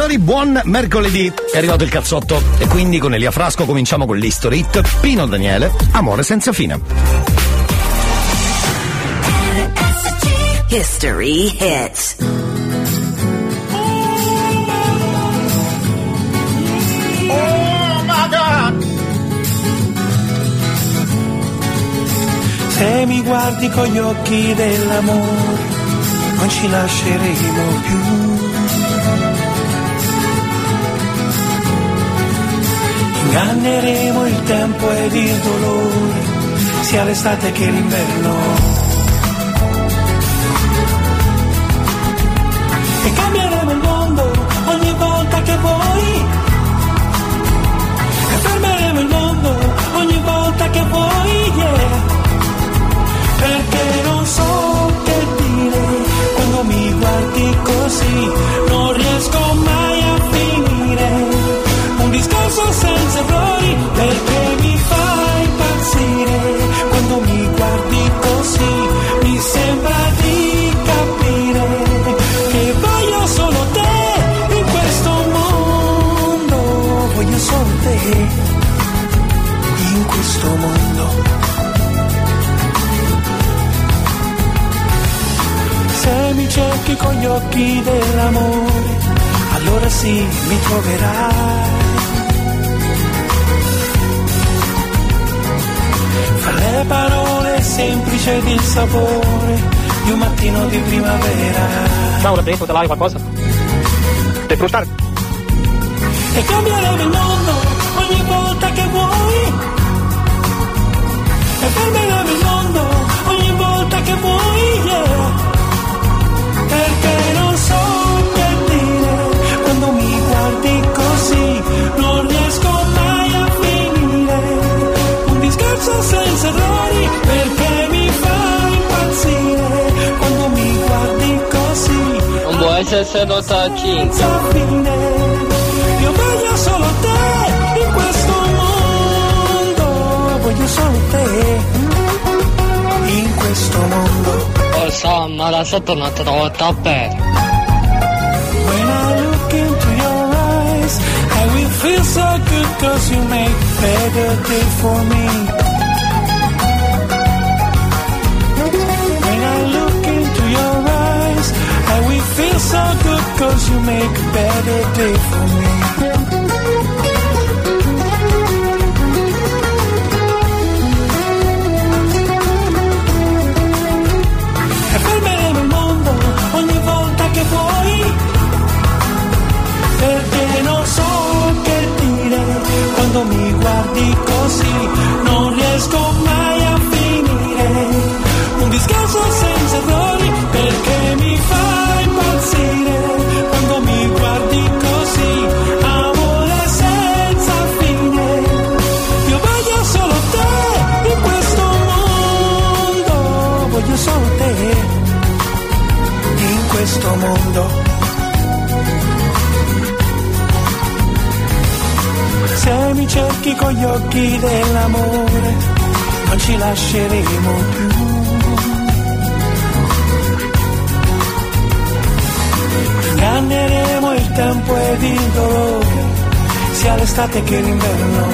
signori, buon mercoledì. È arrivato il cazzotto e quindi con Elia Frasco cominciamo con l'History Hit. Pino Daniele, Amore senza fine. History Hit. Oh my God. Se mi guardi con gli occhi dell'amore, non ci lasceremo più. Inganneremo il tempo ed il dolore, sia l'estate che l'inverno. E cambieremo il mondo ogni volta che vuoi. E fermeremo il mondo ogni volta che vuoi, yeah. Perché non so che dire quando mi guardi così, non riesco mai a finire un discorso senza errori, perché mi fai impazzire quando mi guardi così, mi sembra di capire che voglio solo te in questo mondo, voglio solo te in questo mondo. Se mi cerchi con gli occhi dell'amore, allora sì, mi troverai. Fra le parole semplici ed il sapore di un mattino di primavera. Ciao, Rebeco, te l'hai qualcosa? Per frustare? E cambieremo il mondo ogni volta che vuoi. E fermeremo il mondo ogni volta che vuoi, yeah. Perché non so che dire quando mi guardi così, non riesco mai a finire un discorso senza errori, perché mi fa impazzire quando mi guardi così. Non può essere seduta a 5. Senza fine, io voglio solo te in questo mondo, voglio solo te in questo mondo. Oh, so, ma la sotto non te lo sta bene. When I look into your eyes, I will feel so good, cause you make better day for me. When I look into your eyes, I will feel so good, cause you make better day for me. Perché non so che dire quando mi guardi così, non riesco mai a finire un discorso senza errori, perché mi fa impazzire quando mi guardi così, amore senza fine. Io voglio solo te in questo mondo, voglio solo te in questo mondo. Se mi cerchi con gli occhi dell'amore, non ci lasceremo più. Inganneremo il tempo ed il dolore, sia l'estate che l'inverno.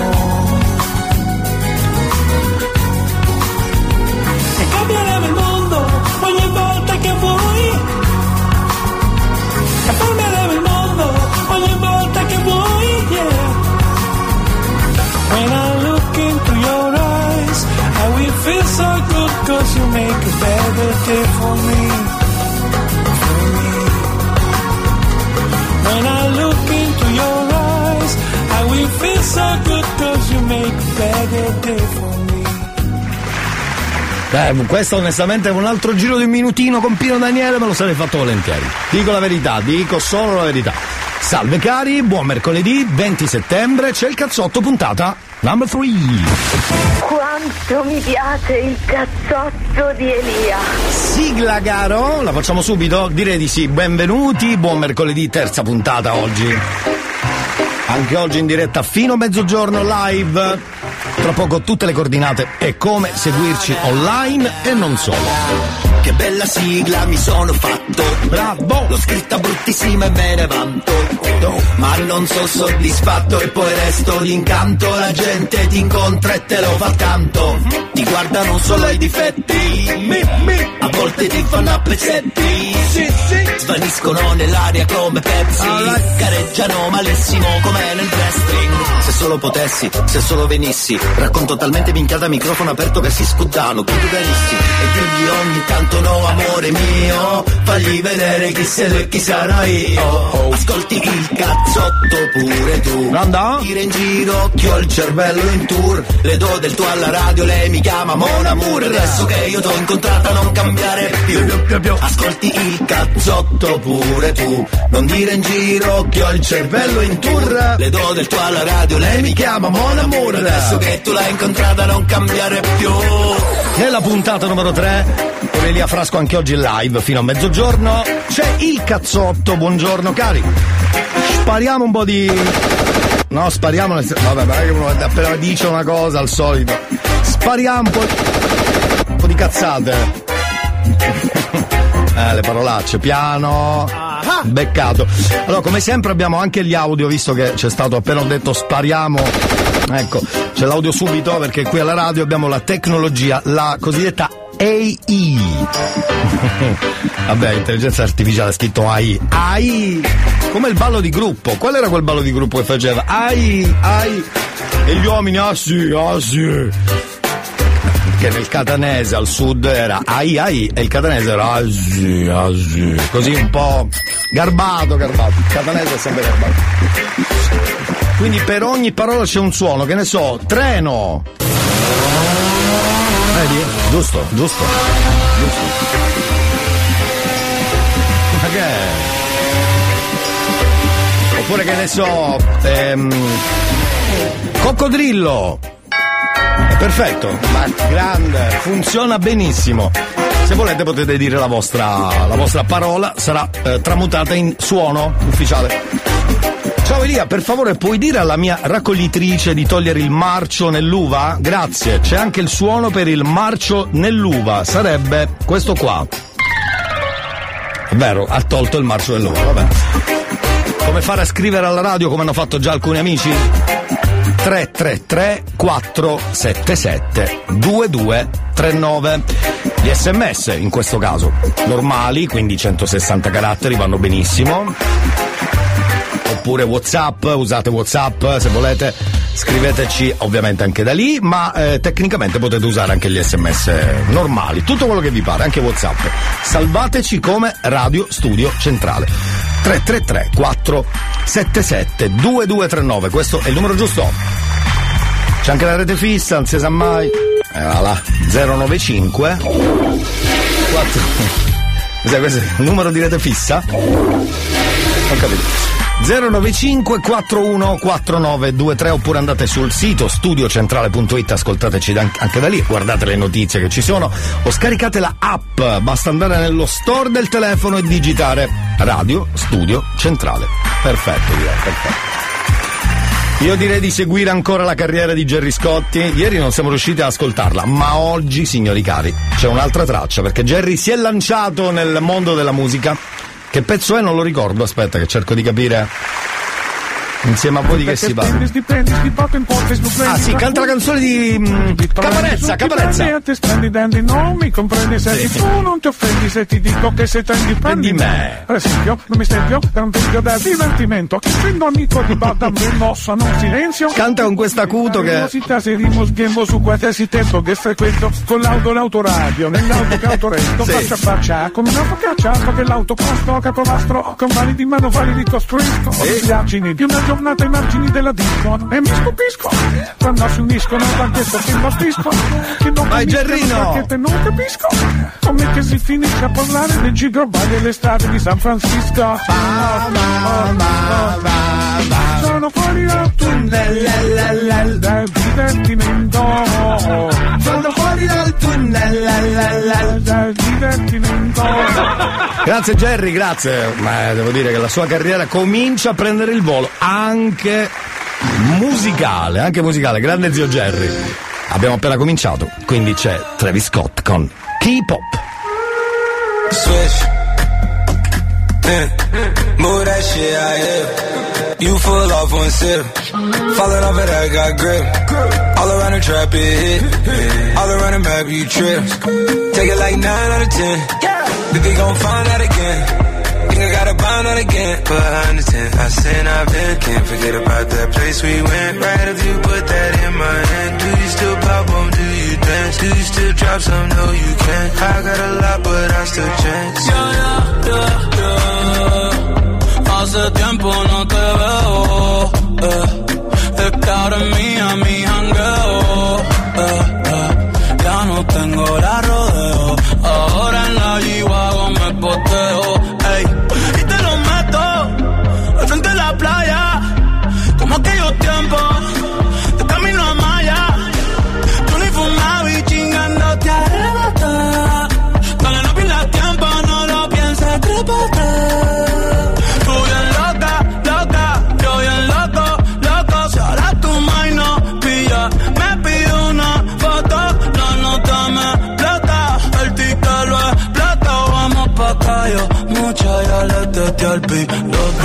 E cambieremo il mondo ogni volta che vuoi. E fermeremo il mondo ogni volta che vuoi, yeah. When I look into your eyes, I will feel so good, cause you make a better day for me, for me. When I look into your eyes, I will feel so good, cause you make a better day for me. Questo onestamente è un altro giro di un minutino con Pino Daniele, me lo sarei fatto volentieri. Dico la verità, dico solo la verità. Salve cari, buon mercoledì 20 settembre, c'è il cazzotto puntata number 3. Quanto mi piace il cazzotto di Elia. Sigla caro, la facciamo subito? Direi di sì, benvenuti, buon mercoledì, terza puntata oggi. Anche oggi in diretta fino a mezzogiorno live. Tra tra poco tutte le coordinate e come seguirci online e non solo. Che bella sigla mi sono fatto, bravo! L'ho scritta bruttissima e me ne vanto, ma non sono soddisfatto e poi resto d'incanto. La gente ti incontra e te lo fa tanto, ti guardano solo i difetti, a volte ti fanno a pezzetti, svaniscono nell'aria come Pepsi, gareggiano malissimo come nel wrestling. Se solo potessi, se solo venissi, racconto talmente minchiata a microfono aperto che si scuddano, che tu venissi e digli ogni tanto no amore mio, fagli vedere chi sei tu e chi sarò io. Ascolti il cazzotto pure tu, tira in giro che ho il cervello in tour, le do del tuo alla radio, lei mi chiama Mon Amour, adesso che io t'ho incontrata non cambiare più. Ascolti il cazzotto pure tu, non dire in giro che ho il cervello in tour, le do del tuo alla radio, lei mi chiama Mon Amour, adesso che tu l'hai incontrata non cambiare più. Nella puntata numero 3 con Elia Frasco anche oggi live fino a mezzogiorno c'è il cazzotto. Buongiorno cari, spariamo un po' di... no, spariamo nel... vabbè, ma è che uno appena dice una cosa al solito spariamo un po' di cazzate. Le parolacce, piano, beccato. Allora, come sempre abbiamo anche gli audio, visto che c'è stato appena ho detto spariamo, ecco, c'è l'audio subito, perché qui alla radio abbiamo la tecnologia, la cosiddetta AI. Vabbè, intelligenza artificiale, scritto AI. AI, come il ballo di gruppo. Qual era quel ballo di gruppo che faceva? AI, AI. E gli uomini, ah sì. Che nel catanese al sud era ai ai e il catanese era asi. Così un po' garbato. Il catanese è sempre garbato. Quindi per ogni parola c'è un suono, che ne so, treno. Vedi? Giusto. Ma che è? Oppure che ne so, coccodrillo. Perfetto, ma grande, funziona benissimo. Se volete potete dire la vostra parola, sarà tramutata in suono ufficiale. Ciao Elia, per favore puoi dire alla mia raccoglitrice di togliere il marcio nell'uva? Grazie, c'è anche il suono per il marcio nell'uva, sarebbe questo qua. È vero, ha tolto il marcio nell'uva, vabbè. Come fare a scrivere alla radio come hanno fatto già alcuni amici? 333 477 2239. Gli SMS in questo caso normali, quindi 160 caratteri vanno benissimo. Oppure WhatsApp, usate WhatsApp se volete, scriveteci ovviamente anche da lì, ma tecnicamente potete usare anche gli SMS normali, tutto quello che vi pare, anche WhatsApp. Salvateci come Radio Studio Centrale. 333 477 2239, questo è il numero giusto. C'è anche la rete fissa, non si sa mai. Voilà, 095 4. Questo è il numero di rete fissa? Ho capito. 095 41 4923, oppure andate sul sito studiocentrale.it, ascoltateci anche da lì, guardate le notizie che ci sono, o scaricate la app, basta andare nello store del telefono e digitare Radio Studio Centrale. Perfetto, direi, perfetto. Io direi di seguire ancora la carriera di Gerry Scotti. Ieri non siamo riusciti ad ascoltarla, ma oggi, signori cari, c'è un'altra traccia, perché Gerry si è lanciato nel mondo della musica. Che pezzo è? Non lo ricordo, aspetta che cerco di capire insieme a voi di che si parla. Ah sì, canta la canzone di Caparezza. Non mi comprendi se tu non ti offendi se ti dico che sei trendi prendi me. Per esempio, non mi stempio per un tempio del divertimento. Che prendo amico di bada me mossa non silenzio. Canta con quest'acuto che se rimosghemmo su qualsiasi tempo che frequento con l'autoradio nell'auto che autoretto faccia a faccia con una focaccia che l'autoposto capovastro con mani di mano fali ricostruisco gli argini di una giornata ai margini della disco e mi stupisco quando si uniscono da questo che imbastisco che non Gerrino perché te non capisco come che si finisce a parlare del giro delle strade di San Francisco. Sono fuori dal tunnel del divertimento, sono fuori dal tunnel del divertimento. Grazie Gerry, grazie, ma devo dire che la sua carriera comincia a prendere il volo anche musicale, anche musicale, grande zio Jerry. Abbiamo appena cominciato, quindi c'è Travis Scott con K-Pop. Switch. Move that shit out here. You full off one sip. Falling off of that, got grip. All around the trap, it hit. All around the map, you trip. Take it like 9 out of 10. Think they gon' find out again. Think I gotta find out again. Behind the tent, I sin, I've been. Can't forget about that place we went. Right if you put that in my hand. Do you still pop on? Do you dance? Do you still drop some? No, you can't. I got a lot, but I still chance. Hace tiempo no te veo, es que ahora es mía, mi jangueo, ya no tengo la rodeo, ahora en la G-Wagon me poteo, ey, y te lo meto al frente de la playa, como aquellos tiempos, de camino a Maya, tú ni fumaba y chingándote arrebata, dale no pierdas tiempo, no lo pienses, trépate. Mucha ya le testé al piloto.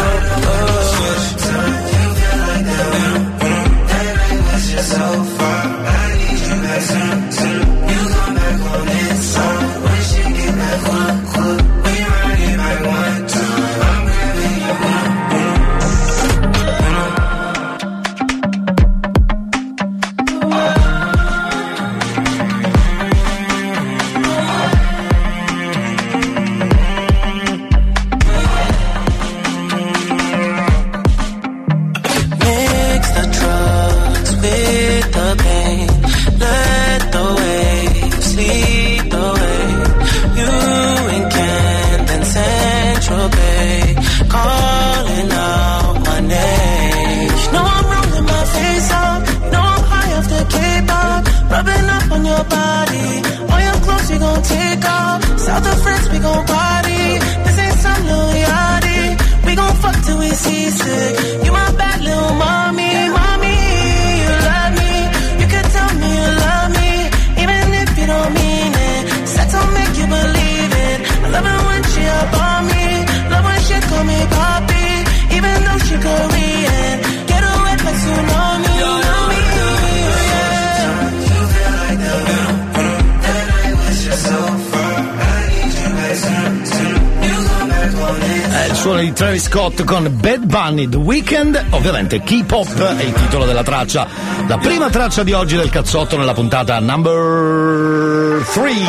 Di Travis Scott con Bad Bunny, The Weeknd, ovviamente K-Pop è il titolo della traccia, la prima traccia di oggi del cazzotto nella puntata number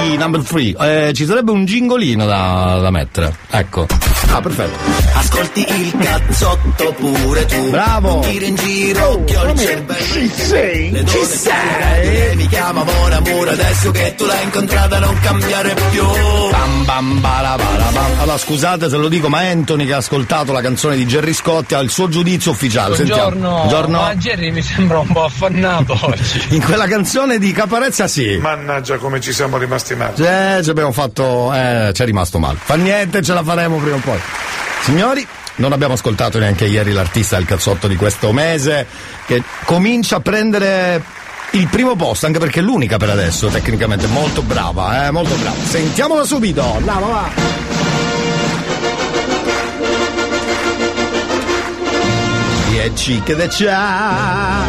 3. Ci sarebbe un gingolino da mettere, ecco. Ah, perfetto. Ascolti il cazzotto pure tu. Bravo. Non tiri in giro, che ho il cervello. Ci sei. Mi chiama Mon Amour, adesso che tu l'hai incontrata non cambiare più. Bam bam bam. Allora scusate se lo dico, ma Anthony che ha ascoltato la canzone di Gerry Scotti ha il suo giudizio ufficiale. Buongiorno. Ma Gerry mi sembra un po' affannato oggi. In quella canzone di Caparezza sì. Mannaggia come ci siamo rimasti male. Ci abbiamo fatto. Ci è rimasto male. Fa niente, ce la faremo prima o poi. Signori, non abbiamo ascoltato neanche ieri l'artista del cazzotto di questo mese, che comincia a prendere il primo posto, anche perché è l'unica per adesso, tecnicamente molto brava, molto brava. Sentiamola subito, andiamo, va! Yeah, chica de cha.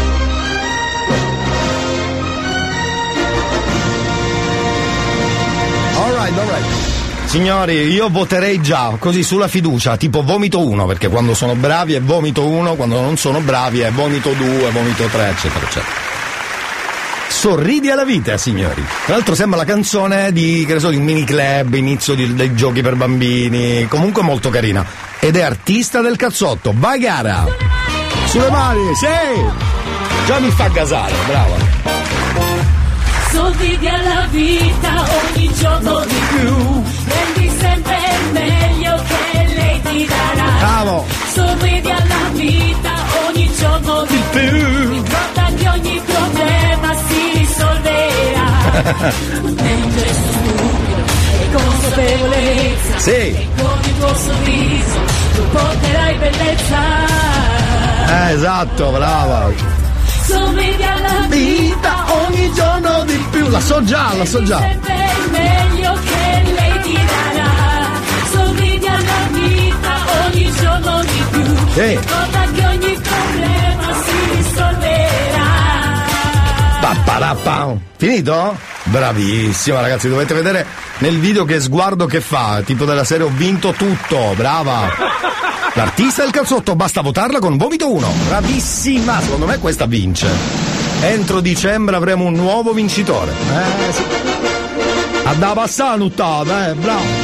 All right. Signori, io voterei già, così sulla fiducia, tipo vomito 1, perché quando sono bravi è vomito 1, quando non sono bravi è vomito 2, vomito 3, eccetera, eccetera. Sorridi alla vita, signori. Tra l'altro sembra la canzone di, che ne so, di un mini club, inizio dei giochi per bambini, comunque molto carina. Ed è artista del cazzotto. Vai gara! Sulle mani, sì! Già mi fa gasare, brava. Sorridi alla vita ogni giorno di più, prendi sempre meglio che lei ti darà. Bravo! Sorridi alla vita ogni giorno di più, ricorda che ogni problema si risolverà. Mentre stupido e con consapevolezza. Sì. E con il tuo sorriso tu porterai bellezza. Esatto, brava. Somigli alla Vita ogni giorno di più. La so già. sempre il meglio che lei ti darà. Somigli alla vita ogni giorno di più. Sì. Ricorda che ogni problema si risolverà. Finito? Bravissima ragazzi, dovete vedere nel video che sguardo che fa, tipo della serie ho vinto tutto, brava. L'artista del cazzotto, basta votarla con Vomito 1. Bravissima, secondo me questa vince. Entro dicembre avremo un nuovo vincitore. Sì. A da passare nuttata, bravo.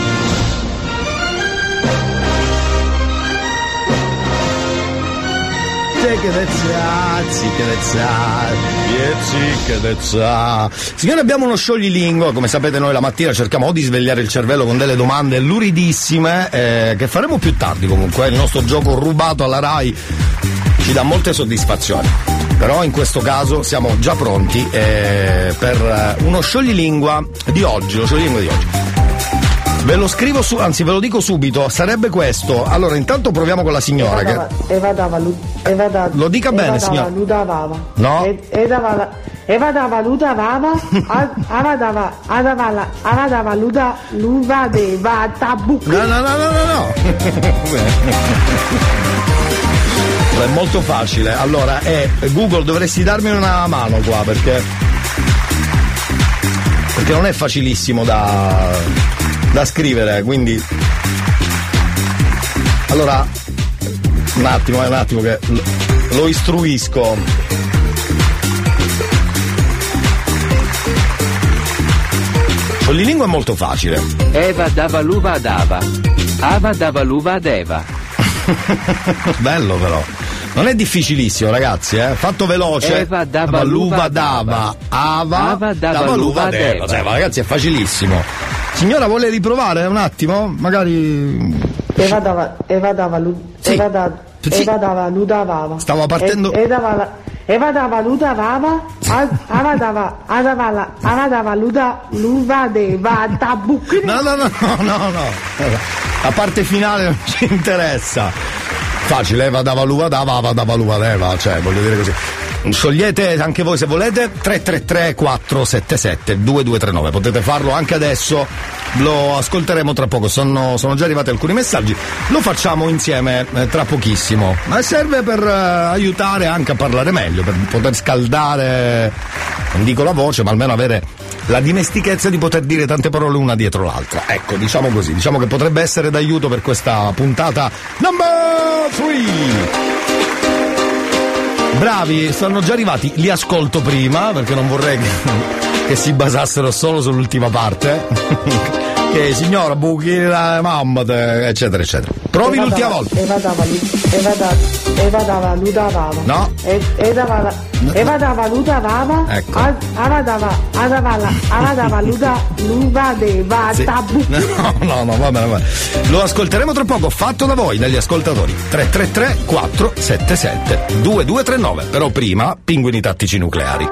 Signore, abbiamo uno scioglilingua, come sapete noi la mattina cerchiamo o di svegliare il cervello con delle domande luridissime, che faremo più tardi comunque, il nostro gioco rubato alla Rai ci dà molte soddisfazioni, però in questo caso siamo già pronti per uno scioglilingua di oggi, Ve lo scrivo anzi ve lo dico subito, sarebbe questo. Allora intanto proviamo con la signora lo dica bene signora. No? Evadava luda vava, avadava luda luva deva tabu. No. È molto facile. Allora, Google dovresti darmi una mano qua perché non è facilissimo da scrivere, quindi allora un attimo che lo istruisco. Scioglilingua è molto facile. Eva dava l'uva dava, Ava dava l'uva deva. Bello però. Non è difficilissimo ragazzi, fatto veloce. Eva dava l'uva dava, Ava dava l'uva deva. Ragazzi è facilissimo. Signora vuole riprovare un attimo? Magari. Eva dava luda vava. Stava partendo. Eva dava luda vava, Ava dava luva deva tabu. No. La parte finale non ci interessa. Facile, Eva dava l'uva dava, Ava dava l'uva deva, cioè voglio dire così. Sciogliete anche voi se volete 333 477 2239, potete farlo anche adesso, lo ascolteremo tra poco, sono già arrivati alcuni messaggi, lo facciamo insieme tra pochissimo, ma serve per aiutare anche a parlare meglio, per poter scaldare, non dico la voce, ma almeno avere la dimestichezza di poter dire tante parole una dietro l'altra. Ecco, diciamo così, diciamo che potrebbe essere d'aiuto per questa puntata number 3. Bravi, sono già arrivati, li ascolto prima perché non vorrei che si basassero solo sull'ultima parte. Che signora buchi la mamma, eccetera eccetera. Provi l'ultima volta. Eva dava luda vava. No. Eva dava luda vava. Ecco. Ava dava luva deva tabu. No, va bene. Lo ascolteremo tra poco, fatto da voi, dagli ascoltatori. 333 477 2239. Però prima, pinguini tattici nucleari.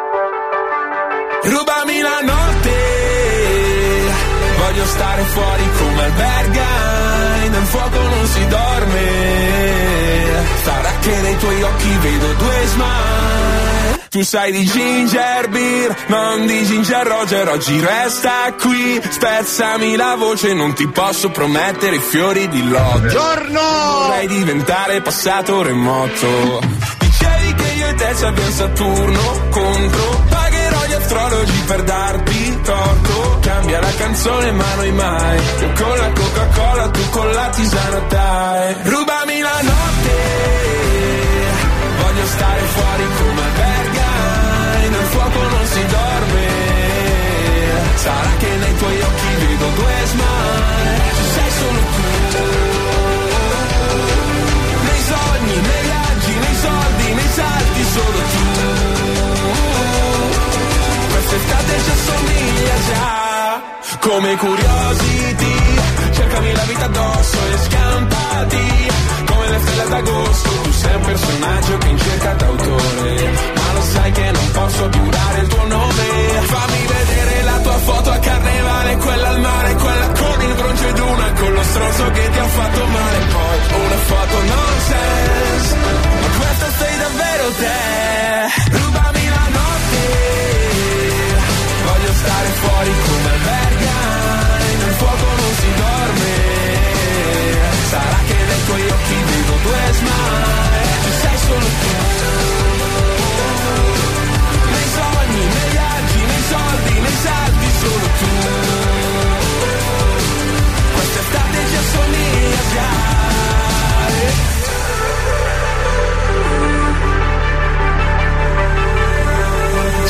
Rubami la notte, voglio stare fuori come albergai, nel fuoco non si dorme, sarà che nei tuoi occhi vedo due smile. Tu sai di ginger beer, non di ginger Roger, oggi resta qui, spezzami la voce, non ti posso promettere i fiori di loto. Buongiorno! Vorrei diventare passato remoto. Dicevi che io e te ci abbiamo Saturno contro, pagherò gli astrologi per darti torto. Cambia la canzone ma noi mai, io con la Coca-Cola, tu con la tisana dai. Rubami la notte, voglio stare fuori come albergai, nel fuoco non si dorme, sarà che nei tuoi occhi vedo due smile, ci sei solo tu. Nei sogni, nei viaggi, nei soldi, nei salti, solo tu. Quest'estate ci assomiglia già, come Curiosity, cercami la vita addosso e scampati, come le stelle d'agosto, tu sei un personaggio che in cerca d'autore, ma lo sai che non posso più dare il tuo nome, fammi vedere la tua foto a carnevale, quella al mare, quella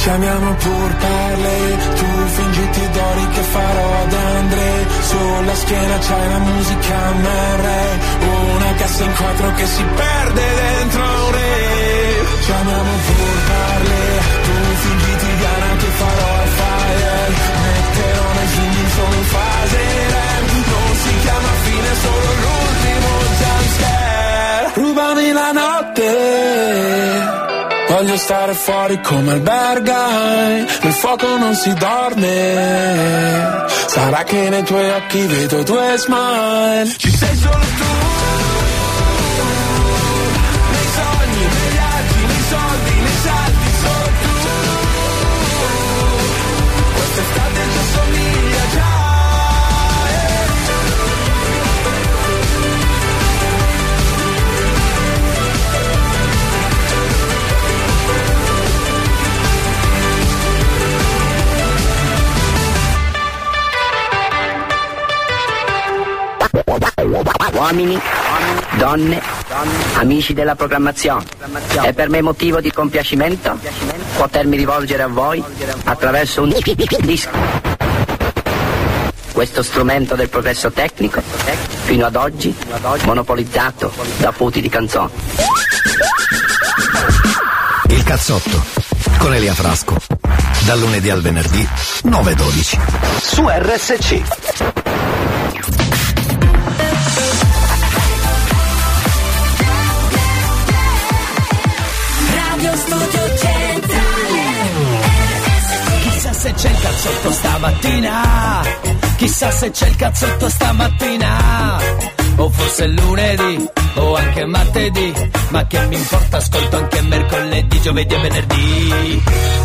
Chiamiamo pur Parley, tu fingiti d'ori che farò ad Andre. Sulla schiena c'hai la musica M.R. Una cassa in quattro che si perde dentro un re. Chiamiamo pur Parley, tu fingiti Diana che farò al fire. Metterò nei film solo in fase REM. Non si chiama fine, solo l'ultimo jumpscare. Rubami la notte, voglio stare fuori come il Berghain. Nel fuoco non si dorme. Sarà che nei tuoi occhi vedo due smile. Ci sei solo tu. Nei sogni, nei viaggi, nei soldi, nei salti, solo tu. Quest'estate già somiglia già. Uomini, donne, amici della programmazione, è per me motivo di compiacimento potermi rivolgere a voi attraverso un disco. Questo strumento del progresso tecnico, fino ad oggi monopolizzato da puti di canzoni. Il cazzotto con Elia Frasco, dal lunedì al venerdì 9-12 su RSC. Studio centrale. Chissà se c'è il cazzotto stamattina. Chissà se c'è il cazzotto stamattina. O forse lunedì o anche martedì. Ma che mi importa, ascolto anche mercoledì, giovedì e venerdì.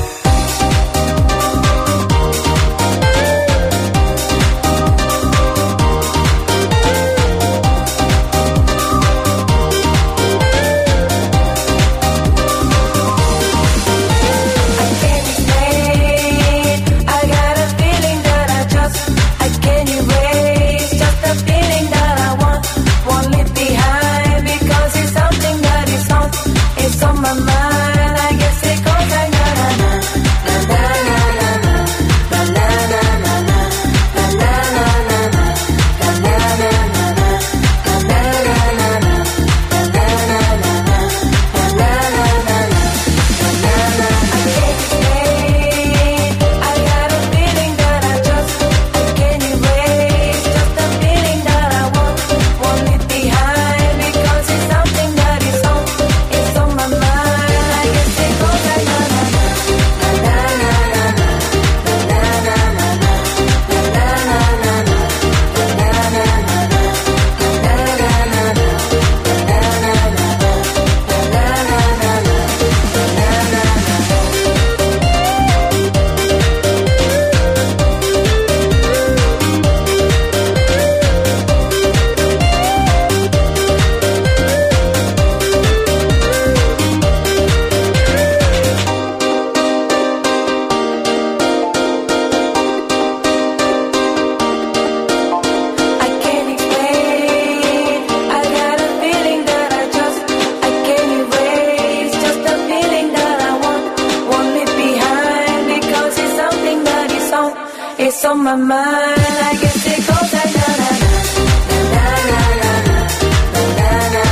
on my mind. I guess it goes like na na na na na na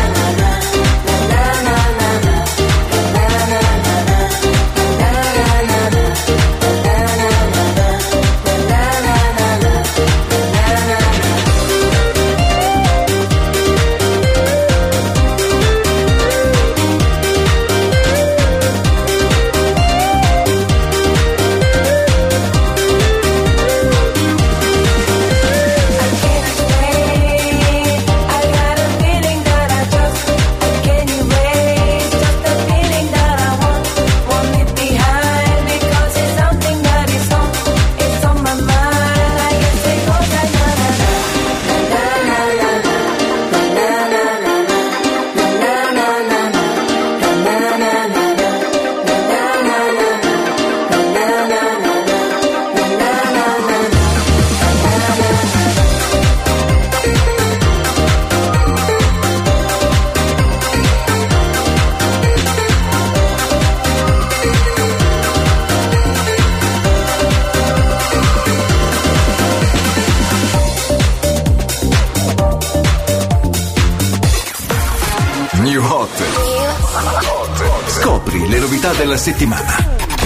novità della settimana.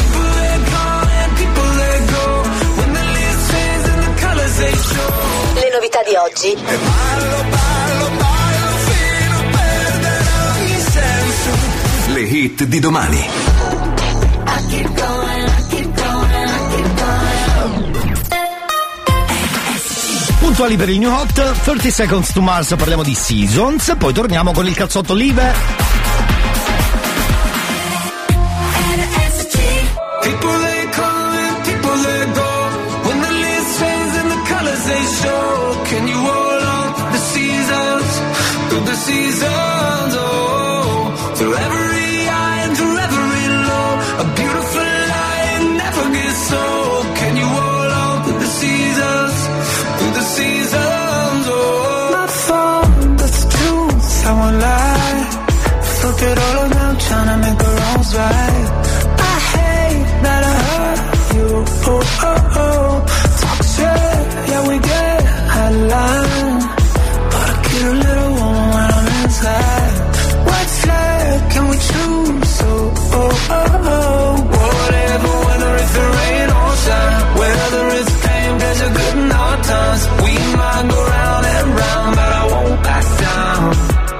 Le novità di oggi. Le hit di domani. Puntuali per il New Hot, 30 Seconds to Mars, parliamo di Seasons, poi torniamo con il cazzotto Live. People they come and people they go. When the leaves change and the colors they show. Can you hold on to the seasons? Through the seasons, oh. Through every high and through every low. A beautiful lie never gets old. Can you hold on to the seasons? Through the seasons, oh. My fault, that's the truth, I won't lie. Fuck it all around, trying to make the wrongs right. That I hurt you, oh, oh, oh. Talk shit, yeah, we get out of line. But I get a little warm when I'm inside. White flag, can we choose? Oh, oh, oh, oh. Whatever, whether it's the rain or shine. Whether it's pain, pleasure, good and hard times. We might go round and round, but I won't back down.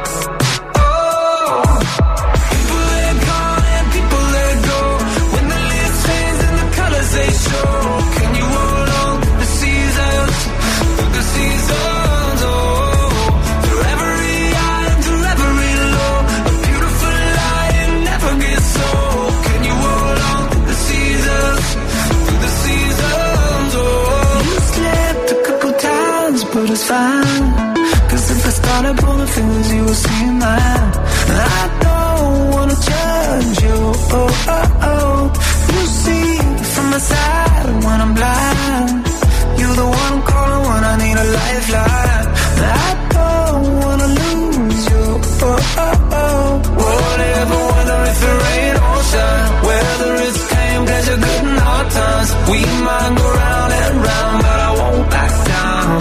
They show. Can you hold on to the seasons? Through the seasons, oh. Through every high and through every low. A beautiful lie, it never gets old. Can you hold on to the seasons? Through the seasons, oh. You slipped a couple times, but it's fine. Cause if I started pulling fingers, you would see mine. I don't wanna judge you, oh, oh, oh. You see from my side when I'm blind. You're the one I'm calling when I need a lifeline. I don't wanna lose you, oh, oh, oh. Whatever, whether it's the rain or shine. Whether it's pain, pleasure, good and hard times. We might go round and round, but I won't back down.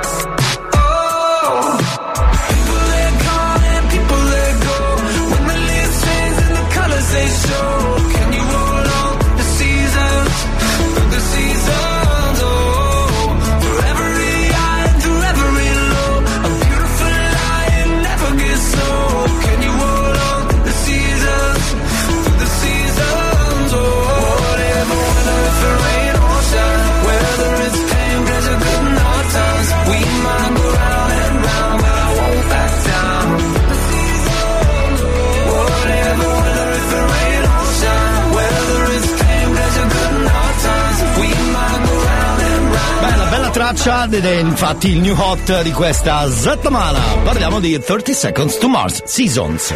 Oh, people that come and people that go. When the leaves change and the colors they show. Can you hold on to the seasons? Through the seasons, oh. Through every high and through every low. A beautiful lie, it never gets old. Can you hold on to the seasons? Through the seasons, oh. Whatever, whether it's the rain or shine. Whether it's pain, pleasure, good and hard times. We might go round and round, but I won't back down. The seasons, oh. Whatever, whether it's the rain or shine. Whether it's pain, pleasure, good and hard times. We might go round and round. Bella, bella traccia ed è infatti il New Hot di questa settimana. Parliamo di 30 Seconds to Mars, Seasons.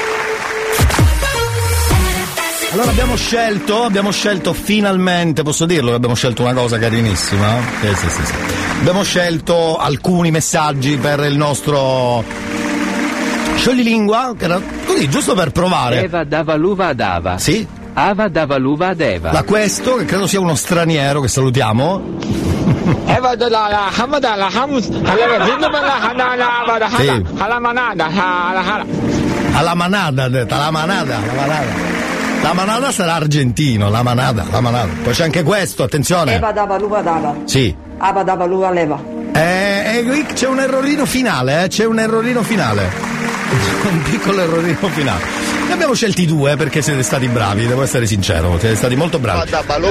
Allora abbiamo scelto finalmente, posso dirlo, abbiamo scelto una cosa carinissima. Sì. Abbiamo scelto alcuni messaggi per il nostro scioglilingua, che era così, giusto per provare. Eva dava l'uva ad Ava. Sì. Ava dava l'uva ad Eva. Da questo, che credo sia uno straniero, che salutiamo. Eva dalla hamada la hamus alla Sì. alla manada Alla manada, detta la manada. La manada sarà argentino, la manada. Poi c'è anche questo, attenzione. Eva dava l'uva ad Ava. Sì. Ava dava l'uva all'Eva. Qui c'è un errorino finale, un piccolo errorino finale. Ne abbiamo scelti due perché siete stati bravi, devo essere sincero, siete stati molto bravi.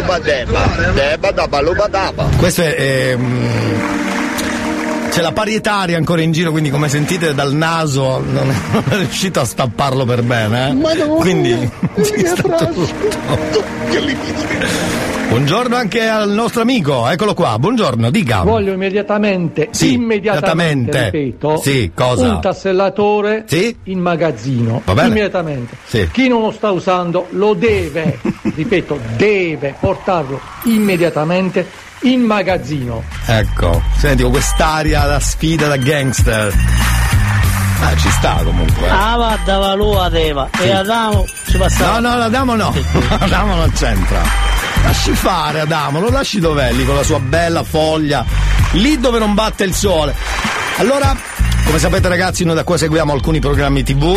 Questo è c'è la parietaria ancora in giro, quindi come sentite dal naso non è riuscito a stapparlo per bene, quindi ci sta tutto. Buongiorno anche al nostro amico, eccolo qua, buongiorno, dica. Voglio immediatamente, ripeto, sì, cosa? Un tassellatore in magazzino, va bene? Immediatamente. Sì. Chi non lo sta usando lo deve, ripeto, deve portarlo immediatamente in magazzino. Ecco, senti, con quest'aria da sfida da gangster. Ci sta comunque. Ava dava l'uva ad Eva e Adamo ci passava. No, Adamo no. Adamo non c'entra. Lasci fare Adamo, lo lasci dov'è lì con la sua bella foglia, lì dove non batte il sole. Allora, come sapete ragazzi, noi da qua seguiamo alcuni programmi TV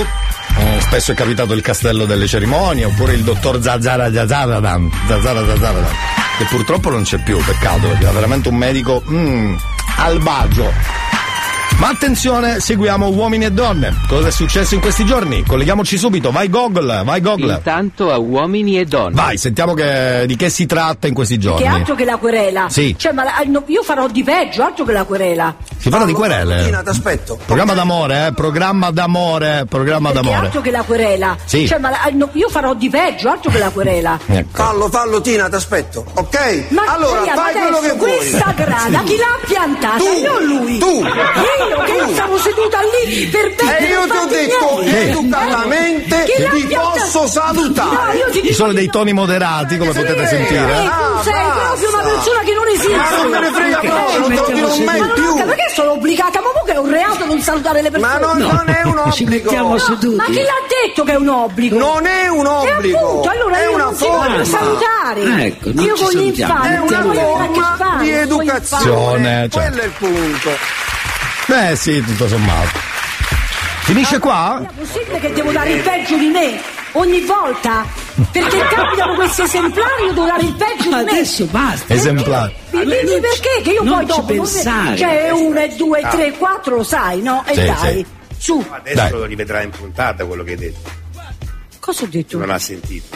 Spesso è capitato il castello delle cerimonie, oppure il dottor Zazaradan, che purtroppo non c'è più, peccato, perché era veramente un medico alvagio. Ma attenzione, seguiamo Uomini e Donne. Cosa è successo in questi giorni? Colleghiamoci subito, vai Google. Intanto a Uomini e Donne. Vai, sentiamo di che si tratta in questi giorni. Che altro che la querela? Sì. Cioè, io farò di peggio, altro che la querela. Si parla di querele. Tina, t'aspetto. Programma d'amore, programma d'amore. Che altro che la querela? Sì. Cioè, io farò di peggio, altro che la querela. Ecco. Fallo Tina, t'aspetto, ok? Ma allora, fai quello che vuoi. Questa grada, chi l'ha piantata? Io lui. Tu. Io che stavo seduta lì per e io ti ho detto educatamente ti posso salutare. Ci sono dei toni moderati, come potete sentire. Tu sei proprio una persona che non esiste. Ma non me ne frega proprio, non te lo dirò mai più. Ma perché sono obbligata? Ma che è un reato non salutare le persone? Ma non è un obbligo. Ma chi l'ha detto che è un obbligo? Non è un obbligo. Appunto, allora è io una non si voglio salutare. Ecco, io con gli infami. È una forma di educazione. Quello è il punto. Beh sì, tutto sommato. Finisce qua? È possibile che devo dare il peggio di me ogni volta? Perché capitano questi esemplari, io devo dare il peggio di me. Adesso basta. Esemplari. Dimmi perché? Che io non poi dopo pensare. Cioè 1, 2, 3, 4 lo sai, no? E sì, dai, sì. su. Adesso Dai. lo rivedrà in puntata quello che hai detto. Cosa ho detto? Non ha sentito.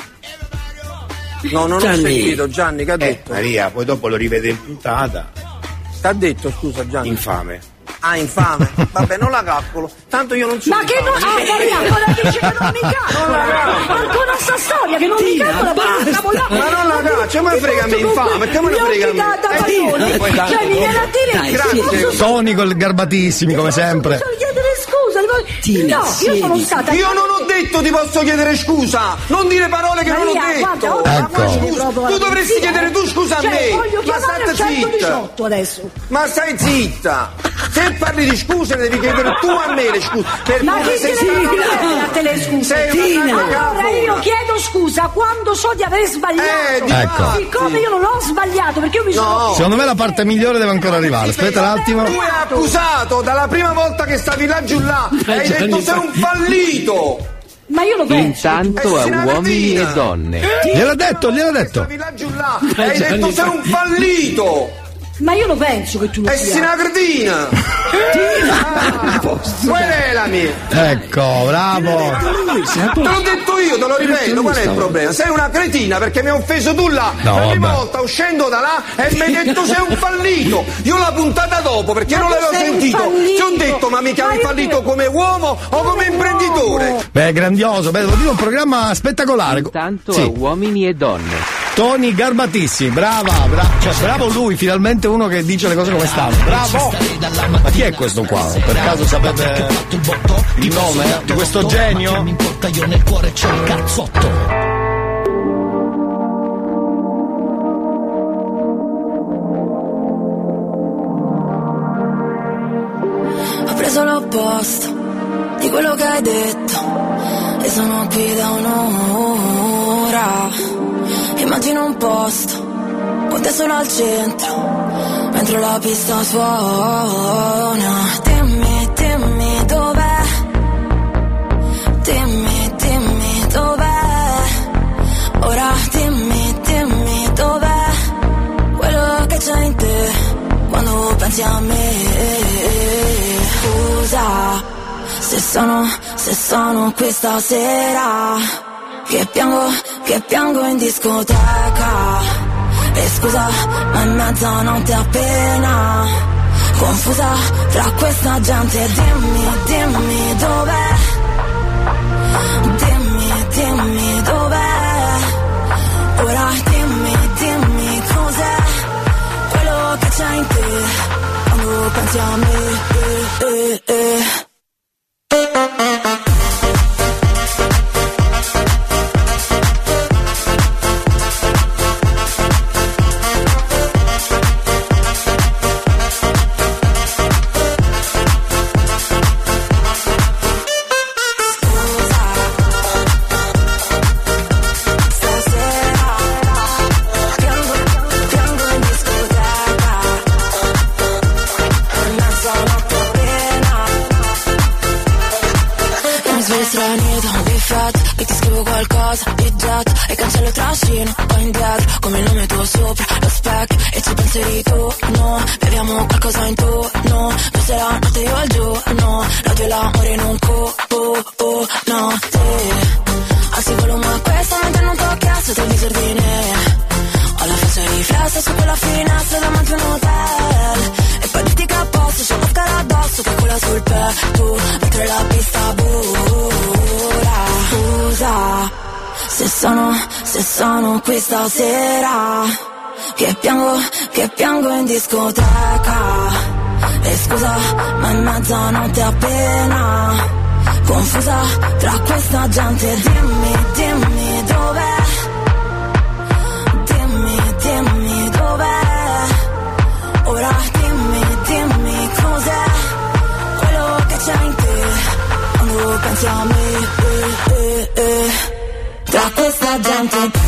No, non ho sentito Gianni, che ha detto? Maria, poi dopo lo rivede in puntata. Che ha detto, scusa Gianni? Infame. Ah, infame. Vabbè, non la calcolo. Tanto io non sono. Ma che non. Maria, ancora dice che non mi calcola. Ancora sta storia che non mi calcola. Ma non la calcio, ma frega me infame, che me ne frega a me? Cioè mi viene a dire. Grazie. Toni garbatissimi, come sempre. Posso chiedere scusa? No, io sono stata. Io non ho detto ti posso chiedere scusa. Non dire parole che non ho detto. Ecco. Tu dovresti chiedere tu scusa a me. Voglio Ma chiamare state il zitta. 118 adesso. Ma stai zitta. Se parli di scuse ne devi chiedere tu a me le scuse. Ma chi se ne deve chiedere a te le scuse? Allora io chiedo scusa quando so di aver sbagliato. Ecco. Siccome io non ho sbagliato, perché io mi sono. Secondo me la parte migliore deve ancora arrivare. Aspetta un attimo. Tu hai accusato dalla prima volta che stavi laggiù là. Hai detto sei un fallito. Ma io lo penso. Intanto a Uomini e Donne. Gliel'ho detto. Stavi laggiù là. Hai detto sei un fallito. Ma io lo penso che tu lo E sia. sei una cretina. Querelami. Ecco, bravo. Te l'ho detto io, te lo ripeto, qual è il problema? Sei una cretina perché mi hai offeso tu là. No, la prima vabbè. volta uscendo da là e mi hai detto sei un fallito. Io la puntata dopo perché non l'avevo sentito. Ti ho detto ma mi chiami fallito come uomo o come imprenditore? Beh, grandioso, devo dire un programma spettacolare. Intanto Sì. a Uomini e Donne. Toni garbatissimi, cioè bravo lui, finalmente uno che dice le cose come stanno. Bravo! Ma chi è questo qua? Per caso sapete il nome di questo genio? Mi importa, io nel cuore c'ho il cazzotto. Ho preso l'opposto di quello che hai detto e sono qui da un'ora. Immagino un posto con te solo al centro mentre la pista suona. Dimmi dov'è. Dimmi dov'è. Ora dimmi dov'è quello che c'è in te quando pensi a me. Scusa se sono qui stasera che piango in discoteca. E scusa, ma è mezzanotte appena confusa tra questa gente. Dimmi dov'è. Dimmi dov'è. Ora dimmi cos'è quello che c'è in te quando pensi a me. qualcosa di getto e cancello e trascino poi indietro come il nome tuo sopra lo specchio e ci pensi tu, no, beviamo qualcosa intorno, questa è la notte io al giorno, l'odio e l'amore in un no, te alzi il volume a questa mentre non t'ho chiesto del disordine. Ho la faccia riflessa su quella finestra davanti a un hotel e poi dici che a posto c'è una cara addosso che cola sul petto mentre la pista vola. Scusa se sono qui stasera che piango in discoteca e scusa ma è mezzanotte appena confusa tra questa gente. Dimmi dov'è, dimmi dov'è, ora dimmi cos'è quello che c'è in te quando pensi a me, tra questa gente.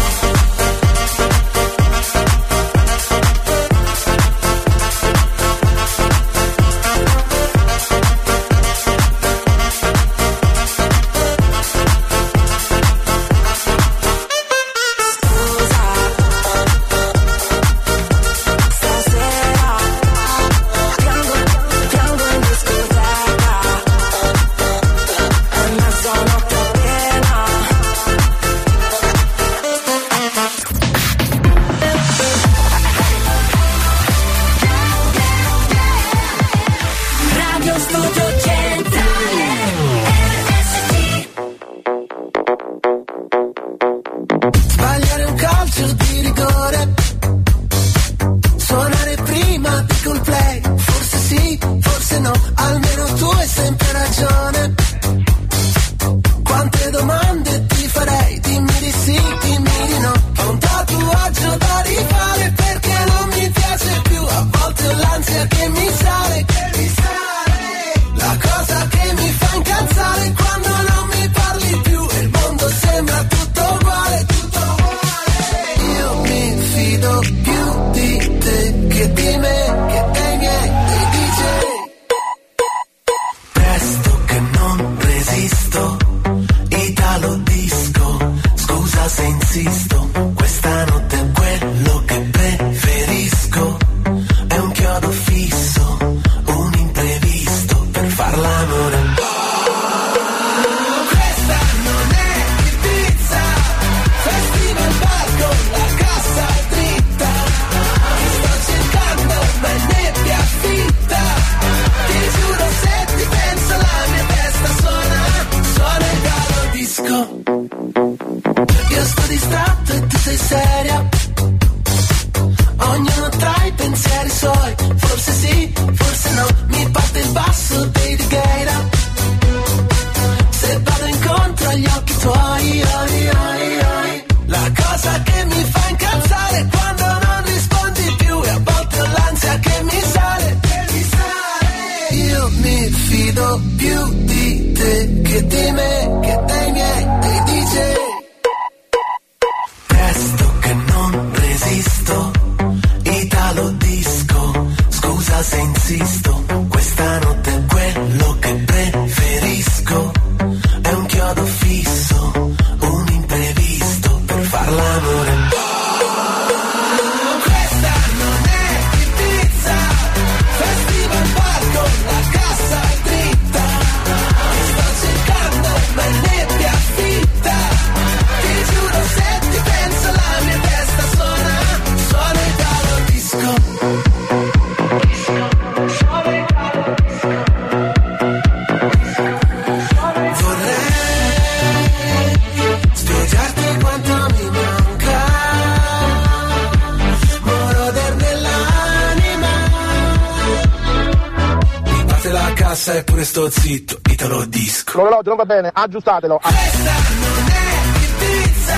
Eppure sto zitto, Italo Disco. L'orologio non va bene, aggiustatelo. Questa non è Ibiza,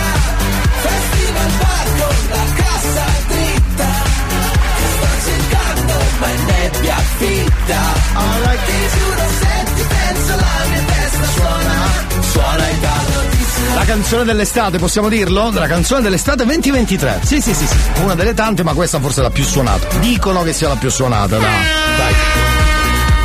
festival bar con la cassa dritta. Sto cercando ma è nebbia fitta. Ti giuro se ti penso la mia testa suona Italo Disco. La canzone dell'estate, possiamo dirlo? La canzone dell'estate 2023. Sì. Una delle tante, ma questa forse è la più suonata. Dicono che sia la più suonata, dai.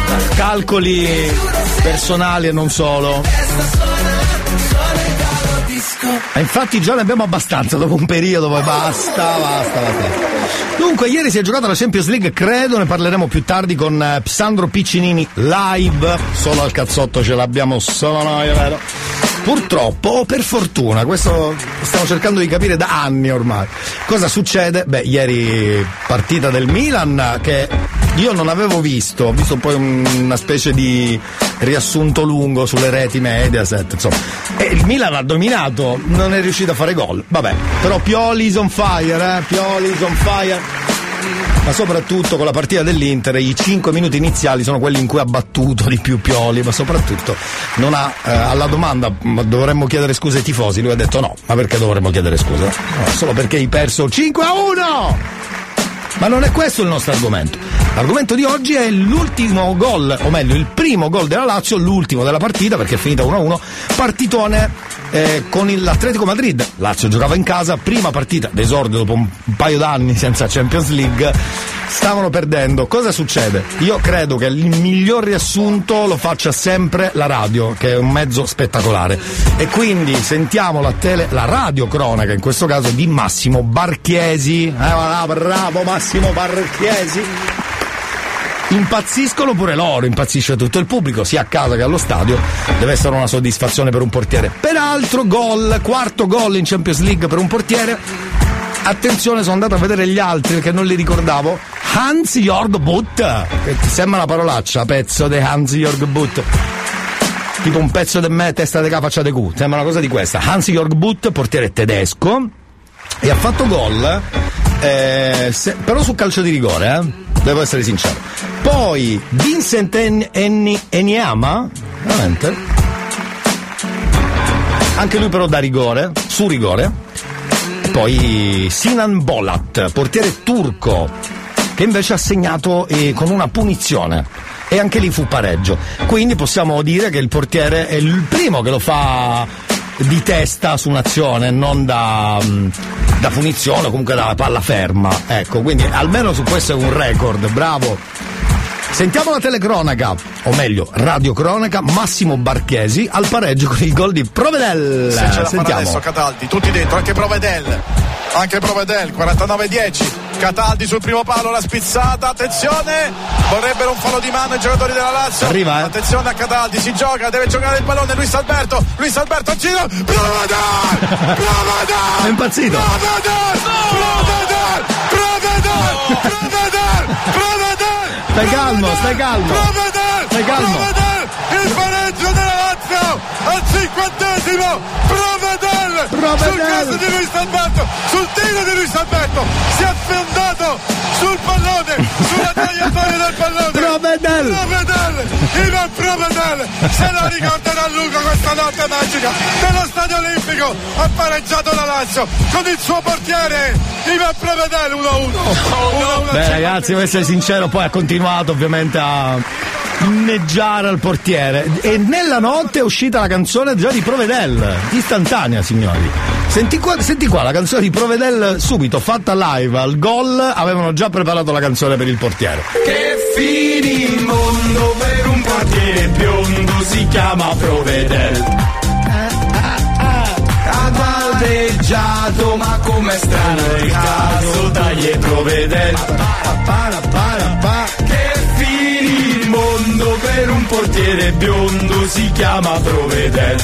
Calcoli personali e non solo. Ma infatti già ne abbiamo abbastanza dopo un periodo, poi basta. Dunque, ieri si è giocata la Champions League, credo, ne parleremo più tardi con Sandro Piccinini live, solo al cazzotto ce l'abbiamo solo noi, è vero? Purtroppo, o per fortuna, questo stiamo cercando di capire da anni ormai. Cosa succede? Beh, ieri partita del Milan che io non avevo visto, ho visto poi una specie di riassunto lungo sulle reti Mediaset, insomma. E il Milan ha dominato, non è riuscito a fare gol. Vabbè, però Pioli is on fire, ma soprattutto con la partita dell'Inter i 5 minuti iniziali sono quelli in cui ha battuto di più Pioli, ma soprattutto non ha alla domanda ma dovremmo chiedere scuse ai tifosi, lui ha detto no, ma perché dovremmo chiedere scusa? No, solo perché hai perso 5-1! Ma non è questo il nostro argomento. L'argomento di oggi è l'ultimo gol, o meglio il primo gol della Lazio, l'ultimo della partita perché è finita 1-1, partitone con l'Atletico Madrid. Lazio giocava in casa, prima partita d'esordio dopo un paio d'anni senza Champions League, stavano perdendo. Cosa succede? Io credo che il miglior riassunto lo faccia sempre la radio, che è un mezzo spettacolare, e quindi sentiamo la radiocronaca in questo caso di Massimo Barchiesi. Bravo Massimo Barchiesi. Impazziscono pure loro, impazzisce tutto il pubblico, sia a casa che allo stadio. Deve essere una soddisfazione per un portiere. Peraltro quarto gol in Champions League per un portiere. Attenzione, sono andato a vedere gli altri perché non li ricordavo. Hans-Jörg Butt, che ti sembra una parolaccia, pezzo di Hans-Jörg Butt, tipo un pezzo di me, testa di K, faccia di Q, sembra una cosa di questa. Hans-Jörg Butt, portiere tedesco, e ha fatto gol però su calcio di rigore, devo essere sincero. Poi Vincent Enyama, veramente, anche lui però da rigore, su rigore. E poi Sinan Bolat, portiere turco, che invece ha segnato con una punizione, e anche lì fu pareggio. Quindi possiamo dire che il portiere è il primo che lo fa di testa su un'azione, non da punizione o comunque da palla ferma, ecco, quindi almeno su questo è un record, bravo. Sentiamo la telecronaca, o meglio radiocronaca, Massimo Barchesi al pareggio con il gol di Provedel. Se ce la farà adesso Cataldi, tutti dentro, anche Provedel, 49-10, Cataldi sul primo palo, la spizzata, attenzione, vorrebbero un fallo di mano i giocatori della Lazio. Arriva, attenzione a Cataldi, si gioca, deve giocare il pallone, Luis Alberto a giro, Provedel, è impazzito, stai calmo, stai calmo, il pareggio della Lazio al 50°, Provedel sul caso di Luis Alberto, sul tiro di Luis Alberto, si è fiondato sul pallone, sulla traiettoria del pallone. Provedel, Ivan Provedel se la ricorderà a lungo questa notte magica dello Stadio Olimpico. Ha pareggiato la Lazio con il suo portiere Ivan Provedel 1-1. Beh ragazzi, devo essere sincero, poi ha continuato ovviamente a inneggiare al portiere, e nella notte è uscita la canzone già di Provedel, istantanea, signori. Senti qua la canzone di Provedel subito fatta live al gol, avevano già preparato la canzone per il portiere. Che finimondo per un portiere biondo, si chiama Provedel. Ha valdeggiato, ma com'è strano il caso, dai Provedel. Che finimondo per un portiere biondo, si chiama Provedel.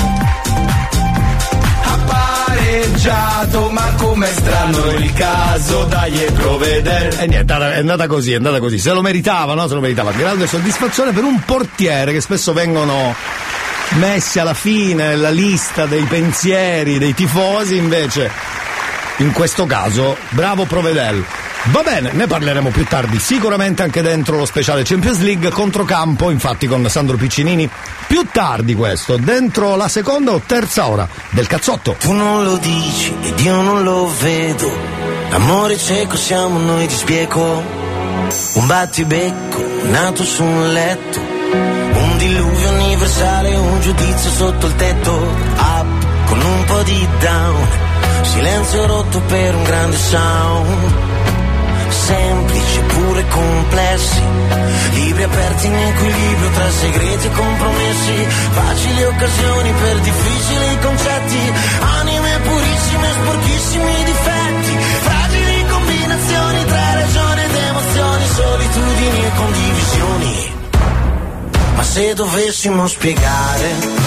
Ma com'è strano il caso, dai Provedel. E niente, è andata così, se lo meritava, no? Se lo meritava. Grande soddisfazione per un portiere che spesso vengono messi alla fine nella lista dei pensieri dei tifosi, invece in questo caso bravo Provedel. Va bene, ne parleremo più tardi, sicuramente anche dentro lo speciale Champions League, controcampo, infatti con Sandro Piccinini, più tardi questo, dentro la seconda o terza ora del cazzotto. Tu non lo dici ed io non lo vedo, l'amore cieco siamo noi di spieco, un battibecco nato su un letto, un diluvio universale, un giudizio sotto il tetto, up con un po' di down, silenzio rotto per un grande sound. semplici pure complessi, libri aperti in equilibrio tra segreti e compromessi, facili occasioni per difficili concetti, anime purissime e sporchissimi difetti, fragili combinazioni tra ragione ed emozioni, solitudini e condivisioni. Ma se dovessimo spiegare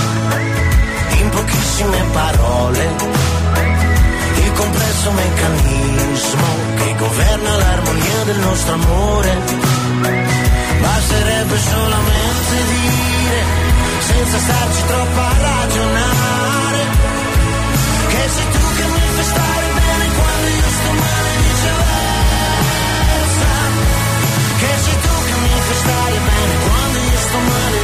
in pochissime parole il complesso meccanismo che governa l'armonia del nostro amore, basterebbe solamente dire, senza starci troppo a ragionare, che sei tu che mi fai stare bene quando io sto male, viceversa, che sei tu che mi fai stare bene quando io sto male,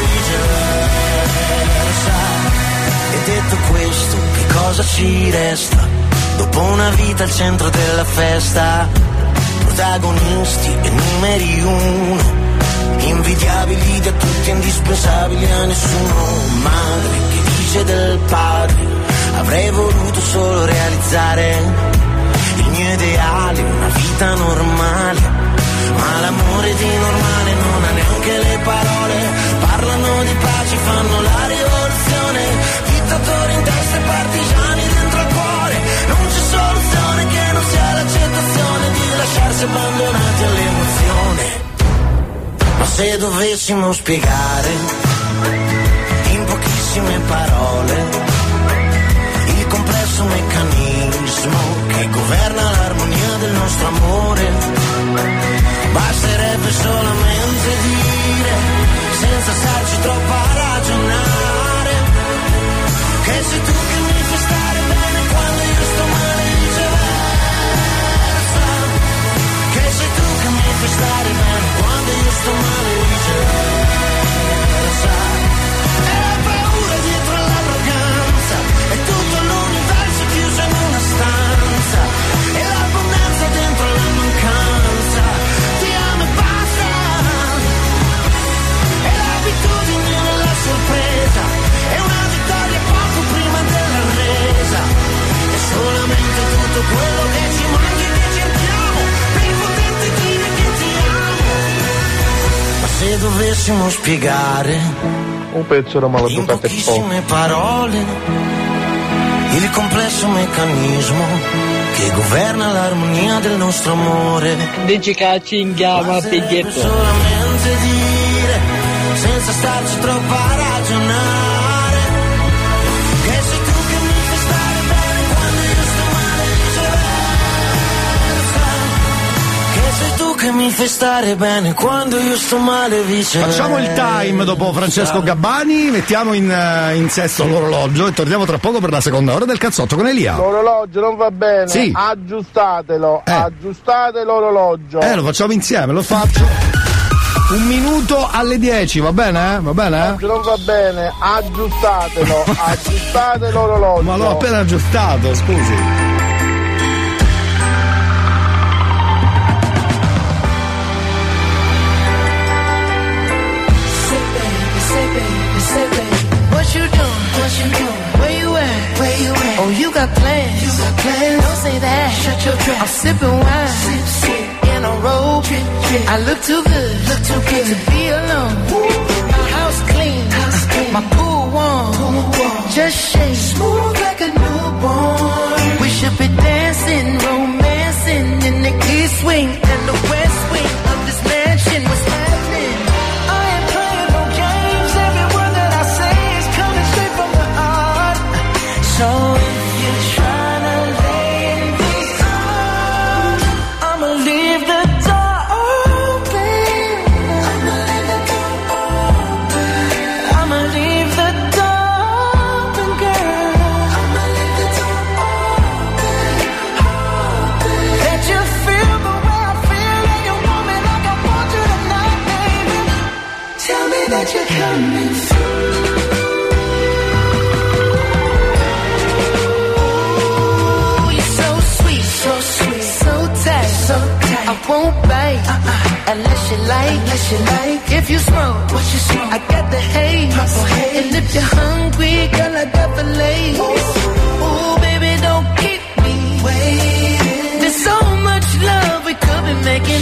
viceversa. E detto questo, che cosa ci resta? Dopo una vita al centro della festa, protagonisti e numeri uno, invidiabili da tutti, indispensabili a nessuno. Madre che dice del padre, avrei voluto solo realizzare il mio ideale, una vita normale, ma l'amore di normale non ha neanche le parole. Parlano di pace, fanno la rivoluzione, dittatori in testa e partigiani dentro al cuore. Non c'è soluzione che non sia l'accettazione di lasciarsi abbandonati all'emozione. Ma se dovessimo spiegare in pochissime parole il complesso meccanismo che governa l'armonia del nostro amore, basterebbe solamente dire, senza starci troppo a ragionare, che sei tu che mi fai stare bene quando io sto male, viceversa, che sei tu che mi fai stare bene quando io sto male, viceversa. E la paura dietro all'arroganza, è tutto l'universo chiuso in una stanza, e l'abbondanza dentro la mancanza, ti amo e basta, e l'abitudine nella sorpresa, è una vittoria poco prima della resa, è solamente tutto quello che ci manca e che cerchiamo, per i potenti dire che ti amo. Ma se dovessimo spiegare un pezzo da in pochissime parole il complesso meccanismo che governa l'armonia del nostro amore, dici che ci inghiama piglietto, solamente dire, senza starci troppo a ragionare, che sei tu che mi fai stare bene quando io sto male, viceversa, che sei tu che mi fai stare bene quando io sto male, viceversa. Facciamo il time dopo Francesco Gabbani, mettiamo in sesto l'orologio e torniamo tra poco per la seconda ora del cazzotto con Elia. L'orologio non va bene, sì. Aggiustatelo, aggiustate l'orologio. Lo facciamo insieme, lo faccio. 1 minuto alle 10, va bene? Va bene? Non va bene, aggiustatelo, aggiustate l'orologio. Ma l'ho appena aggiustato, scusi. Oh, you got plans. Don't say that. Shut your trap. I'm sipping wine. Sip. In a robe. I look too good to be alone. My house clean. My pool warm. Just shake. Smooth like a newborn. We should be dancing, romancing in the east wing and the west wing of this mansion. What's happening? I ain't playing no games. Every word that I say is coming straight from the heart. So you're coming through. You're so sweet, so tight. I won't bite unless you like. If you smoke, I got the haze. And if you're hungry, girl, I got the lace. Ooh, baby, don't keep me waiting. There's so much love we could be making.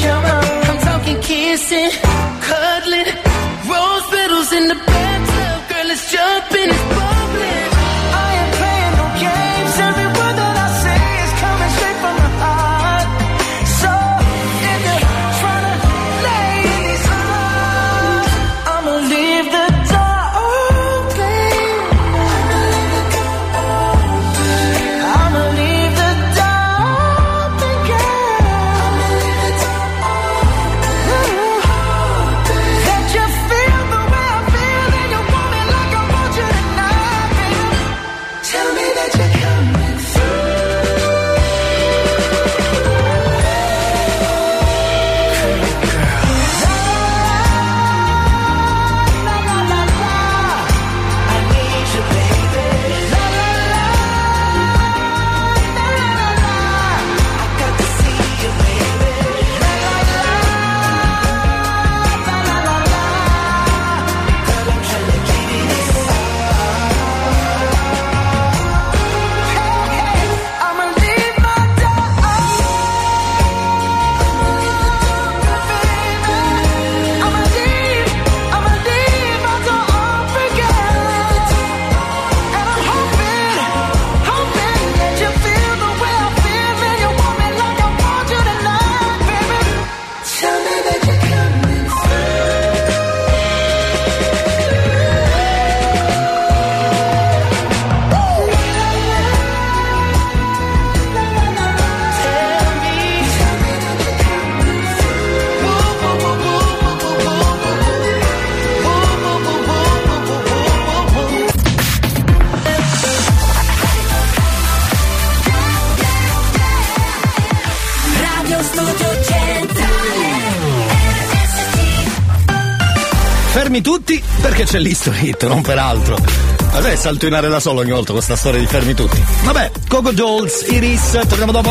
Fermi tutti perché c'è l'History Hit, non per altro. Ma sai, salto in aria da solo ogni volta con sta storia di fermi tutti. Vabbè, Coco Dolls, Iris, torniamo dopo.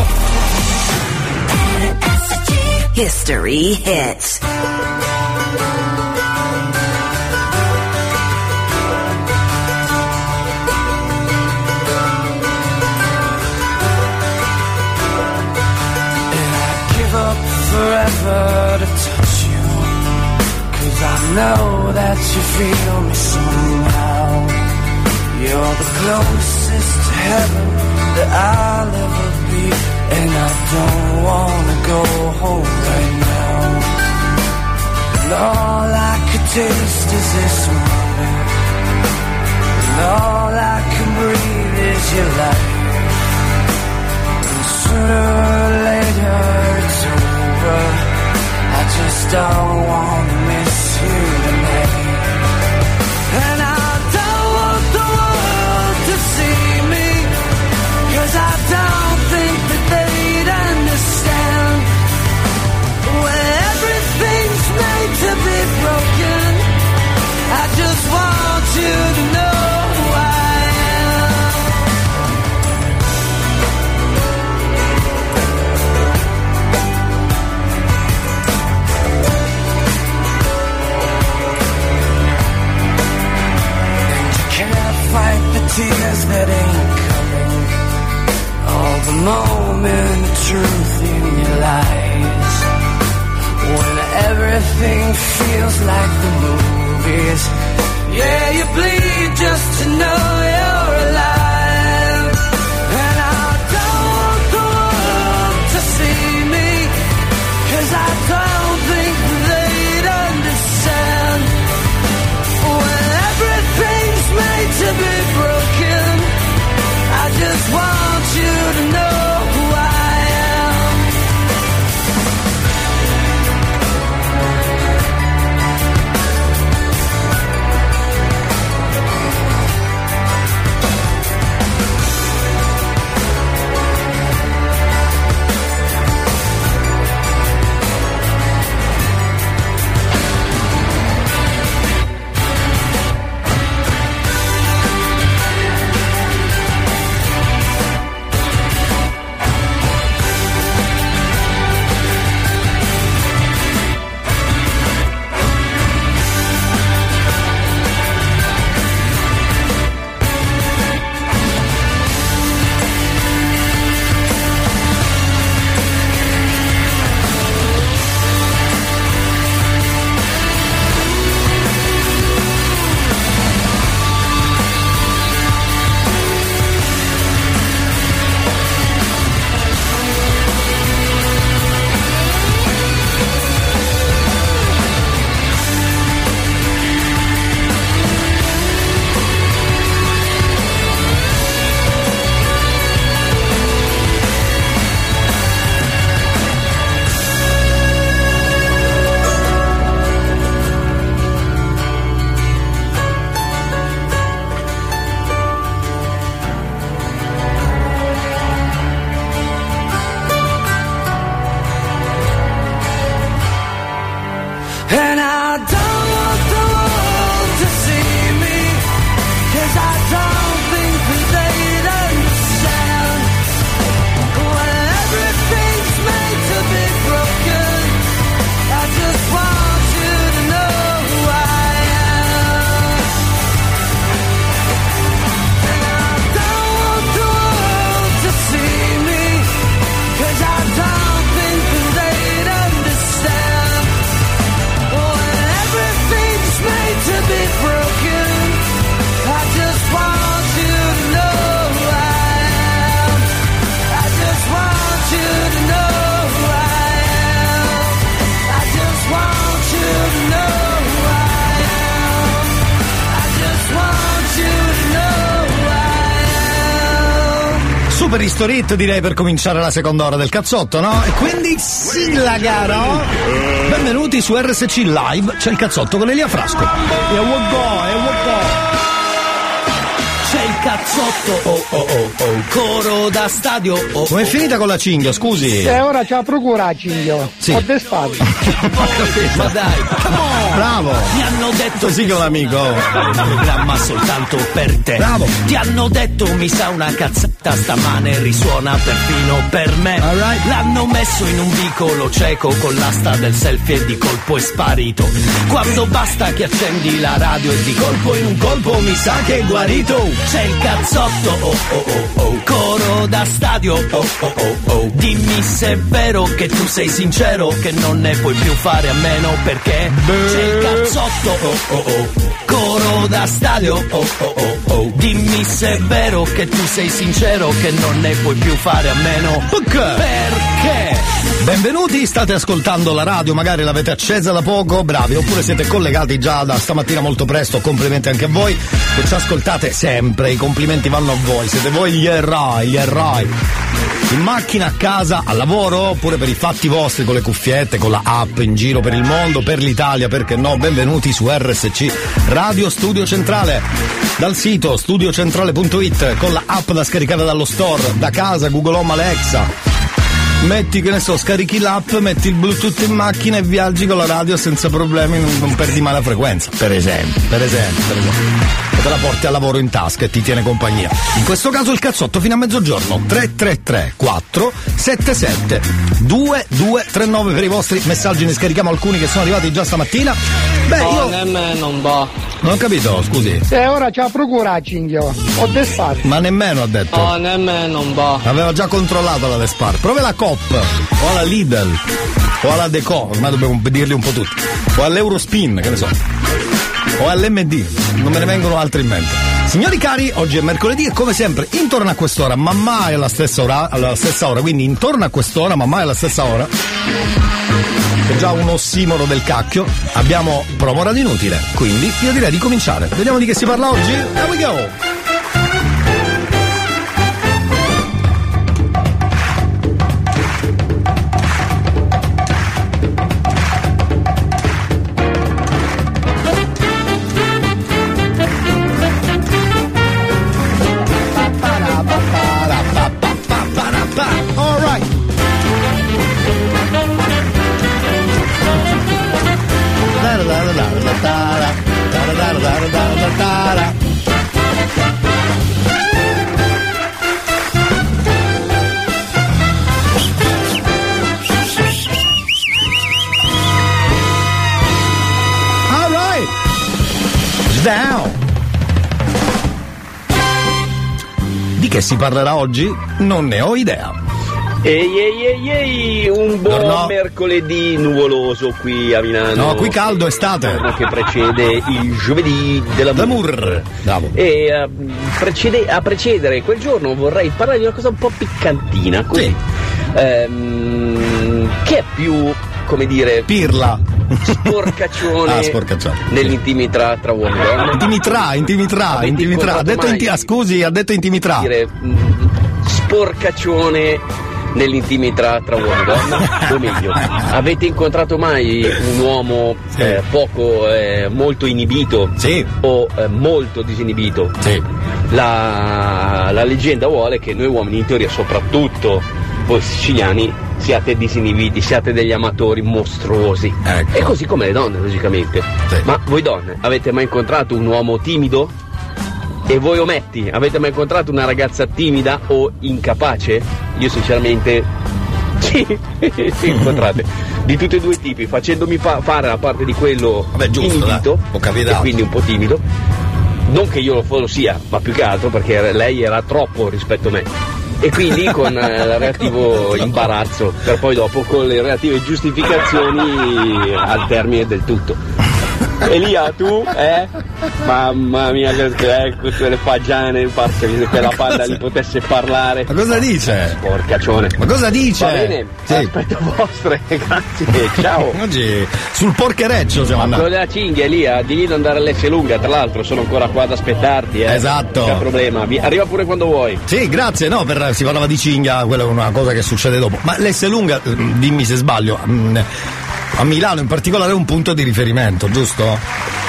History Hit. Forever to touch you, 'cause I know that you feel me somehow. You're the closest to heaven that I'll ever be, and I don't wanna go home right now. And all I could taste is this moment, and all I can breathe is your life. And sooner or later it's over, I just don't want to miss you tonight. And I don't want the world to see me, 'cause I don't think that they'd understand. When everything's made to be broken, I just want you to know who I am. Fight the tears that ain't coming, all the moment of truth in your lies. When everything feels like the movies, yeah, you bleed just to know you're alive. And I don't want the world to see me, 'cause I don't think they'd understand. When everything's made to be broken, I just want you to know who I am. Super History Hit, direi, per cominciare la seconda ora del cazzotto, no? E quindi sigla, caro! Benvenuti su RSC Live, c'è il cazzotto con Elia Frasco. E c'è il cazzotto, oh oh oh oh, coro da stadio, oh. Com'è finita con la cinghia, scusi? E ora c'ha procura la cinghia. Sì. Ho despato. Ma dai, come on. Bravo. Ti hanno detto sì che è un amico. Un programma soltanto per te. Bravo. Ti hanno detto mi sa una cazzata, stamane risuona perfino per me. Alright. L'hanno messo in un vicolo cieco con l'asta del selfie e di colpo è sparito. Quando basta che accendi la radio e di colpo in un colpo mi sa che è guarito. C'è il cazzotto, oh oh oh oh, coro da stadio, oh oh oh oh. Dimmi se è vero che tu sei sincero, che non ne puoi più fare a meno perché c'è il cazzotto, oh oh oh, coro da stadio, oh oh oh oh. Dimmi se è vero che tu sei sincero, che non ne puoi più fare a meno perché? Benvenuti, state ascoltando la radio, magari l'avete accesa da poco, bravi, oppure siete collegati già da stamattina molto presto, complimenti anche a voi che ci ascoltate sempre, i complimenti vanno a voi, siete voi gli eroi, in macchina, a casa, al lavoro, oppure per i fatti vostri con le cuffiette, con la app, in giro per il mondo, per l'Italia, perché no, benvenuti su RSC Radio Studio Centrale, dal sito studiocentrale.it, con la app da scaricare dallo store, da casa, Google Home, Alexa. Metti, che ne so, scarichi l'app, metti il Bluetooth in macchina e viaggi con la radio senza problemi, non perdi mai la frequenza, per esempio. E te la porti al lavoro in tasca e ti tiene compagnia. In questo caso il cazzotto fino a mezzogiorno, 333 477 2239 per i vostri messaggi, ne scarichiamo alcuni che sono arrivati già stamattina. Beh, io non va. non ho capito, scusi. E ora c'ha procura la cinghia. Ho despato. Ma nemmeno ha detto. Nemmeno non va. Aveva già controllato la Despar. Provi la Coop o la Lidl o alla Deco, ormai dobbiamo dirli un po' tutti, o all'Eurospin, che ne so, o all'MD, non me ne vengono altri in mente. Signori cari, oggi è mercoledì e come sempre intorno a quest'ora, ma mai alla stessa ora, quindi intorno a quest'ora, ma mai alla stessa ora, è già un ossimoro del cacchio, abbiamo promo radio inutile, quindi io direi di cominciare. Vediamo di che si parla oggi. Here we go! Di che si parlerà oggi? Non ne ho idea. Ehi, un buon mercoledì nuvoloso qui a Milano. No, qui caldo, estate. Che precede il giovedì dell'amour. Bravo. E a precedere quel giorno vorrei parlare di una cosa un po' piccantina. Così. Sì. Che è più, come dire, pirla, sporcaccione, nell'intimità tra uomini e donne. Intimità. Ha detto intimità. Dire, sporcaccione nell'intimità tra uomo e donna, o meglio, avete incontrato mai un uomo molto inibito o molto disinibito? Sì. La leggenda vuole che noi uomini, in teoria, soprattutto voi siciliani, siate disinibiti, siate degli amatori mostruosi. Ecco. E così come le donne, logicamente. Sì. Ma voi donne, avete mai incontrato un uomo timido? E voi ometti, avete mai incontrato una ragazza timida o incapace? Io sinceramente sì, incontrate di tutti e due i tipi, facendomi fare la parte di quello inibito e quindi un po' timido. Non che io lo sia, ma più che altro perché lei era troppo rispetto a me. E quindi con il relativo imbarazzo, per poi dopo con le relative giustificazioni al termine del tutto. Elia, tu, Mamma mia, quelle fagiane, porca, se quella palla li potesse parlare. Ma cosa dice? Porcaccione. Ma cosa dice? Va bene, sì. Aspetto vostre, grazie, ciao. Oggi sul porchereccio siamo andati. Quello della cinghia, Elia, digli di andare all'Esselunga, tra l'altro sono ancora qua ad aspettarti, Esatto. Non c'è problema, arriva pure quando vuoi. Sì, grazie, no, si parlava di cinghia, quella è una cosa che succede dopo. Ma l'Esselunga, dimmi se sbaglio, a Milano in particolare è un punto di riferimento, giusto?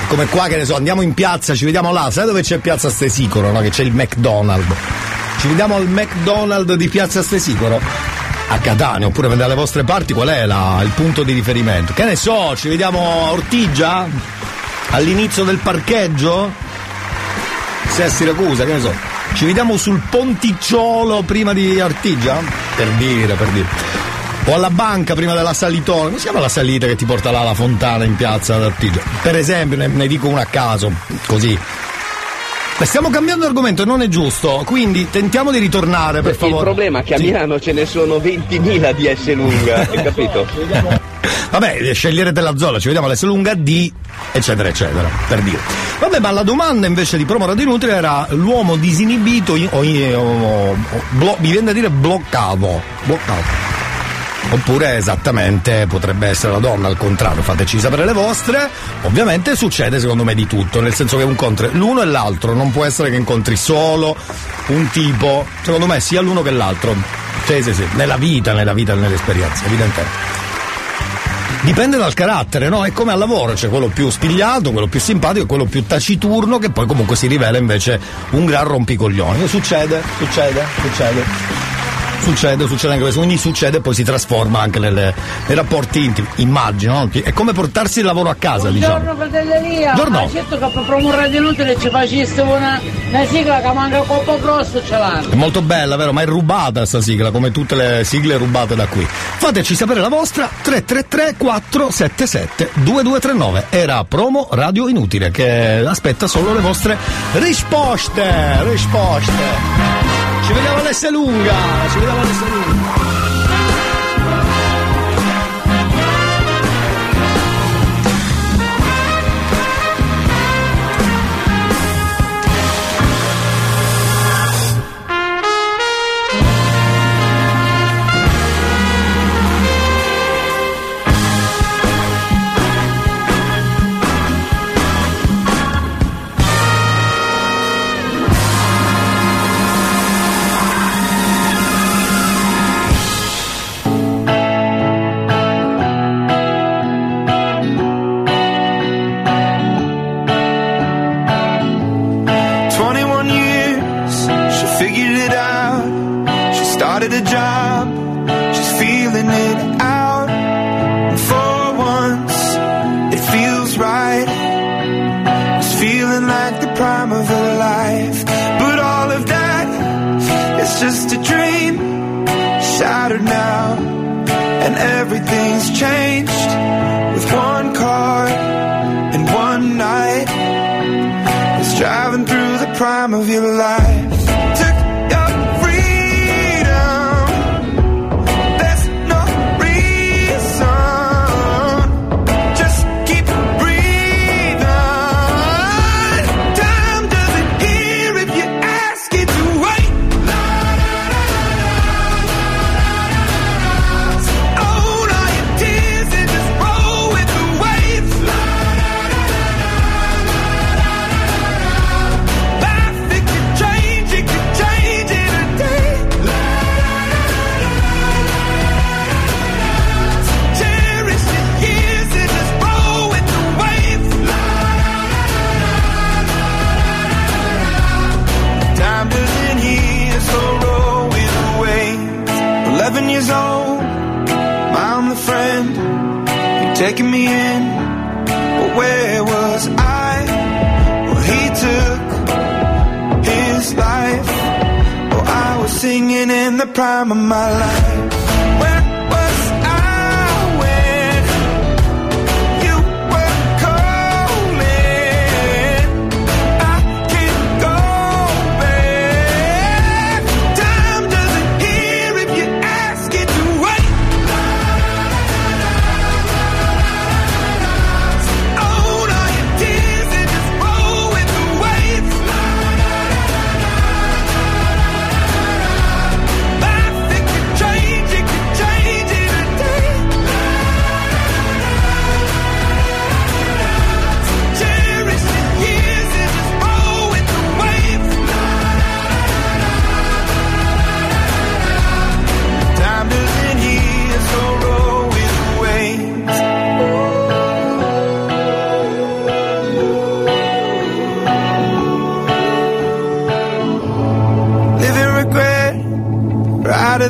come qua, che ne so, andiamo in piazza, ci vediamo là, sai dove c'è Piazza Stesicoro, no? Che c'è il McDonald's. Ci vediamo al McDonald's di Piazza Stesicoro a Catania, oppure dalle vostre parti qual è il punto di riferimento? Che ne so, ci vediamo a Ortigia? All'inizio del parcheggio? Se a Siracusa, che ne so. Ci vediamo sul ponticciolo prima di Ortigia? Per dire. O alla banca prima della salitona. Come si chiama la salita che ti porta là alla fontana in piazza ad Ortigia? Per esempio, ne dico una a caso, così. Stiamo cambiando argomento, non è giusto, quindi tentiamo di ritornare, per favore. Il problema è che a Milano ce ne sono 20.000 di S lunga, hai capito? Vabbè, sceglierete la zona, ci vediamo all'S lunga D, eccetera, eccetera, per dire. Vabbè, ma la domanda invece di Promo Radio Inutile era l'uomo disinibito mi viene da dire bloccato. Oppure esattamente potrebbe essere la donna, al contrario, fateci sapere le vostre. Ovviamente succede secondo me di tutto, nel senso che incontri l'uno e l'altro, non può essere che incontri solo un tipo, secondo me sia l'uno che l'altro. Sì, nella vita e nell'esperienza, evidentemente. Dipende dal carattere, no? È come al lavoro, c'è quello più spigliato, quello più simpatico e quello più taciturno, che poi comunque si rivela invece un gran rompicoglioni. Succede anche questo, quindi succede e poi si trasforma anche nei rapporti intimi, immagino, no? È come portarsi il lavoro a casa, Buongiorno, fratelleria. Buongiorno. Ma certo che per promuovere inutile ci facesse una sigla che manca Coppa Grosso, ce l'hanno. È molto bella, vero? Ma è rubata sta sigla, come tutte le sigle rubate da qui. Fateci sapere la vostra, 333 477 2239. Era Promo Radio Inutile, che aspetta solo le vostre risposte. Ci vediamo all'S lunga. Just a dream, shattered now, and everything's changed with one car and one night. It's driving through the prime of your life. Took your freedom, there's no reason. Just keep breathing. Time doesn't hear if you ask it to wait. Years old, I'm the friend, you're taking me in, but where was I? Well, he took his life, well, I was singing in the prime of my life. Where was I when you were calling? I can't go back. Time doesn't hear if you ask it to wait. Own all your tears and just roll with the waves. I think you're changing.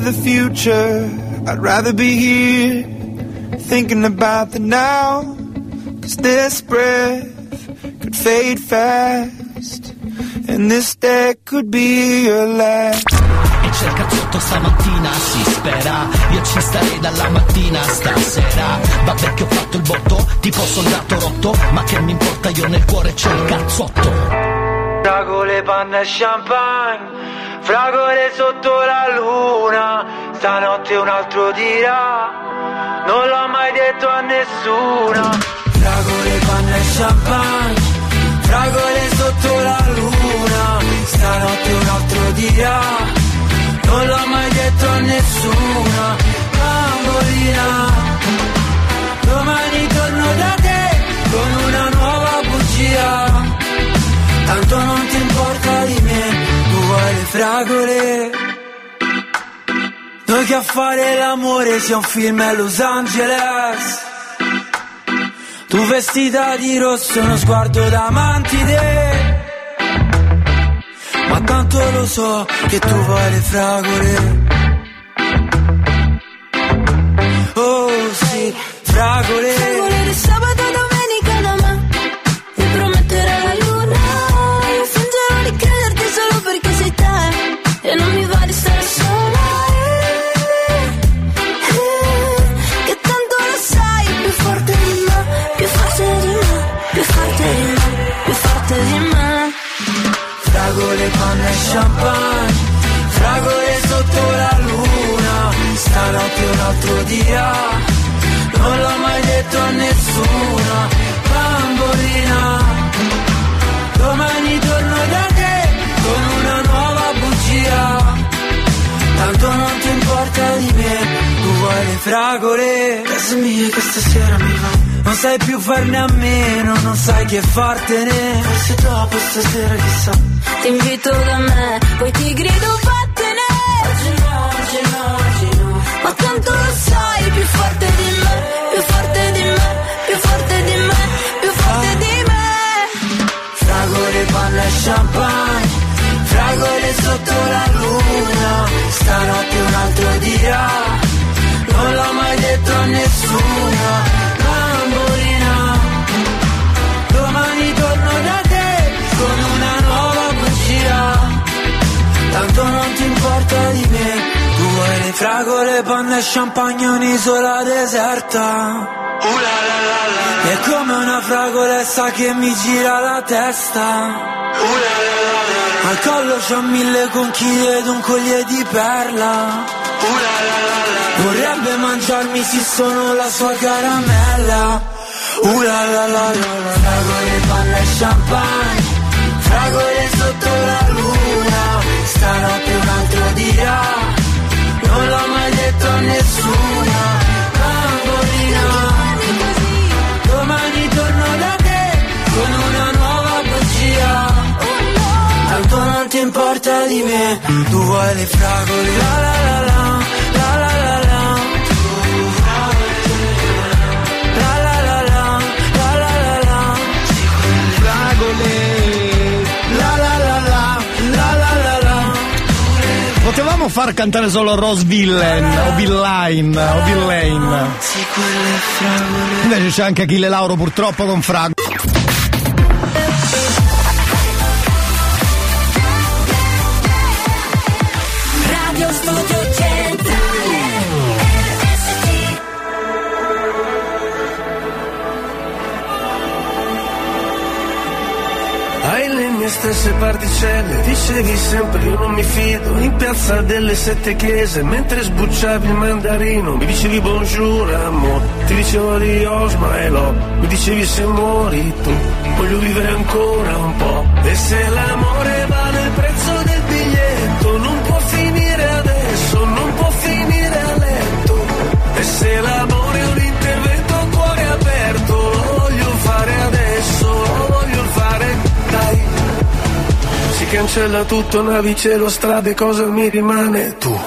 the future, I'd rather be here, thinking about the now, 'cause this breath could fade fast, and this day could be your last. E c'è il cazzotto stamattina, si spera, io ci starei dalla mattina stasera. Vabbè che ho fatto il botto, tipo soldato rotto, ma che mi importa, io nel cuore c'ho il cazzotto. Fragole, panna e champagne, fragole sotto la luna, stanotte un altro dirà, non l'ho mai detto a nessuno. Fragole, panna e champagne, fragole sotto la luna, stanotte un altro dirà, non l'ho mai detto a nessuno. Bambolina, domani torno da te con una nuova bugia, tanto non ti importa di me, tu vuoi le fragole. Noi che a fare l'amore sia un film a Los Angeles, tu vestita di rosso, uno sguardo da mantide, ma tanto lo so che tu vuoi le fragole. Oh sì, fragole. Fragole di sabato e domenica da me, mi prometterai la luna, io fingerò di crederti solo perché sei te, e non mi va di stare sola, che tanto lo sai, più forte di me, più forte di me, più forte di me, più forte di me. Fragole, panna e champagne, fragole sotto la luna, stanotte un altro dirà, non l'ho mai detto a nessuno. Bambolina, domani torno da te con una nuova bugia, tanto non ti importa di me, tu vuoi le fragole. Casa mia che stasera mi va, non sai più farne a meno, non sai che fartene, forse dopo stasera chissà. Ti invito da me, poi ti grido vattene. Oggi no, oggi no, oggi no, ma tanto lo sai, più forte di me, più forte di me, più forte di me, più forte di me. Fragole, panna e champagne, fragole sotto la luna, stanotte un altro dirà, non l'ho mai detto a nessuno. Bambolina, domani torno da te con una nuova bugia, tanto non ti importa di me, tu vuoi le fragole, panna e champagne, un'isola deserta. È come una fragolessa che mi gira la testa. Al collo c'ho 1000 conchiglie ed un collier di perla. Vorrebbe mangiarmi se sono la sua caramella. Fragole, panna e champagne, fragole sotto la luna, stanotte un altro dirà, non l'ho mai detto a nessuno. Bambolina, domani torno da te con una nuova bugia, tanto non ti importa di me, tu vuoi le fragole. La la la la, la la la la, la la la la, la la la la, fragole. La la la la, la la la la. Potevamo far cantare solo Rose Villain o Villain o Villain. Invece c'è anche Achille Lauro purtroppo con Fragole. Radio Studio Centrale RSC. Hai le mie stesse particelle, dicevi sempre io non mi fido, in piazza delle 7 chiese, mentre sbucciavi il mandarino, mi dicevi bonjour amore, ti dicevo adios my love, mi dicevi se muori tu, voglio vivere ancora un po', e se l'amore vale il prezzo del biglietto, non può finire adesso, non può finire a letto, e se l'amore è un intervento a cuore aperto, lo voglio fare adesso, lo voglio fare, dai. Si cancella tutto, navi, cielo, strade, cosa mi rimane? Tu.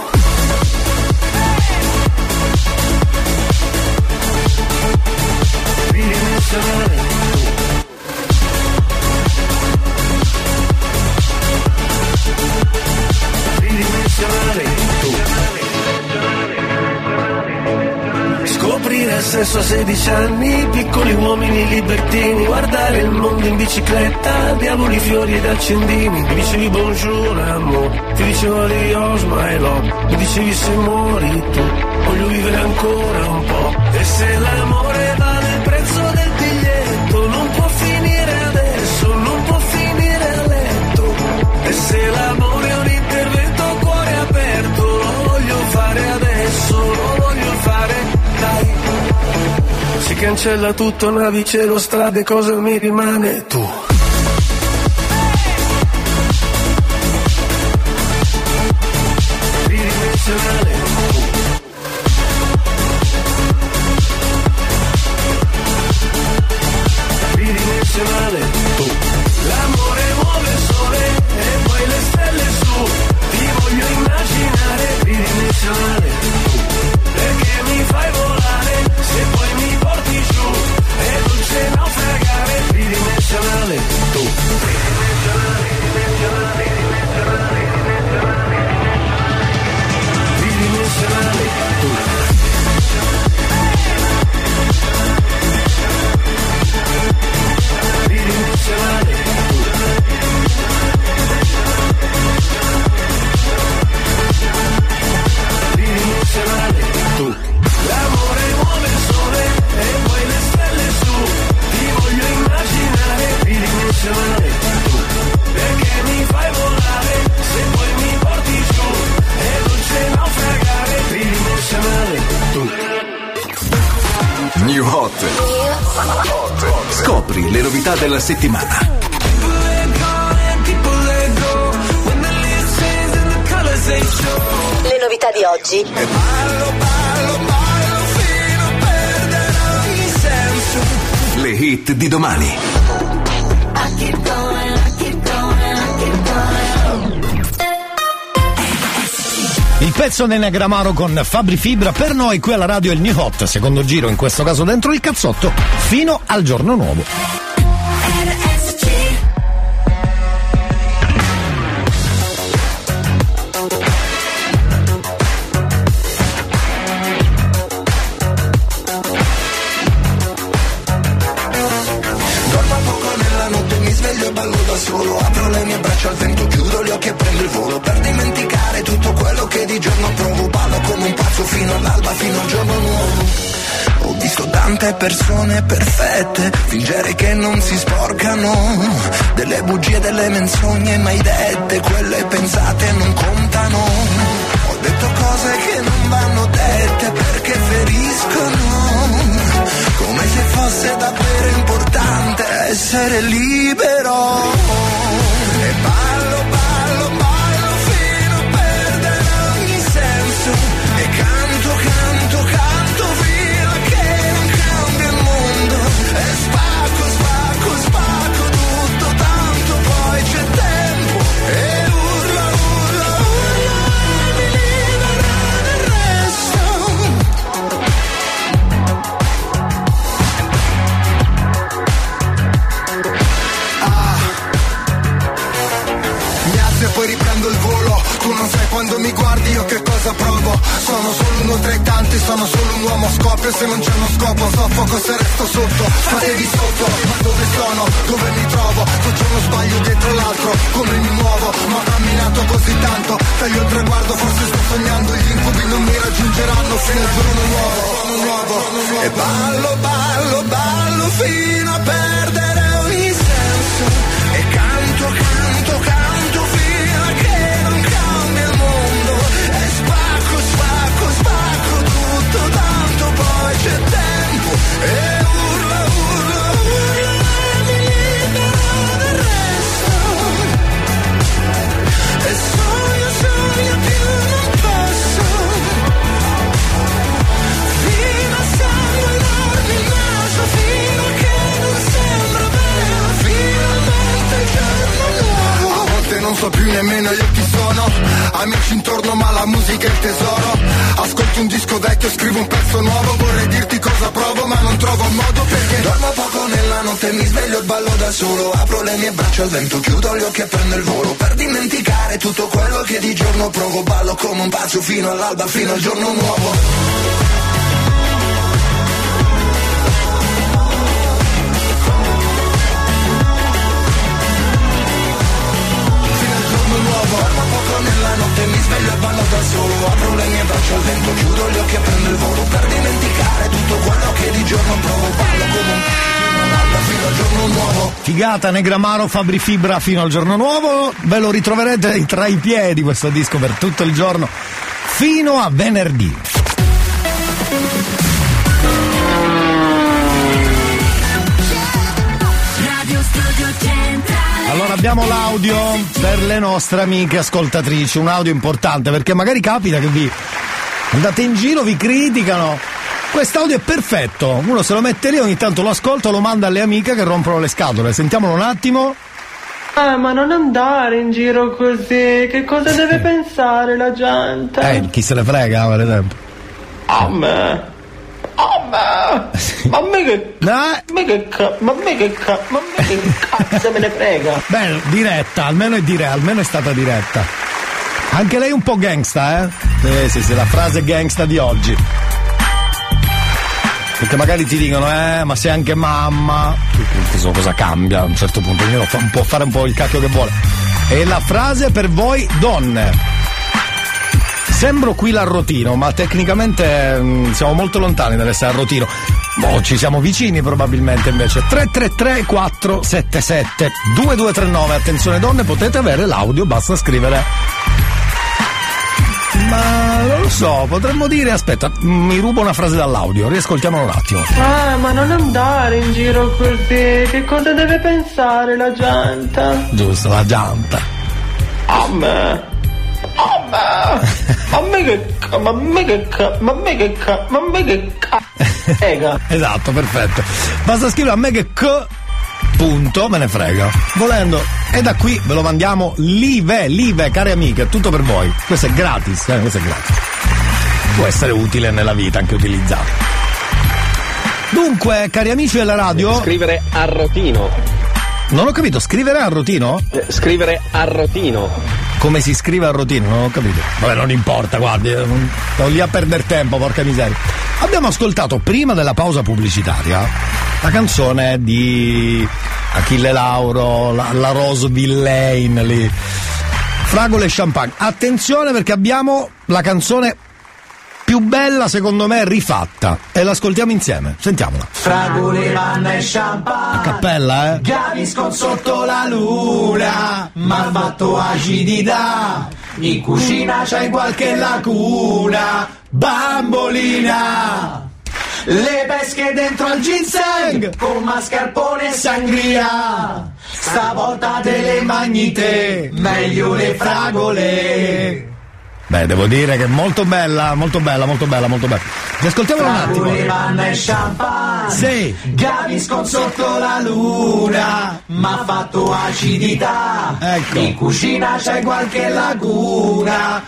Ridimensionale. Ridimensionale. Tu. sesso a 16 anni, piccoli uomini libertini, guardare il mondo in bicicletta, diavoli, fiori ed accendini. Mi dicevi bonjour amore, ti dicevo adios my love, mi dicevi se muori tu, voglio vivere ancora un po'. E se l'amore vale il prezzo del biglietto, non può finire adesso, non può finire a letto. E se l'amore è un intervento a cuore aperto, lo voglio fare adesso, lo voglio fare, dai. Si cancella tutto, navi, cielo, strade, cosa mi rimane? Tu. Tridimensionale. Tridimensionale. Tu. L'amore muove il sole e poi le stelle su. Ti voglio immaginare. Tridimensionale. Perché mi fai volare, se poi mi porti giù, è dolce naufragare. Tridimensionale, tu. Tridimensionale, tu. Tridimensionale, tu. Tridimensionale, tu. L'amore muove il sole e poi le stelle su. Ti voglio immaginare. Tridimensionale, tu. Perché mi fai volare, se poi mi porti giù, è dolce naufragare. Tridimensionale, tu. New Hot. Scopri le novità della settimana. Le novità di oggi. Le hit di domani. Il pezzo dell'Enagramaro con Fabri Fibra per noi qui alla radio è il New Hot, secondo giro in questo caso dentro il cazzotto, fino al giorno nuovo. Solo apro le mie braccia al vento, chiudo gli occhi e prendo il volo per dimenticare tutto quello che di giorno provo. Ballo come un pazzo fino all'alba, fino al giorno nuovo. Ho visto tante persone perfette fingere che non si sporcano, delle bugie, delle menzogne mai dette, quelle pensate non contano. Ho detto cose che non vanno dette perché feriscono, come se fosse davvero importante essere libero. E ballo, ballo, ballo fino a perdere ogni senso. E canto, canto, canto fino a che non cambia il mondo. E spacco, spacco, spacco tutto, tanto poi c'è tempo. E urla, urla, urla, mi libera del resto. E poi riprendo il volo, tu non sai quando mi guardi io che cosa provo. Sono solo uno tra i tanti, sono solo un uomo, scoppio se non c'è uno scopo, soffoco se resto sotto, fatevi sotto, ma dove sono, dove mi trovo, un giorno sbaglio dietro l'altro, come mi muovo, ma ho camminato così tanto, taglio il traguardo, forse sto sognando, gli incubi non mi raggiungeranno fino al giorno nuovo, e ballo, ballo, ballo fino a perdere ogni senso, e canto, canto, canto fino a che non cambia il mondo, e spacco, spacco, spacco tutto, tanto poi c'è tempo, e urla, urla, urla, mi libero del resto, e sogno, sogno più non posso, fino a sanguinarmi il naso, fino a che non sembra vero, finalmente il giorno nuovo. A volte non so più nemmeno io chi sono, amici intorno ma la musica è il tesoro. Ascolti un disco vecchio, scrivo un pezzo nuovo, vorrei dirti cosa provo ma non trovo un modo perché dormo poco nella notte, mi sveglio e ballo da solo. Apro le mie braccia al vento, chiudo gli occhi e prendo il volo per dimenticare tutto quello che di giorno provo. Ballo come un pazzo fino all'alba, fino al giorno nuovo. figata, Negramaro, Fabri Fibra fino al giorno nuovo. Ve lo ritroverete tra i piedi questo disco per tutto il giorno fino a venerdì. Allora abbiamo l'audio per le nostre amiche ascoltatrici, un audio importante perché magari capita che vi andate in giro, vi criticano. Quest'audio è perfetto, uno se lo mette lì, ogni tanto lo ascolta, lo manda alle amiche che rompono le scatole. Sentiamolo un attimo. Ma non andare in giro così, che cosa deve pensare la gente? Chi se ne frega, per esempio. A me che cazzo me ne frega? Beh, diretta, almeno è stata diretta. Anche lei un po' gangsta, sì, la frase gangsta di oggi. Perché magari ti dicono, ma sei anche mamma. Cosa cambia a un certo punto? Ognuno può fare un po' il cacchio che vuole. E la frase per voi donne. Sembro qui l'Arrotino, ma tecnicamente siamo molto lontani dall'essere Arrotino. Ci siamo vicini probabilmente invece. 333 477 2239. Attenzione donne, potete avere l'audio, basta scrivere. Ma non lo so, potremmo dire, aspetta, mi rubo una frase dall'audio, riascoltiamolo un attimo. Ma non andare in giro così, che cosa deve pensare la gente? Giusto, la gente. A me che frega. Esatto, perfetto. Basta scrivere a me che punto me ne frega. Volendo. E da qui ve lo mandiamo live, cari amiche, tutto per voi. Questo è gratis, questo è gratis. Può essere utile nella vita, anche utilizzato. Dunque, cari amici della radio. Scrivere Arrotino. Non ho capito, scrivere Arrotino? Scrivere Arrotino. Come si scrive Arrotino? Non ho capito. Vabbè, non importa, guardi, sto lì a perdere tempo, porca miseria. Abbiamo ascoltato prima della pausa pubblicitaria la canzone di Achille Lauro, la Rose Villain lì, Fragole e Champagne. Attenzione perché abbiamo la canzone più bella secondo me rifatta e l'ascoltiamo insieme, sentiamola. Fragole, panna e champagne, a cappella, Gaviscon sotto la luna, m'ha fatto acidità, in cucina c'hai qualche lacuna, bambolina. Le pesche dentro al ginseng, con mascarpone e sangria, stavolta te le magnite, meglio le fragole. Beh, devo dire che è molto bella, molto bella, molto bella, molto bella. Ti ascoltiamo un attimo. Fragole, panna e champagne, sì. Gaviscon sotto la luna, m'ha fatto acidità, ecco. In cucina c'hai qualche lacuna,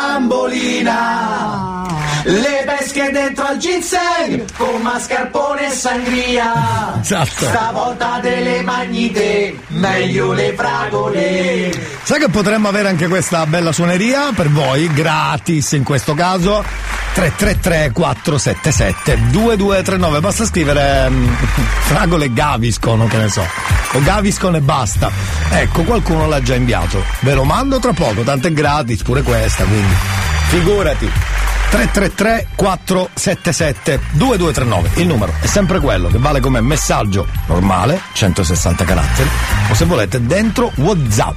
bambolina. Le pesche dentro al ginseng, con mascarpone e sangria, esatto. Stavolta delle magnite, meglio le fragole. Sai che potremmo avere anche questa bella suoneria per voi, gratis in questo caso? 333 477 2239. Basta scrivere Fragole Gaviscon, che ne so, o Gaviscon e basta. Ecco, qualcuno l'ha già inviato. Ve lo mando tra poco, tanto è gratis pure questa, quindi figurati. 333 477 2239. Il numero è sempre quello, che vale come messaggio normale 160 caratteri, o se volete dentro WhatsApp.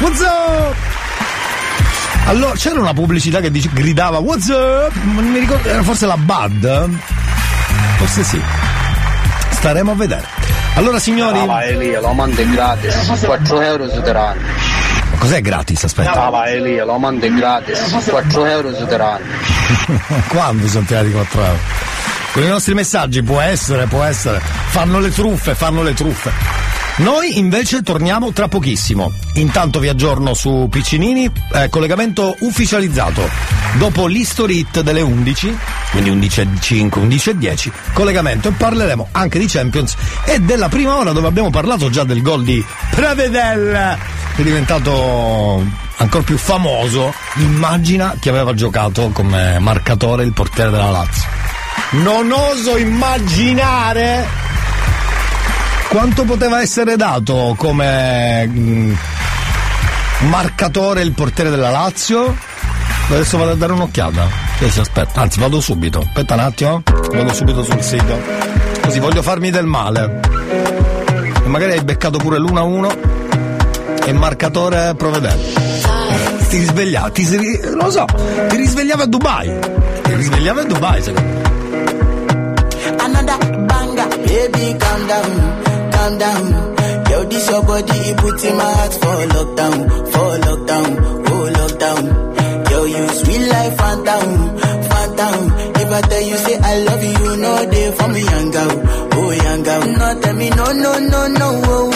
Allora c'era una pubblicità che gridava WhatsApp, non mi ricordo, era forse la Bud, forse sì, staremo a vedere. Allora signori, vai Elia, lo mando gratis, 4 euro su terreno. Cos'è gratis? Aspetta. Vai Elia, lo mando gratis, 4 euro su terreno. Quando sono tirati 4 euro? Con i nostri messaggi può essere. Fanno le truffe. Noi invece torniamo tra pochissimo. Intanto vi aggiorno su Piccinini, collegamento ufficializzato. Dopo l'History Hit delle 11, quindi 11.05, 11.10, collegamento, e parleremo anche di Champions e della prima ora, dove abbiamo parlato già del gol di Pravedel, che è diventato ancora più famoso. Immagina chi aveva giocato come marcatore il portiere della Lazio. Non oso immaginare quanto poteva essere dato come marcatore il portiere della Lazio. Adesso vado a dare un'occhiata. Aspetta, anzi vado subito. Aspetta un attimo, vado subito sul sito. Così voglio farmi del male. e magari hai beccato pure l'1-1 e marcatore provvedente. Ti risvegliava, non lo so, ti risvegliava a Dubai. Secondo me. Another banger, baby, calm down. Yo, this your body, it puts in my heart for lockdown, oh lockdown. Yo, you sweet life, phantom. If I tell you, say I love you, no day for me, young girl, oh young girl. No, tell me, no, oh.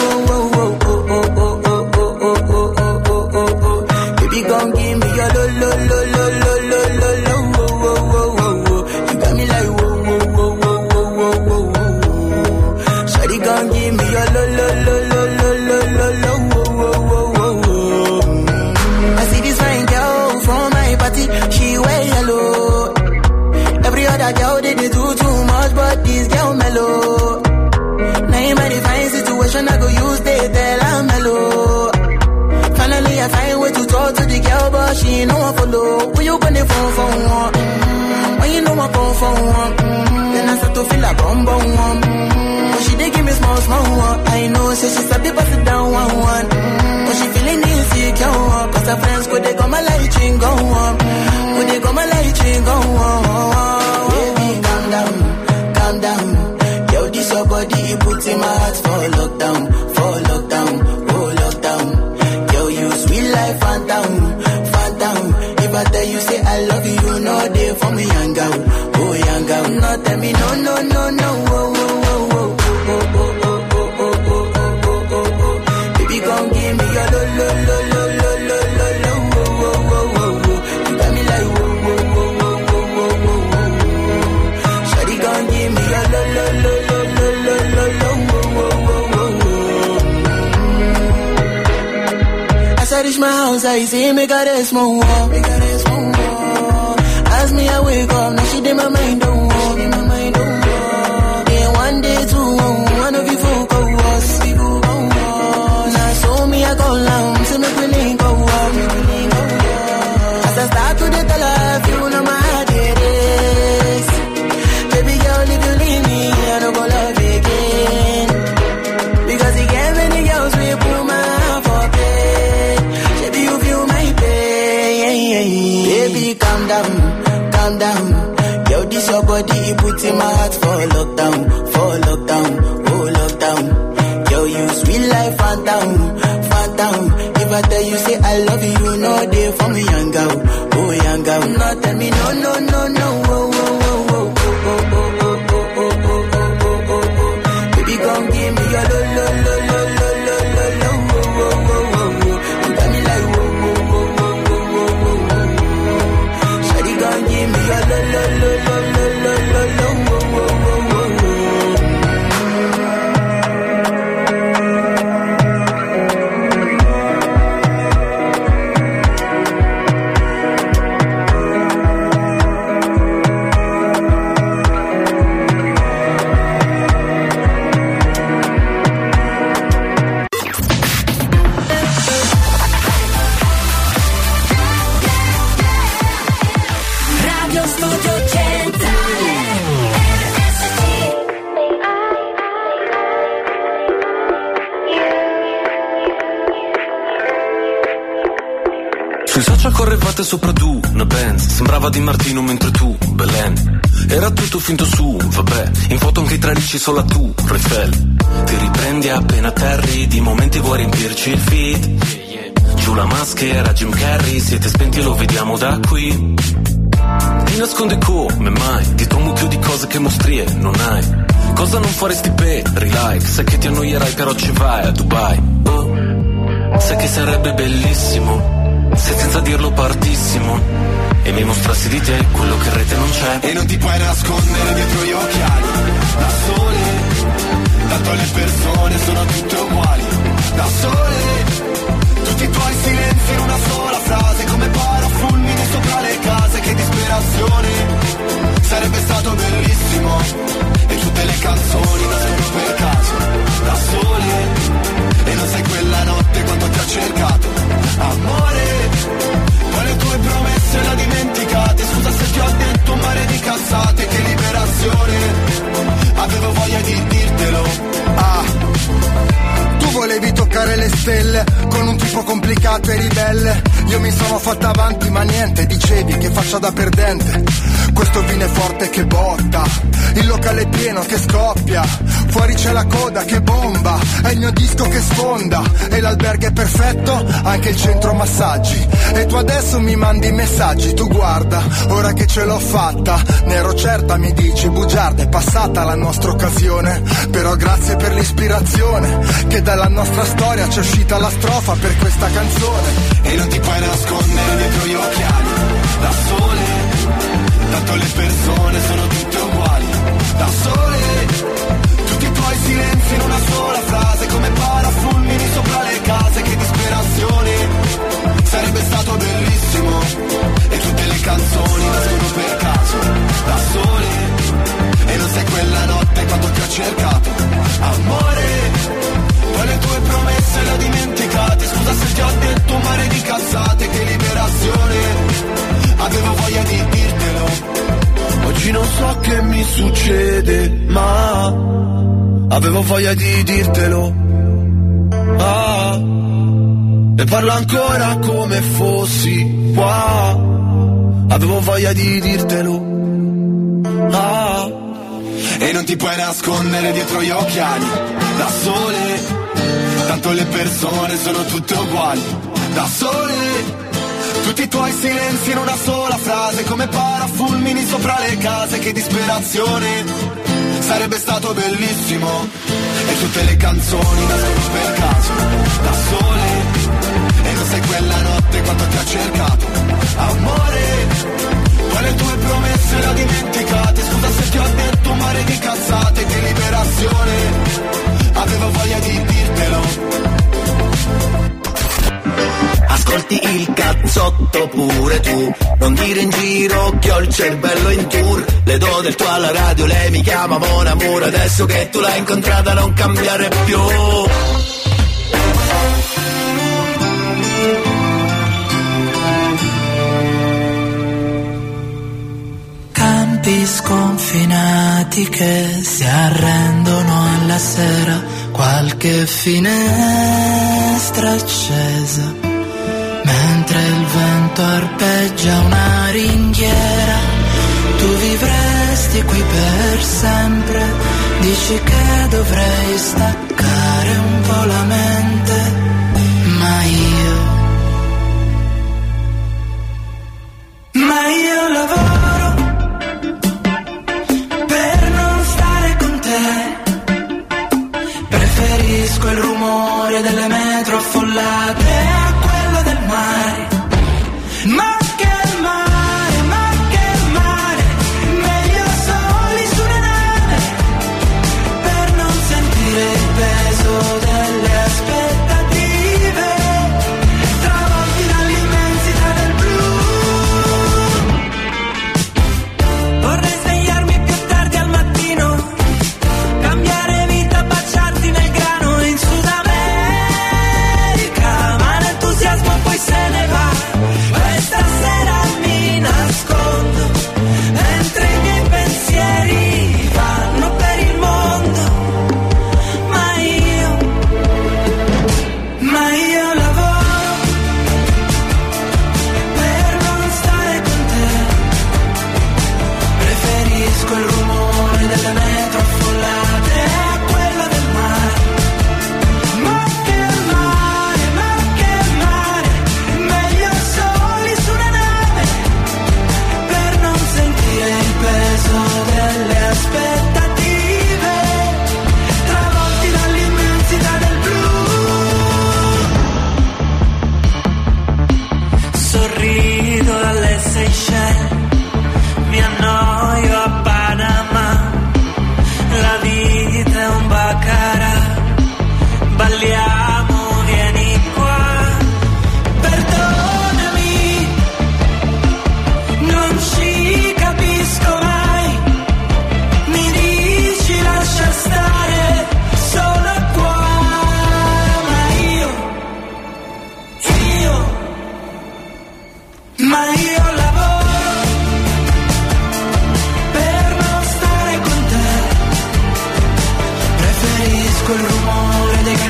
Baby, gon' give me your lo. You got me like, whoa. Shawty gon' give me your lo. I see this fine girl from my party, she wear yellow. Every other girl they do too much, but this girl mellow. Now in my divine situation, I go use they tell I'm mellow. Finally I find way to talk to the girl, but she ain't no one follow. Who you gonna phone for one? When you know I phone for one, then I start to feel like bum. But she dey give me small one. I know, say she start to pass it down one. But she feeling insecure, cause her friends go they come a light ring go on. When they come a light ring go on. Baby, calm down. Yo, this your body, it puts in my heart for lockdown, oh lockdown. Yo, you sweet life, phantom. If I tell you, say I love you, no day for me, young girl, oh young girl. No, tell me, no, oh. Baby, gon' give me your lo. You got me like, whoa. Shawty gon' give me your lo. As I reach my house, I see me got a small wall. As me, I wake up, now she did my mind don't walk. Then one day, two, one of you folk go us. Now so me, I go down, so make me link go up. As I start to the tell her, you know my heart it is. Baby girl, if you leave me, I don't go love again. Because you gave many girls, we put my heart for pain. Baby, you feel my pain. Baby, calm down. Yo, this your body, it puts in my heart for lockdown, oh lockdown. Yo, you sweet life, phantom. If I tell you, say I love you, no day for me, young girl, oh young girl. No, tell me, no, oh. Baby, gon' give me your lo. You got me like, whoa. Shawty gon' give me your lo. Sui social correvate sopra tu, una Benz, sembrava Di Martino mentre tu, Belen. Era tutto finto su, vabbè, in foto anche i tralicci solo tu, Eiffel. Ti riprendi appena atterri, di momenti vuoi riempirci il feed. Giù la maschera, Jim Carrey, siete spenti e lo vediamo da qui. Ti nascondi come mai, di tuo mucchio di cose che mostrie non hai. Cosa non faresti per like, sai che ti annoierai però ci vai a Dubai. Oh, sai che sarebbe bellissimo se senza dirlo partissimo e mi mostrassi di te quello che in rete non c'è. E non ti puoi nascondere dietro gli occhiali, da sole, tanto le persone sono tutte uguali, da sole, tutti i tuoi silenzi in una sola frase, come parafulmini sopra le case, che disperazione, sarebbe stato bellissimo, e tutte le canzoni da sempre per caso, da sole, e non sai quella notte quando ti ho cercato, amore. Poi le tue promesse le ho dimenticate, scusa se ti ho detto un mare di cazzate, che liberazione, avevo voglia di dirtelo. Tu volevi toccare le stelle con un tipo complicato e ribelle. Io mi sono fatta avanti ma niente, dicevi che faccia da perdente. Questo vino è forte che botta, il locale è pieno che scoppia, fuori c'è la coda che bomba, è il mio disco che sfonda. E l'albergo è perfetto, anche il centro massaggi. E tu adesso mi mandi messaggi, tu guarda, ora che ce l'ho fatta. Ne ero certa, mi dici, bugiarda, è passata la nostra occasione. Però grazie per l'ispirazione, che dalla nostra storia c'è uscita la strofa per questa canzone. E non ti puoi nascondere dietro gli occhiali, da sole, tanto le persone sono tutte uguali, da sole, tutti i tuoi silenzi in una sola frase, come parafulmini sopra le case, che disperazione, sarebbe stato bellissimo, e tutte le canzoni nascono per caso, da sole, e non sei quella notte quando ti ho cercato, amore, poi le tue promesse le ho dimenticate, scusa se ti ho detto un mare di cazzate, che liberazione, avevo voglia di dirtelo. Oggi non so che mi succede, ma avevo voglia di dirtelo. E parlo ancora come fossi qua, avevo voglia di dirtelo. E non ti puoi nascondere dietro gli occhiali, da sole, tanto le persone sono tutte uguali, da sole, tutti i tuoi silenzi in una sola frase, come parafulmini sopra le case, che disperazione, sarebbe stato bellissimo, e tutte le canzoni nascono per caso, da sole, e non sei quella notte quando ti ho cercato, amore, poi le tue promesse le ho dimenticate, scusa se ti ho detto un mare di cazzate, che liberazione, avevo voglia di dirtelo. Ascolti il cazzotto pure tu, non dire in giro che ho il cervello in tour. Le do del tuo alla radio, lei mi chiama Mon Amour, adesso che tu l'hai incontrata non cambiare più. Campi sconfinati che si arrendono alla sera, qualche finestra accesa, mentre il vento arpeggia una ringhiera. Tu vivresti qui per sempre, dici che dovrei staccare un po' la mente, ma io lavoro per non stare con te, preferisco il rumore delle metro affollate a quello del mare. Ma che mare, meglio soli su una nave, per non sentire il peso delle aspettative.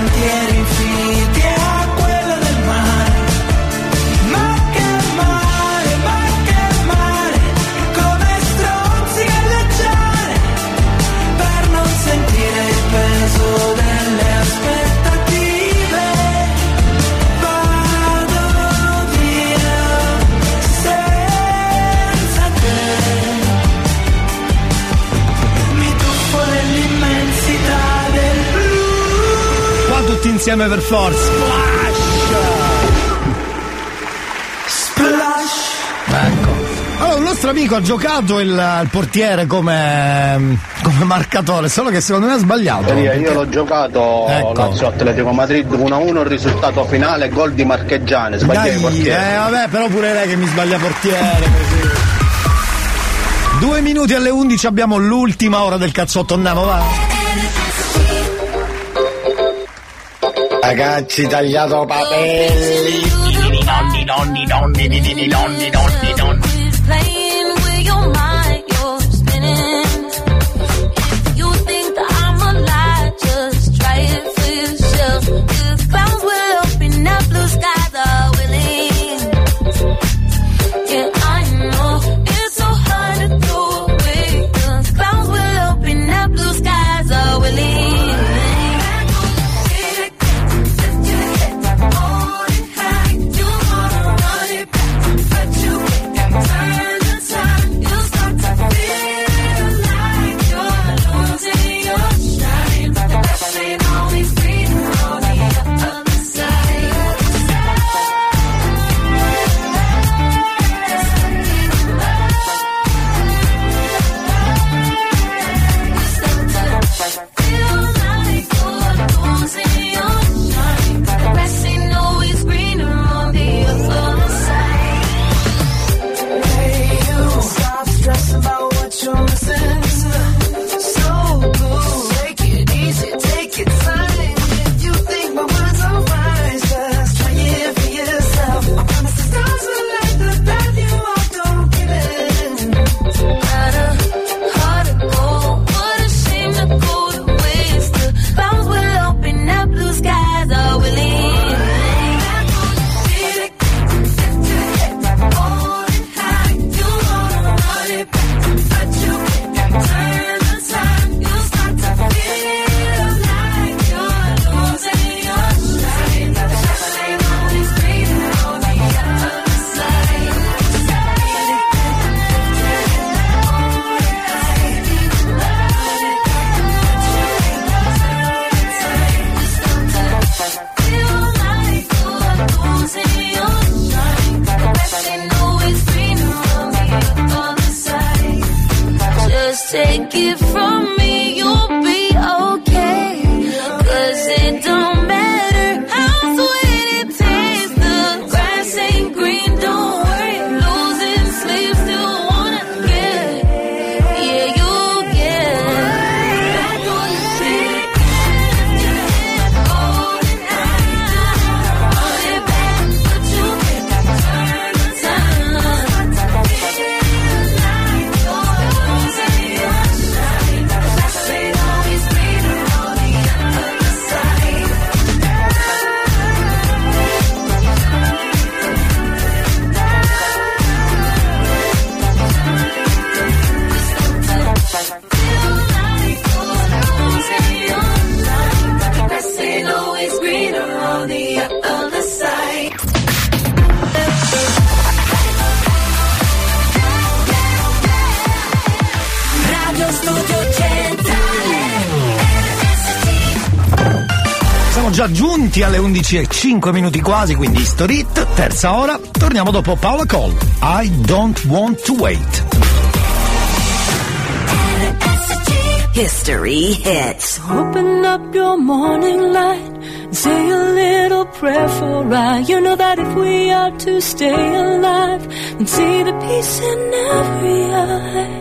sentieri infiniti a quella del mare. Ma che mare, come stronzi galleggiare per non sentire il peso delle aspettative. Vado via senza te, mi tuffo nell'immensità del blu. Qua tutti insieme per forza. Ecco. Allora, un nostro amico ha giocato il portiere come marcatore, solo che secondo me ha sbagliato. Io l'ho giocato, ecco. Lazio Atletico Madrid 1-1, il risultato finale gol di Marcheggiani, sbagliai il portiere. Vabbè, però pure lei che mi sbaglia portiere così. 2 minuti alle 11 abbiamo l'ultima ora del cazzotto, andiamo, va. Ragazzi, tagliato papelli. Playing with your mind, you're spinning. If you think that I'm alive, just try it for yourself. The clouds will open up, blue skies are willing. Yeah, I know it's so hard to throw away. The clouds will open up, blue skies are willing. Take it from me, you'll be okay. 'Cause it don't matter how sweet it tastes. The grass ain't green, don't worry. Losing sleep, still wanna get. Yeah, you'll get. Back on the street. Golden eye. Run it back, but you can't turn the time. Feel like you're losing. Siamo già giunti alle 11:05 quasi, quindi History Hit, terza ora. Torniamo dopo Paola Cole, I Don't Want to Wait. History Hits. Open up your morning light and say a little prayer for I. You know that if we are to stay alive and see the peace in every eye.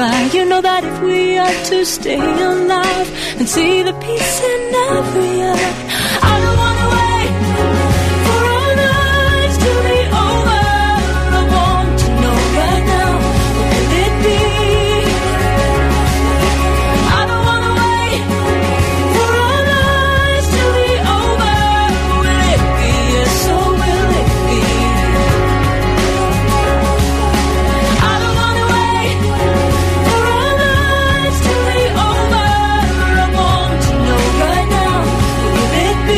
right. You know that if we are to stay alive and see the peace in every eye, I don't wanna wait for our lives to be over. I want to know right now, what will it be? I don't wanna wait for our lives to be over. Will it be? Yes, or will it be? I don't wanna wait for our lives to be over. I want to know right now, will it be?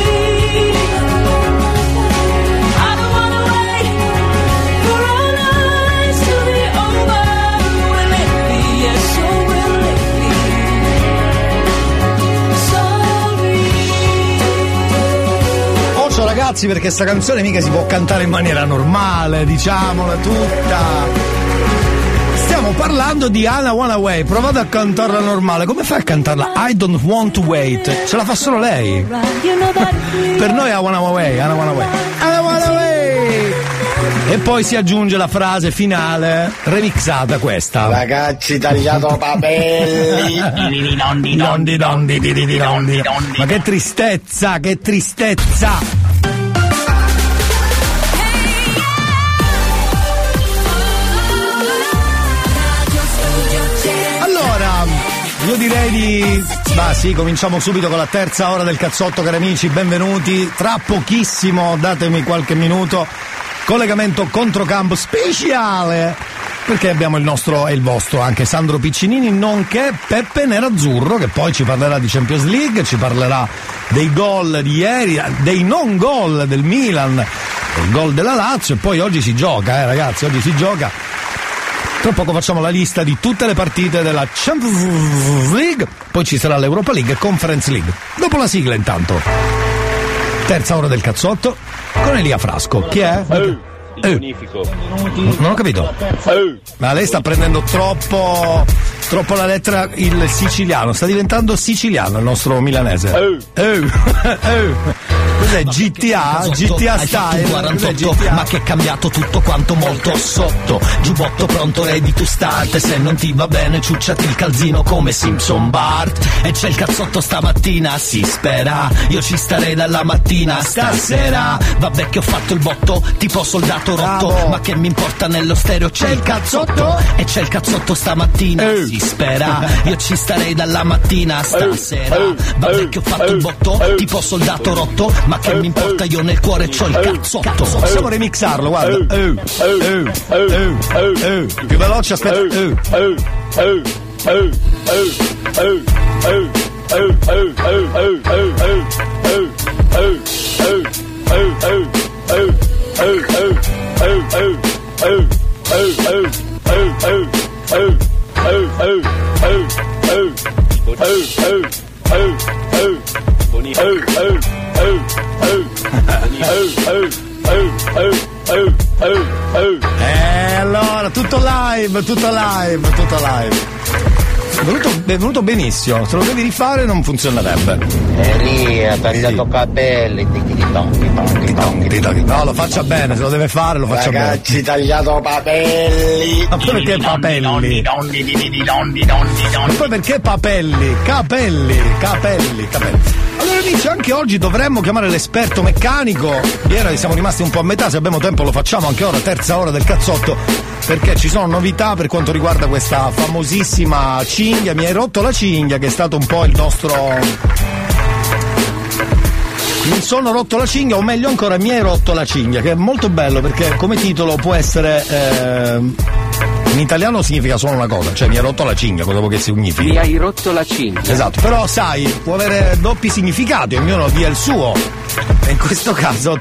I don't wanna wait for our lives to be over. Will it be? Yes, or will it be? Sorry. Occhio ragazzi, perché sta canzone mica si può cantare in maniera normale, diciamola tutta. Stiamo parlando di I Wanna Away, provate a cantarla normale. Come fai a cantarla? I don't want to wait. Ce la fa solo lei. Per noi I Wanna Away, I Wanna Away, I Wanna Away. E poi si aggiunge la frase finale remixata, questa. Ragazzi, tagliato papelli. Ma che tristezza, che tristezza. Io direi di... sì, cominciamo subito con la terza ora del cazzotto, cari amici, benvenuti. Tra pochissimo, datemi qualche minuto, collegamento controcampo speciale, perché abbiamo il nostro e il vostro anche Sandro Piccinini, nonché Peppe Nerazzurro, che poi ci parlerà di Champions League, ci parlerà dei gol di ieri, dei non gol del Milan, del gol della Lazio, e poi oggi si gioca, ragazzi, oggi si gioca. Tra poco facciamo la lista di tutte le partite della Champions League, poi ci sarà l'Europa League e Conference League. Dopo la sigla intanto. Terza ora del cazzotto con Elia Frasco. Chi è? Bonifico. Non ho capito. Ma lei sta prendendo troppo la lettera il siciliano, sta diventando siciliano il nostro milanese. Cos'è GTA? GTA style? 48, ma che è cambiato tutto quanto molto sotto. Giubbotto pronto, ready to start. Se non ti va bene ciucciati il calzino come Simpson Bart. E c'è il cazzotto stamattina, si spera. Io ci starei dalla mattina stasera. Vabbè che ho fatto il botto, tipo soldato rotto. Bravo. Ma che mi importa, nello stereo c'è il cazzotto. E c'è il cazzotto stamattina, si spera. Io ci starei dalla mattina stasera. Vabbè che ho fatto il botto, tipo soldato rotto. Ma che mi importa, io nel cuore c'ho il cazzotto. Possiamo remixarlo, guarda. Più veloce, aspetta. Allora, tutto live. È venuto benissimo, se lo devi rifare non funzionerebbe. Ha tagliato capelli. No, lo faccia bene, se lo deve fare lo faccia bene. Ragazzi, tagliato papelli. Ma poi perché papelli? Ma poi perché papelli? Capelli. Allora amici, anche oggi dovremmo chiamare l'esperto meccanico. Ieri siamo rimasti un po' a metà, se abbiamo tempo lo facciamo anche ora, terza ora del cazzotto, perché ci sono novità per quanto riguarda questa famosissima cinghia. Mi hai rotto la cinghia, che è stato un po' il nostro... Mi sono rotto la cinghia, o meglio ancora mi hai rotto la cinghia, che è molto bello perché come titolo può essere... in italiano significa solo una cosa, cioè mi hai rotto la cinghia, cosa vuoi che significa? Mi hai rotto la cinghia. Esatto, però sai, può avere doppi significati, ognuno dia il suo. E in questo caso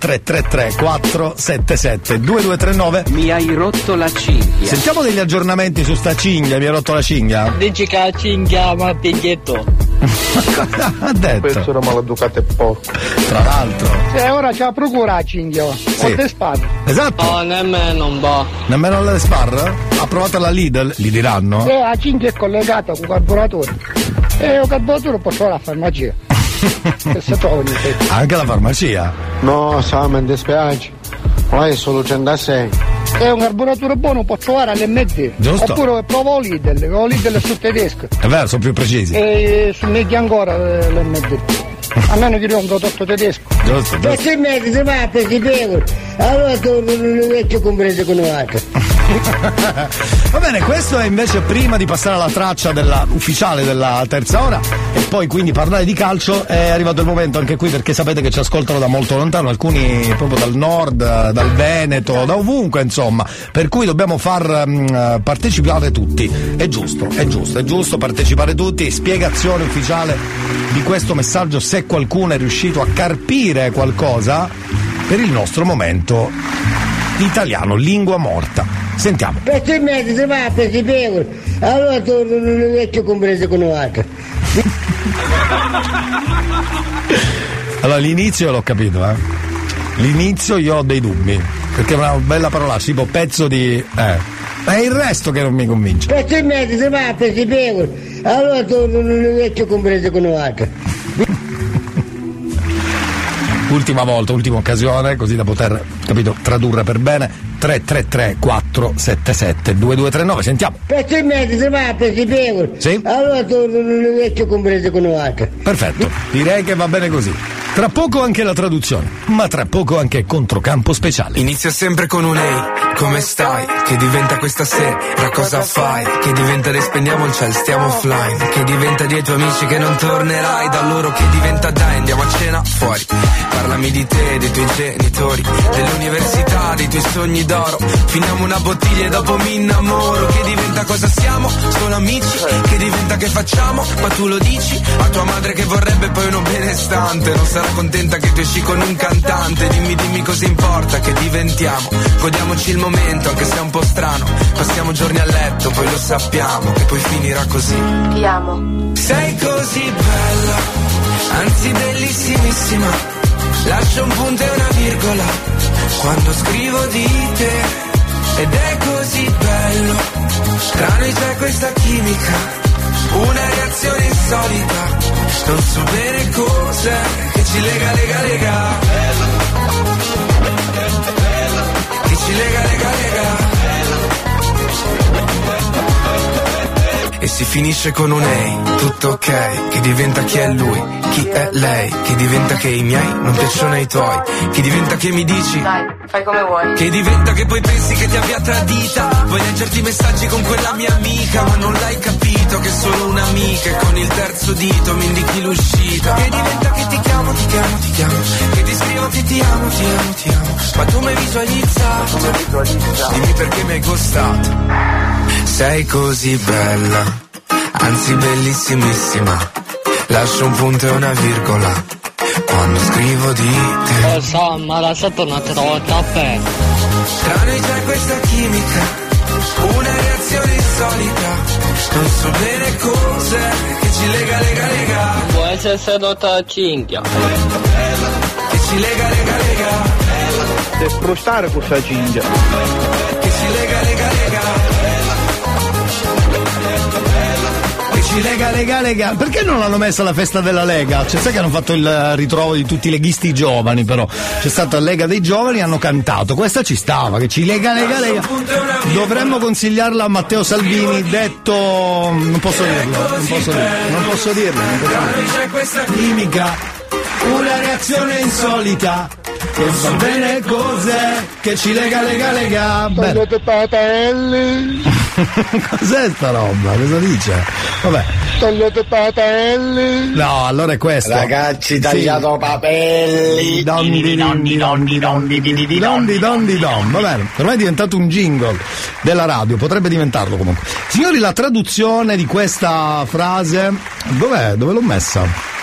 333-477-2239. Mi hai rotto la cinghia. Sentiamo degli aggiornamenti su sta cinghia, mi hai rotto la cinghia? Dici che la cinghia ma piglietto. Cosa ha detto? Questo era maleducato e porco. Tra l'altro. Ora c'è la procura a cinghia. Sì. Con te sparre. Esatto. No, nemmeno non va. Nemmeno le Spar? Ha provato la Lidl? Gli diranno? La cinghia è collegata con il carburatore. E il carburatore può trovare la farmacia. Che si trova ogni tempo. Anche la farmacia? No, Sam, mi dispiace. Ma è solo 106. Se è un carburatore buono può trovare all'MD. Giusto. Oppure provo Lidl, con Lidl sul tedesco. È vero, sono più precisi. E su meglio ancora l'MD. A meno che io un prodotto tedesco. Giusto. Per 6 mesi si va per 6 euro. Allora torno un vecchio compreso con l'altro. Va bene, questo è invece prima di passare alla traccia ufficiale della terza ora e poi quindi parlare di calcio. È arrivato il momento anche qui, perché sapete che ci ascoltano da molto lontano, alcuni proprio dal nord, dal Veneto, da ovunque insomma, per cui dobbiamo far partecipare tutti. È giusto partecipare tutti. Spiegazione ufficiale di questo messaggio, se qualcuno è riuscito a carpire qualcosa per il nostro momento italiano, lingua morta. Sentiamo. Per 6 mesi si va per 6 euro. Allora torno un vecchio compreso con l'altro. Allora l'inizio l'ho capito, L'inizio io ho dei dubbi, perché è una bella parola, tipo pezzo di. È il resto che non mi convince. Per 6 mesi si va per 6 euro. Allora torno un vecchio compreso con l'altro. Ultima volta, ultima occasione, così da poter, capito, tradurre per bene. 333 477 2239, sentiamo. Per 6 mesi si va per 6 euro. Sì. Allora torno un vecchio compreso con l'altro. Perfetto, direi che va bene così. Tra poco anche la traduzione, ma tra poco anche controcampo speciale. Inizia sempre con un ehi, come stai? Che diventa questa sera, cosa fai? Che diventa dei spendiamo il ciel, stiamo offline. Che diventa dei tuoi amici che non tornerai da loro. Che diventa dai, andiamo a cena fuori. Parlami di te, dei tuoi genitori, dell'università, dei tuoi sogni d'oro. Finiamo una bottiglia e dopo mi innamoro. Che diventa cosa siamo? Solo amici. Che diventa che facciamo? Ma tu lo dici a tua madre che vorrebbe poi uno benestante. Non sarà contenta che tu esci con un cantante. Dimmi cosa importa che diventiamo. Godiamoci il momento anche se è un po' strano. Passiamo giorni a letto, poi lo sappiamo che poi finirà così. Ti amo. Sei così bella, anzi bellissimissima. Lascio un punto e una virgola quando scrivo di te. Ed è così bello, tra noi c'è questa chimica, una reazione insolita. Non so bene cos'è che ci lega. Che ci lega. E si finisce con un ehi, tutto ok. Che diventa chi è lui, chi è lei. Che diventa che i miei non piacciono ai tuoi. Che diventa che mi dici Dai, fai come vuoi. Che diventa che poi pensi che ti abbia tradita. Vuoi leggerti i messaggi con quella mia amica, ma non l'hai capito che è solo un'amica. E con il terzo dito mi indichi l'uscita. Che diventa che ti chiamo. Che ti scrivo che ti amo. Ma tu mi hai visualizzato. Dimmi perché mi hai costato. Sei così bella, anzi bellissimissima. Lascio un punto e una virgola quando scrivo di te. Insomma, la sotto non ti trovo caffè. Tra noi c'è questa chimica, una reazione insolita. Non so bene cos'è che ci lega. Può essere sedotta a cinghia. Che ci lega. Per sprostare questa cinghia. Che ci lega. Lega. Perché non l'hanno messa alla festa della Lega? Cioè, sai che hanno fatto il ritrovo di tutti i leghisti giovani, però c'è stata la Lega dei giovani, hanno cantato. Questa ci stava, che ci lega. Dovremmo consigliarla a Matteo Salvini, detto. Non posso dirlo. C'è questa chimica, una reazione insolita. Non so bene cos'è che ci lega. Tagliate patelli. Cos'è sta roba? Cosa dice? Vabbè. Tagliate patelli. No, allora è questo. Ragazzi, tagliato papelli. Dondi. Va bene, per me è diventato un jingle della radio, potrebbe diventarlo comunque. Signori, la traduzione di questa frase, dov'è? Dove l'ho messa?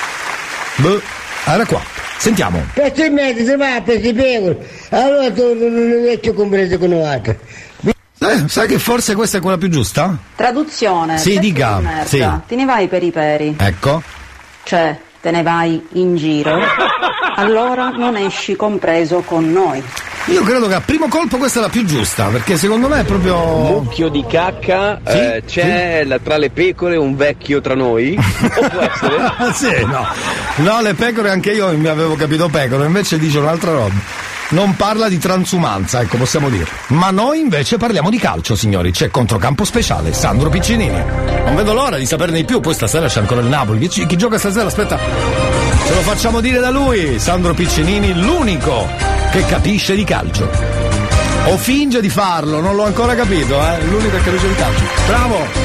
Era qua. Sentiamo. Per 6 mesi si va per 6 euro. Allora torno un vecchio compreso con l'altro. Sai che forse questa è quella più giusta? Traduzione. Sì, dica. Sì. Te ne vai per i peri. Ecco. Cioè, te ne vai in giro. Allora non esci compreso con noi. Io credo che a primo colpo questa è la più giusta, perché secondo me è proprio. Mucchio di cacca, sì? C'è tra le pecore un vecchio tra noi? O può essere? Sì, no, le pecore anche io mi avevo capito pecore, invece dice un'altra roba. non parla di transumanza, ecco, possiamo dire. Ma noi invece parliamo di calcio, signori. C'è controcampo speciale, Sandro Piccinini. Non vedo l'ora di saperne di più. Poi stasera c'è ancora il Napoli. Chi gioca stasera? Aspetta, ce lo facciamo dire da lui. Sandro Piccinini, l'unico che capisce di calcio. O finge di farlo, non l'ho ancora capito, l'unico che capisce di calcio. Bravo!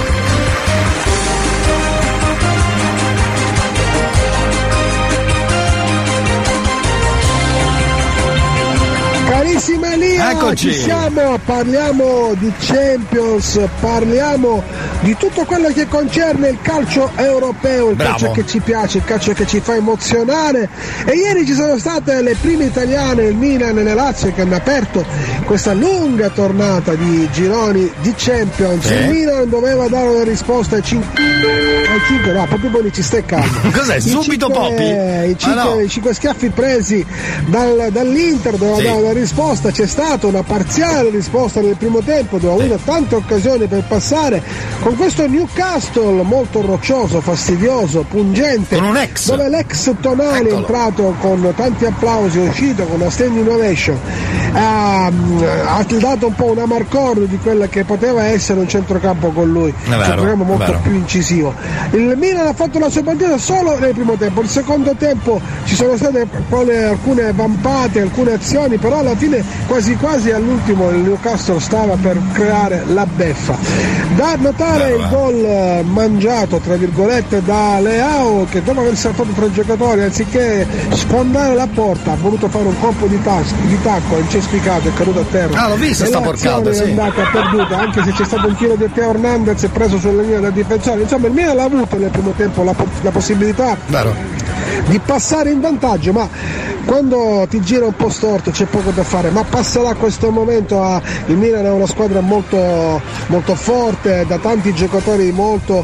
Carissima Elia, eccoci. Ci siamo, parliamo di Champions, parliamo di tutto quello che concerne il calcio europeo, il calcio che ci piace, il calcio che ci fa emozionare. E ieri ci sono state le prime italiane, il Milan e la Lazio, che hanno aperto questa lunga tornata di gironi di Champions. Il Milan doveva dare una risposta ai 5, no, proprio poi ci stai calmo. Cos'è? Subito Popi? I 5 schiaffi presi dall'Inter, doveva dare una risposta. C'è stata una parziale risposta nel primo tempo, dove ha avuto tante occasioni per passare, con questo Newcastle molto roccioso, fastidioso, pungente, con un ex, dove l'ex Tonali è entrato con tanti applausi, è uscito con una standing ovation, ha dato un po' una marcor di quella che poteva essere un centrocampo con lui, un centrocampo molto più incisivo. Il Milan ha fatto la sua partita solo nel primo tempo, il secondo tempo ci sono state alcune vampate, alcune azioni, però alla fine quasi quasi all'ultimo il Newcastle stava per creare la beffa. Da notare il gol mangiato tra virgolette da Leao, che dopo aver saltato 3 giocatori, anziché sfondare la porta, ha voluto fare un colpo di tacco, è incespicato, è caduto a terra. L'ho vista sta porcata, è andata perduta, anche se c'è stato un tiro di Teo Hernandez preso sulla linea del difensore. Insomma, il Milan ha avuto nel primo tempo la possibilità di passare in vantaggio, ma quando ti gira un po' storto c'è poco da fare. Ma passerà questo momento. Il Milan è una squadra molto, molto forte, da tanti giocatori molto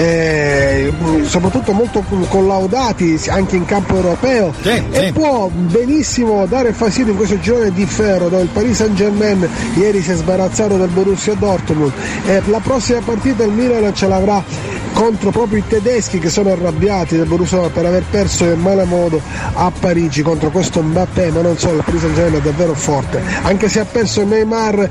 soprattutto molto collaudati anche in campo europeo, e può benissimo dare fastidio in questo girone di ferro, dove il Paris Saint-Germain ieri si è sbarazzato del Borussia Dortmund, e la prossima partita il Milan ce l'avrà contro proprio i tedeschi, che sono arrabbiati del Borussia per aver perso in malamodo a Parigi contro questo Mbappé. Ma non solo, il Paris Saint-Germain è davvero forte, anche se ha perso Neymar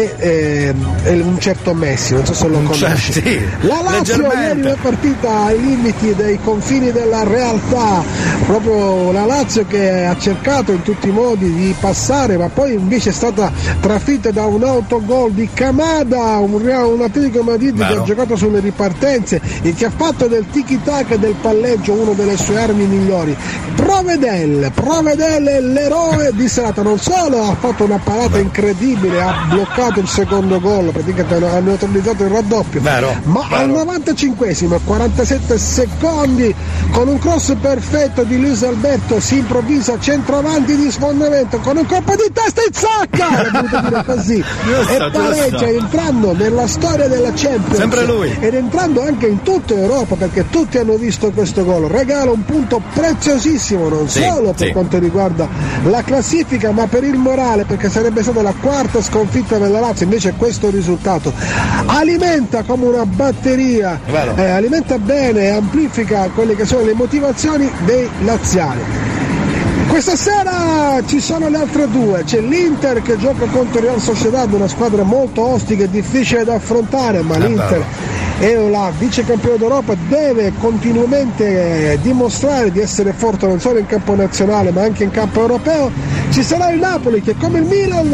e un certo Messi, non so se lo conosci. La Lazio ieri è partita ai limiti dei confini della realtà, proprio la Lazio che ha cercato in tutti i modi di passare, ma poi invece è stata trafitta da un autogol di Kamada, un Atletico Madrid che ha giocato sulle ripartenze e che ha fatto del tiki-taka e del palleggio una delle sue armi migliori. Provedel è l'eroe di serata, non solo ha fatto una parata incredibile, ha bloccato il secondo gol, praticamente ha neutralizzato il raddoppio, ma al 95esimo, 47 secondi, con un cross perfetto di Luis Alberto, si improvvisa centravanti di sfondamento con un colpo di testa in sacca così, e pareggia, entrando nella storia della Champions, sempre lui, ed entrando anche in tutta Europa, perché tutti hanno visto questo gol. Regala un punto preziosissimo non solo per quanto riguarda la classifica, ma per il morale, perché sarebbe stata la quarta sconfitta della Lazio. Invece questo risultato alimenta come una batteria, alimenta bene e amplifica quelle che sono le motivazioni dei laziali. Questa sera ci sono le altre due, c'è l'Inter che gioca contro il Real Sociedad, una squadra molto ostica e difficile da affrontare, ma l'Inter è la vice campione d'Europa, deve continuamente dimostrare di essere forte non solo in campo nazionale ma anche in campo europeo. Ci sarà il Napoli che, come il Milan,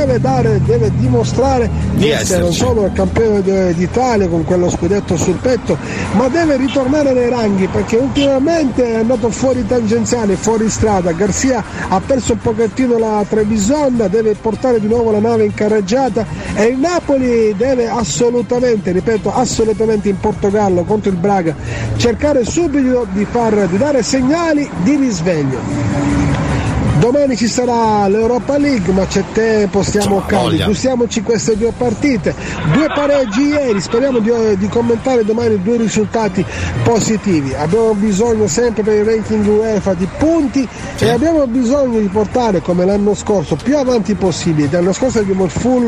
deve dimostrare di essere non solo il campione d'Italia con quello scudetto sul petto, ma deve ritornare nei ranghi, perché ultimamente è andato fuori tangenziale, fuori strada. Garcia ha perso un pochettino la Trebisonda, deve portare di nuovo la nave in carreggiata, e il Napoli deve assolutamente in Portogallo contro il Braga cercare subito di dare segnali di risveglio. Domani ci sarà l'Europa League, ma c'è tempo, stiamo caldi, gustiamoci queste due partite, 2 pareggi ieri, speriamo di commentare domani 2 risultati positivi. Abbiamo bisogno sempre per il ranking UEFA di punti, e abbiamo bisogno di portare, come l'anno scorso, più avanti possibile. L'anno scorso abbiamo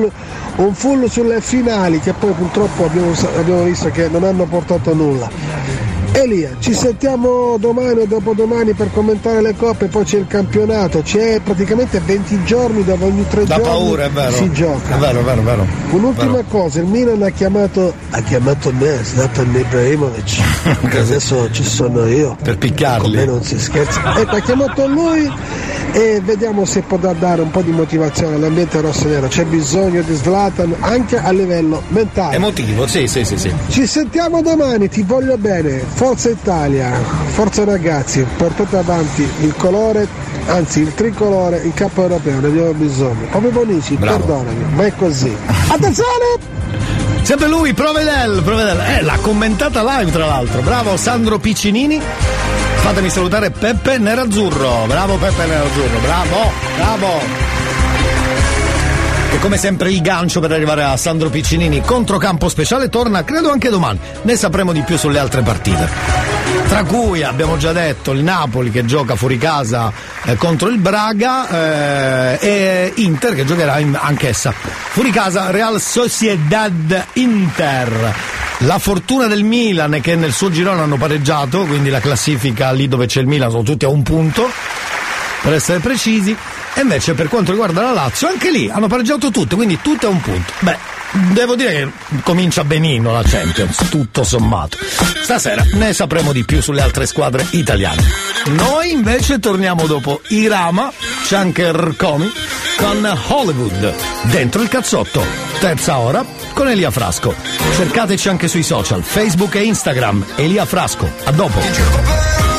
un full sulle finali, che poi purtroppo abbiamo visto che non hanno portato nulla. Elia, ci sentiamo domani o dopodomani per commentare le coppe, poi c'è il campionato, c'è praticamente 20 giorni dove ogni 3 giorni paura, è vero. Si gioca. È vero. Un'ultima cosa, il Milan ha chiamato me, Zlatan Ibrahimovic, che adesso ci sono io. Per picchiarli. Con me non si scherza. Ha chiamato lui e vediamo se potrà dare un po' di motivazione all'ambiente rossonero. C'è bisogno di Zlatan anche a livello mentale. Emotivo, sì. Ci sentiamo domani, ti voglio bene. Forza Italia, forza ragazzi, portate avanti il colore, anzi il tricolore, il capo europeo, ne abbiamo bisogno. Come Bonici, perdonami, ma è così. Attenzione! Sempre lui, Provedel, l'ha commentata live tra l'altro. Bravo Sandro Piccinini. Fatemi salutare Peppe Nerazzurro. Bravo Peppe Nerazzurro, bravo. E come sempre il gancio per arrivare a Sandro Piccinini. Controcampo speciale torna credo anche domani. Ne sapremo di più sulle altre partite. Tra cui abbiamo già detto il Napoli che gioca fuori casa contro il Braga e Inter che giocherà anch'essa fuori casa, Real Sociedad Inter. La fortuna del Milan è che nel suo girone hanno pareggiato, quindi la classifica lì dove c'è il Milan sono tutti a un punto, per essere precisi. E invece per quanto riguarda la Lazio, anche lì hanno pareggiato tutte, quindi tutte a un punto. Beh, devo dire che comincia benino la Champions, tutto sommato. Stasera ne sapremo di più sulle altre squadre italiane. Noi invece torniamo dopo Irama, c'è anche Rcomi, con Hollywood, dentro il cazzotto. Terza ora con Elia Frasco. Cercateci anche sui social, Facebook e Instagram, Elia Frasco. A dopo.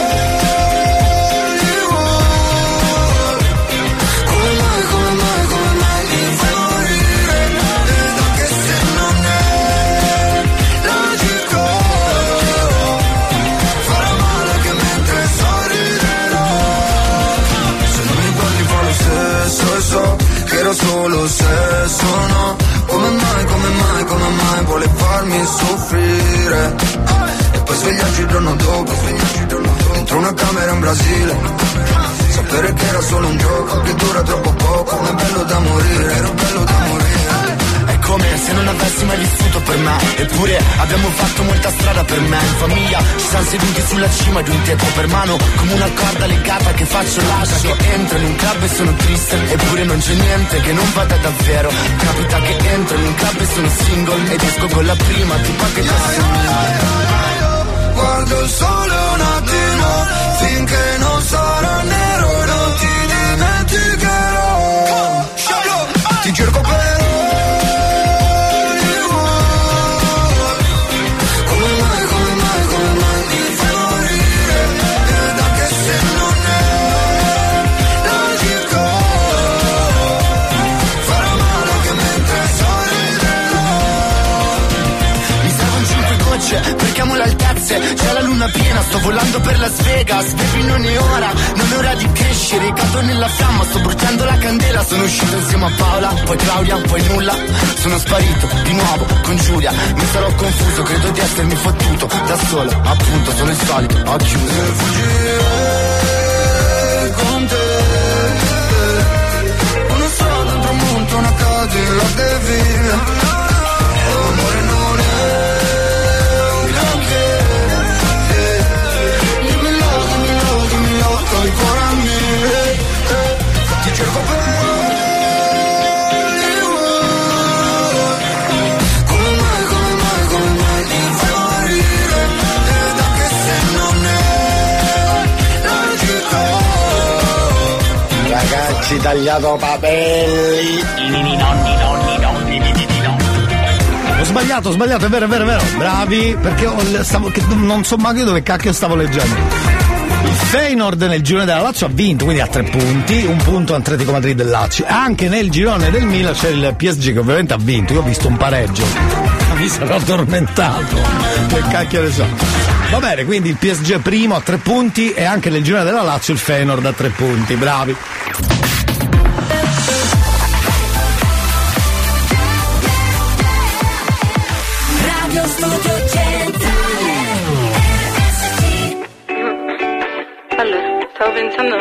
Solo se sono come mai vuole farmi soffrire e poi svegliarci il giorno dopo dentro una camera in Brasile, sapere che era solo un gioco che dura troppo poco, ma è bello da morire, è come se non avessi mai vissuto per me, eppure abbiamo fatto molta strada per me. In famiglia ci siamo seduti sulla cima di un tetto per mano, come una corda legata che faccio lascio. Che entro in un club e sono triste, eppure non c'è niente che non vada davvero. Capita che entro in un club e sono single ed esco con la prima tipa che ti assomiglia. Guardo il sole un attimo finché non sarà nero, non ti dimenticherò, ti cerco per perché amo le altezze, c'è la luna piena, sto volando per Las Vegas, baby non è ora, non è ora di crescere, cado nella fiamma, sto bruciando la candela, sono uscito insieme a Paola, poi Claudia, poi nulla, sono sparito di nuovo con Giulia, mi sarò confuso, credo di essermi fottuto, da solo, appunto, sono il solito, ho chiuso. Con te, una strada, un tramonto, una Cadillac de via, amore non è il cuore a mille, ti cerco per come mai ti fai morire, ed anche se non è logico. Ragazzi, tagliato papelli. Ho sbagliato, è vero. Bravi, perché non so mai dove cacchio stavo leggendo. Il Feyenoord nel girone della Lazio ha vinto, quindi ha 3 punti, un punto Atletico Madrid del Lazio. Anche nel girone del Milan c'è il PSG che ovviamente ha vinto. Io ho visto un pareggio, mi sono addormentato. Che cacchio ne so. Va bene, quindi il PSG primo a 3 punti e anche nel girone della Lazio il Feyenoord a 3 punti. Bravi. Radio Studio Centrale. Allora, stavo pensando.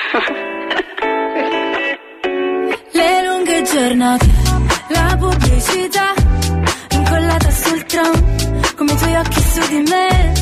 Le lunghe giornate, la pubblicità incollata sul tram, come i tuoi occhi su di me.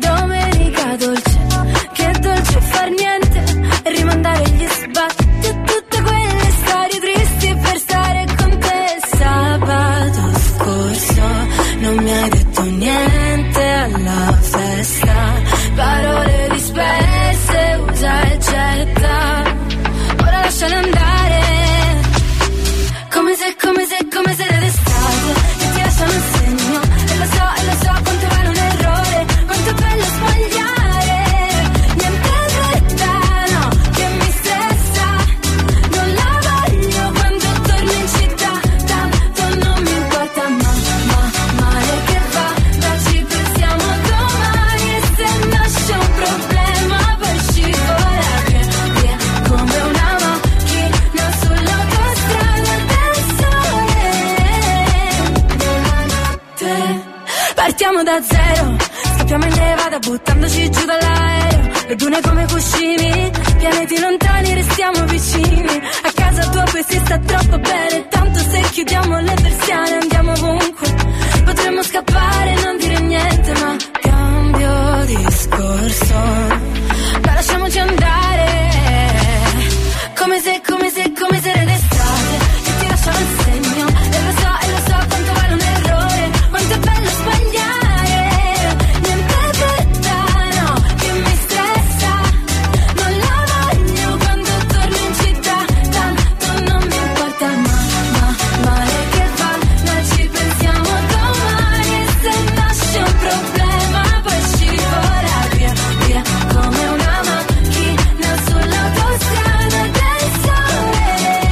domenica dolce, che dolce far niente e rimandare gli sbatti a tutte quelle storie tristi per stare con te. Sabato scorso non mi hai detto niente alla festa, parole disperse, usa e getta, ora lasciale andare, come se d'estate, che ti lasciano un segno, e lo so quanto vale un errore, quanto è bello sbagliare, niente fretta, no, che mi stressa, non la voglio quando torno in città, tanto non mi importa, male che va, dai ci pensiamo domani, e se nasce un problema poi scivola via, come una macchina sull'autostrada del sole, della notte. Partiamo da zero, scappiamo in nevada buttandoci giù dall'aereo, le dune come cuscini, pianeti lontani restiamo vicini, a casa tua poi si sta troppo bene, tanto se chiudiamo le persiane andiamo ovunque, potremmo scappare e non dire niente, ma cambio discorso, dai lasciamoci andare, come se era d'estate, che ti lasciava il segno, e lo so quanto vale un errore, quanto è bello sbagliare, niente fretta, no, che mi stressa, non la voglio quando torno in città, tanto non mi importa, male che va, noi ci pensiamo domani, e se nasce un problema poi scivola via, come una macchina sull'autostrada del sole,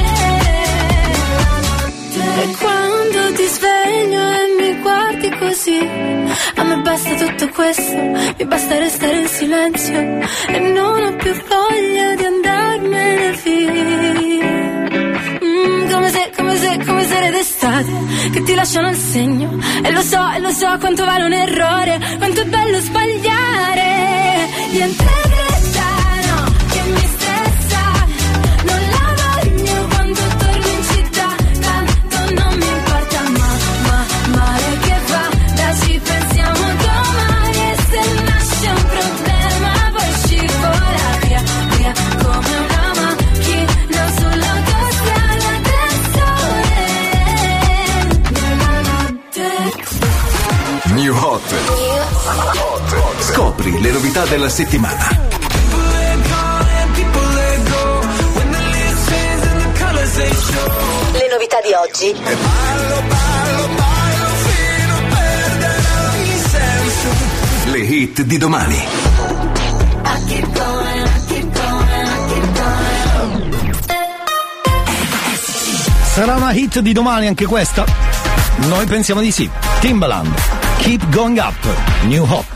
e quando ti sveglio e mi guardi così, a me basta tutto questo, mi basta restare in silenzio e non ho più voglia di andarmene via. Come se era d'estate, che ti lasciano il segno, e lo so quanto vale un errore, quanto è bello sbagliare, niente fretta, no, che mi stressa, non la voglio quando torno in città, tanto non mi importa, male che va, dai ci pensiamo domani, e se nasce un problema poi scivola via, come una macchina sull'autostrada del sole, nella notte. New Hot. Scopri le novità della settimana. Le novità di oggi. Le hit di domani. Sarà una hit di domani anche questa? Noi pensiamo di sì. Timbaland, Keep Going Up, New Hot.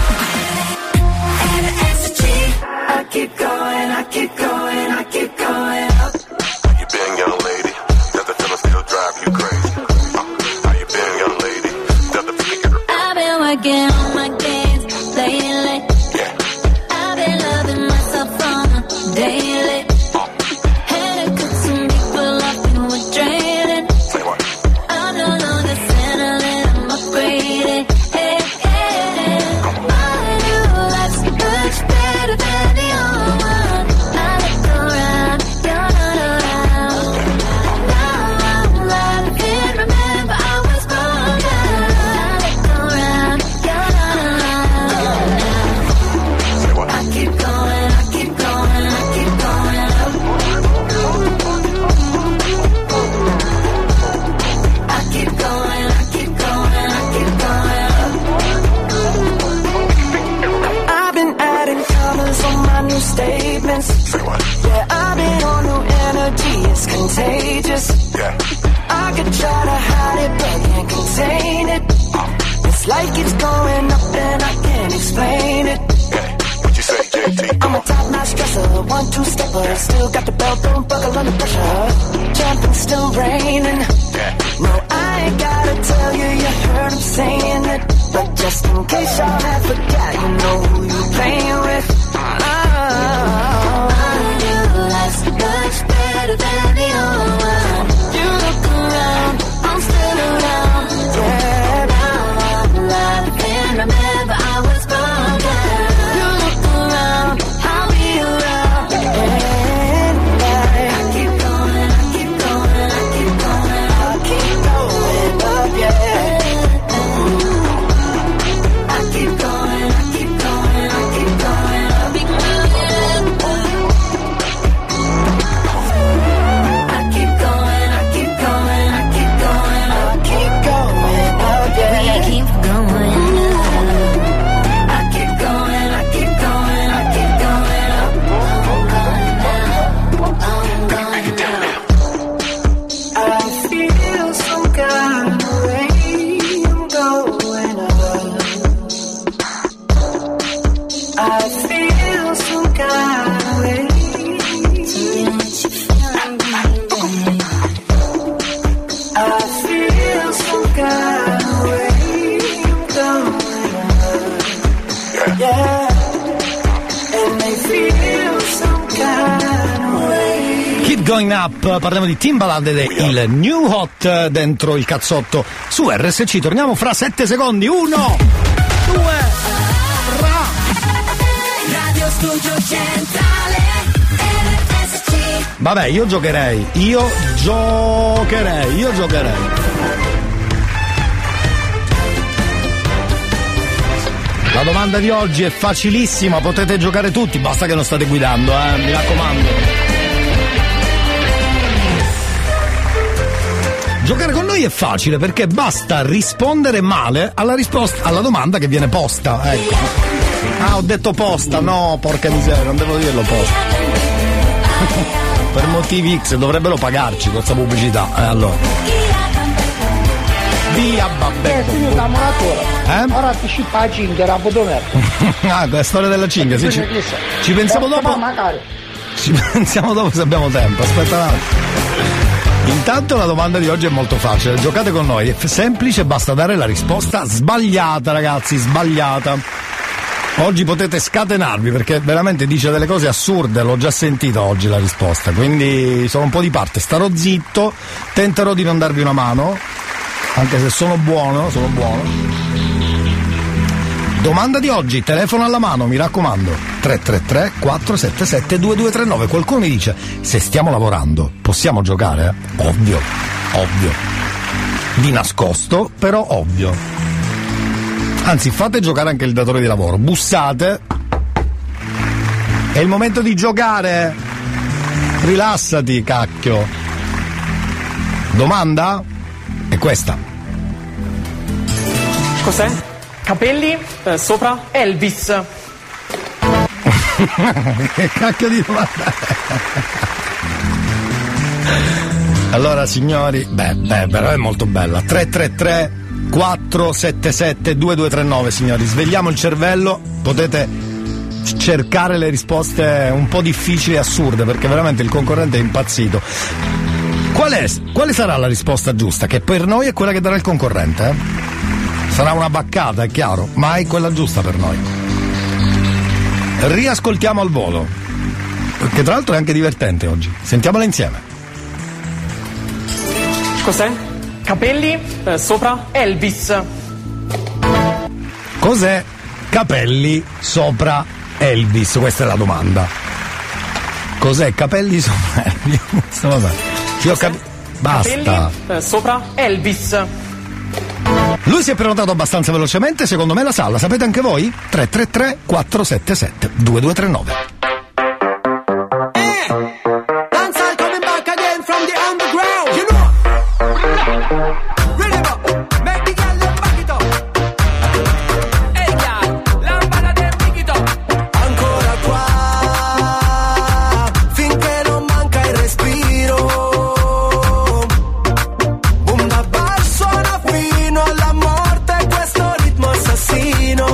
Working on my games lately. I've been loving myself on a daily. Had to cut some people off and we're draining. I'm no longer settling, I'm upgraded. Hey, hey. My new life's much better than the old one. I look around, you're not around. Now I'm alive and remember I was born down. I look around. Statements. Yeah, I've been on new energy, it's contagious. I could try to hide it, but can't contain it. This life keeps going up and I can't explain it. What you say, JT? I'm a top-notch dresser, 1-2-stepper. Still got the belt, don't buckle under pressure. Jumping, still raining. No, I ain't gotta tell you, you heard him saying it. But just in case y'all have forgot, you know who you playing with. Life's much better than the old one. You look around, I'm still around. Yeah, now I'm alive and remember I was born down. feel some kind of way. Keep Going Up, parliamo di Timbaland ed è il New Hot dentro il cazzotto su RSC. Torniamo fra 7 secondi. 1, 2, Radio Studio Centrale RSC. vabbè, io giocherei. La domanda di oggi è facilissima, potete giocare tutti, basta che non state guidando, mi raccomando. Giocare con noi è facile perché basta rispondere male alla domanda che viene posta, ecco. Ah, ho detto posta, no, porca miseria, non devo dirlo posta. Per motivi X dovrebbero pagarci questa pubblicità, allora. Via babè. Ora ti scippa la cinghia, la potomer. Ah, la storia della cinghia, sì, ci pensiamo dopo. Ci pensiamo dopo se abbiamo tempo, aspetta un attimo. Intanto la domanda di oggi è molto facile, giocate con noi, è semplice, basta dare la risposta sbagliata, ragazzi, sbagliata. Oggi potete scatenarvi perché veramente dice delle cose assurde, l'ho già sentita oggi la risposta, quindi sono un po' di parte, starò zitto, tenterò di non darvi una mano, anche se sono buono. Domanda di oggi, telefono alla mano, mi raccomando, 333 477 2239. Qualcuno mi dice, se stiamo lavorando possiamo giocare? Ovvio, di nascosto, però ovvio. Anzi, fate giocare anche il datore di lavoro, bussate, è il momento di giocare, rilassati, cacchio. Domanda è questa. Cos'è? Capelli sopra Elvis. Che cacchio di domanda. Allora signori, però è molto bella. 333 477 2239, signori, svegliamo il cervello, potete cercare le risposte un po' difficili e assurde perché veramente il concorrente è impazzito. Quale sarà la risposta giusta? Che per noi è quella che darà il concorrente, Sarà una baccata, è chiaro, ma è quella giusta per noi. Riascoltiamo al volo, perché tra l'altro è anche divertente oggi. Sentiamola insieme. Cos'è? Capelli sopra Elvis. Cos'è capelli sopra Elvis? Questa è la domanda. Cos'è capelli sopra Elvis? Vabbè. Basta. Capelli sopra Elvis. Lui si è prenotato abbastanza velocemente, secondo me la sa, la sapete anche voi? 333 477 2239. Dancehall coming back again from the underground, you know. Ready up, make the girl them back it up. Hey girl, lampada dem pick it up. Ancora qua, finché non manca il respiro. Boom da bar suona fino alla morte questo ritmo assassino.